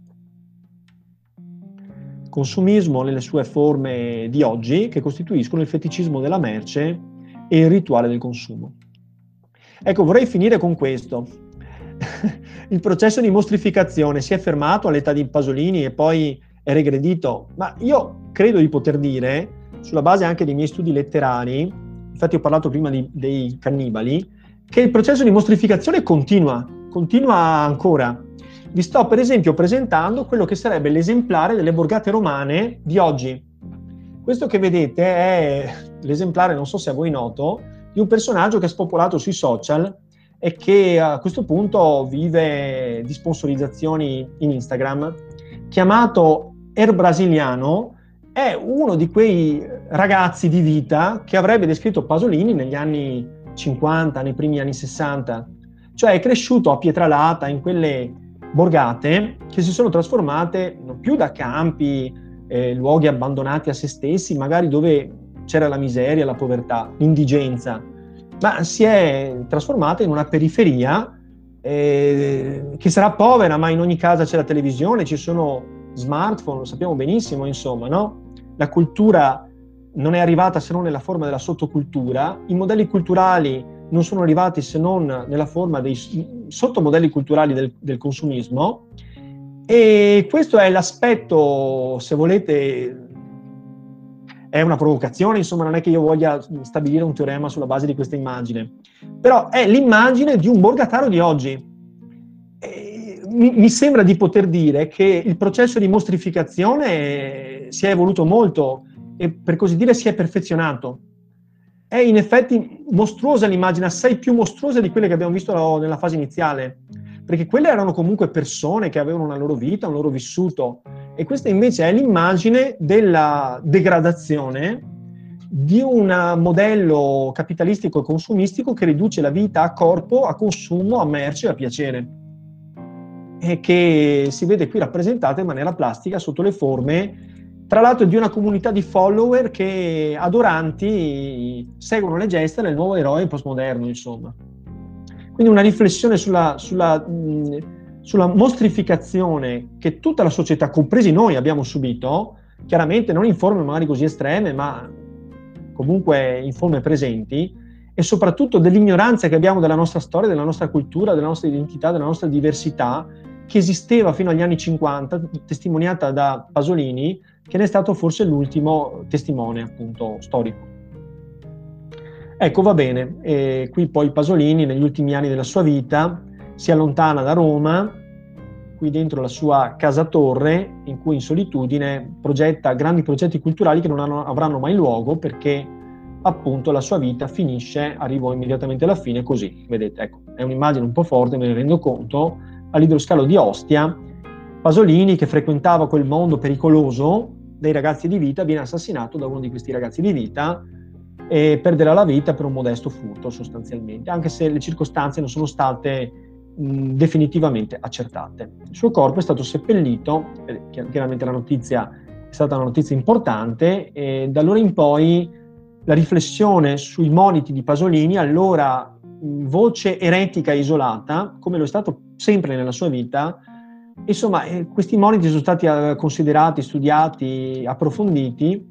Consumismo nelle sue forme di oggi, che costituiscono il feticismo della merce e il rituale del consumo. Ecco, vorrei finire con questo. Il processo di mostrificazione si è fermato all'età di Pasolini e poi è regredito, ma io credo di poter dire, sulla base anche dei miei studi letterari, infatti ho parlato prima dei cannibali, che il processo di mostrificazione continua ancora. Vi sto per esempio presentando quello che sarebbe l'esemplare delle borgate romane di oggi. Questo che vedete è l'esemplare, non so se a voi noto, di un personaggio che è spopolato sui social e che a questo punto vive di sponsorizzazioni in Instagram, chiamato Er Brasiliano. È uno di quei ragazzi di vita che avrebbe descritto Pasolini negli anni 50, nei primi anni 60. Cioè è cresciuto a Pietralata, in quelle borgate che si sono trasformate non più da campi, luoghi abbandonati a se stessi, magari dove c'era la miseria, la povertà, l'indigenza, ma si è trasformata in una periferia che sarà povera, ma in ogni casa c'è la televisione, ci sono smartphone, lo sappiamo benissimo, insomma, no? La cultura non è arrivata se non nella forma della sottocultura, i modelli culturali non sono arrivati se non nella forma dei sottomodelli culturali del consumismo, e questo è l'aspetto, se volete, è una provocazione, insomma, non è che io voglia stabilire un teorema sulla base di questa immagine, però è l'immagine di un borgataro di oggi. Mi sembra di poter dire che il processo di mostrificazione si è evoluto molto e, per così dire, si è perfezionato. È in effetti mostruosa l'immagine, assai più mostruosa di quelle che abbiamo visto nella fase iniziale, perché quelle erano comunque persone che avevano una loro vita, un loro vissuto, e questa invece è l'immagine della degradazione di un modello capitalistico e consumistico che riduce la vita a corpo, a consumo, a merce, a piacere, e che si vede qui rappresentata in maniera plastica sotto le forme, tra l'altro, di una comunità di follower che, adoranti, seguono le gesta del nuovo eroe postmoderno, insomma. Quindi una riflessione sulla mostrificazione che tutta la società, compresi noi, abbiamo subito, chiaramente non in forme magari così estreme, ma comunque in forme presenti, e soprattutto dell'ignoranza che abbiamo della nostra storia, della nostra cultura, della nostra identità, della nostra diversità, che esisteva fino agli anni 50, testimoniata da Pasolini, che ne è stato forse l'ultimo testimone, appunto, storico. Ecco, va bene, e qui poi Pasolini negli ultimi anni della sua vita si allontana da Roma, qui dentro la sua casa torre, in cui in solitudine progetta grandi progetti culturali che non avranno mai luogo, perché appunto la sua vita finisce, arrivò immediatamente alla fine così, vedete, ecco, è un'immagine un po' forte, me ne rendo conto, all'idroscalo di Ostia, Pasolini, che frequentava quel mondo pericoloso dei ragazzi di vita, viene assassinato da uno di questi ragazzi di vita e perderà la vita per un modesto furto, sostanzialmente, anche se le circostanze non sono state definitivamente accertate. Il suo corpo è stato seppellito, chiaramente la notizia è stata una notizia importante, e da allora in poi la riflessione sui moniti di Pasolini, allora voce eretica isolata, come lo è stato sempre nella sua vita, insomma, questi moniti sono stati considerati, studiati, approfonditi,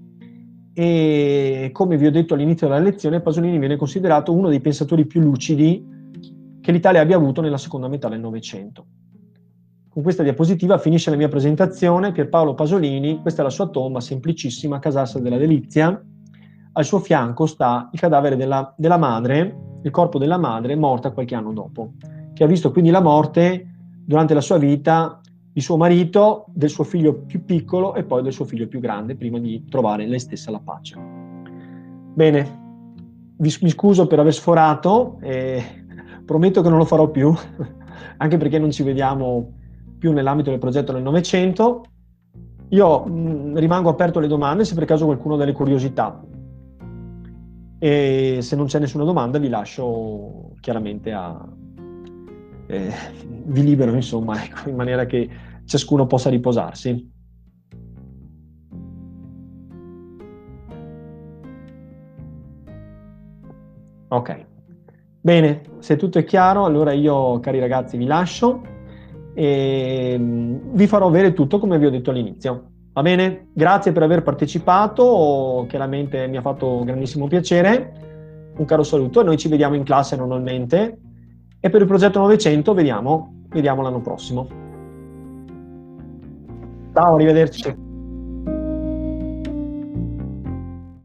e come vi ho detto all'inizio della lezione, Pasolini viene considerato uno dei pensatori più lucidi che l'Italia abbia avuto nella seconda metà del Novecento. Con questa diapositiva finisce la mia presentazione. Pierpaolo Pasolini, questa è la sua tomba semplicissima a Casassa della Delizia. Al suo fianco sta il cadavere della madre, il corpo della madre, morta qualche anno dopo, che ha visto quindi la morte durante la sua vita di suo marito, del suo figlio più piccolo e poi del suo figlio più grande, prima di trovare lei stessa la pace. Bene, mi scuso per aver sforato, prometto che non lo farò più, anche perché non ci vediamo più nell'ambito del progetto del Novecento. Io rimango aperto alle domande, se per caso qualcuno ha delle curiosità. E se non c'è nessuna domanda vi lascio chiaramente vi libero, insomma, ecco, in maniera che ciascuno possa riposarsi. Ok, bene, se tutto è chiaro, allora io, cari ragazzi, vi lascio e vi farò avere tutto come vi ho detto all'inizio. Va bene? Grazie per aver partecipato, chiaramente mi ha fatto grandissimo piacere. Un caro saluto, e noi ci vediamo in classe normalmente. E per il progetto 900 vediamo l'anno prossimo. Ciao, arrivederci.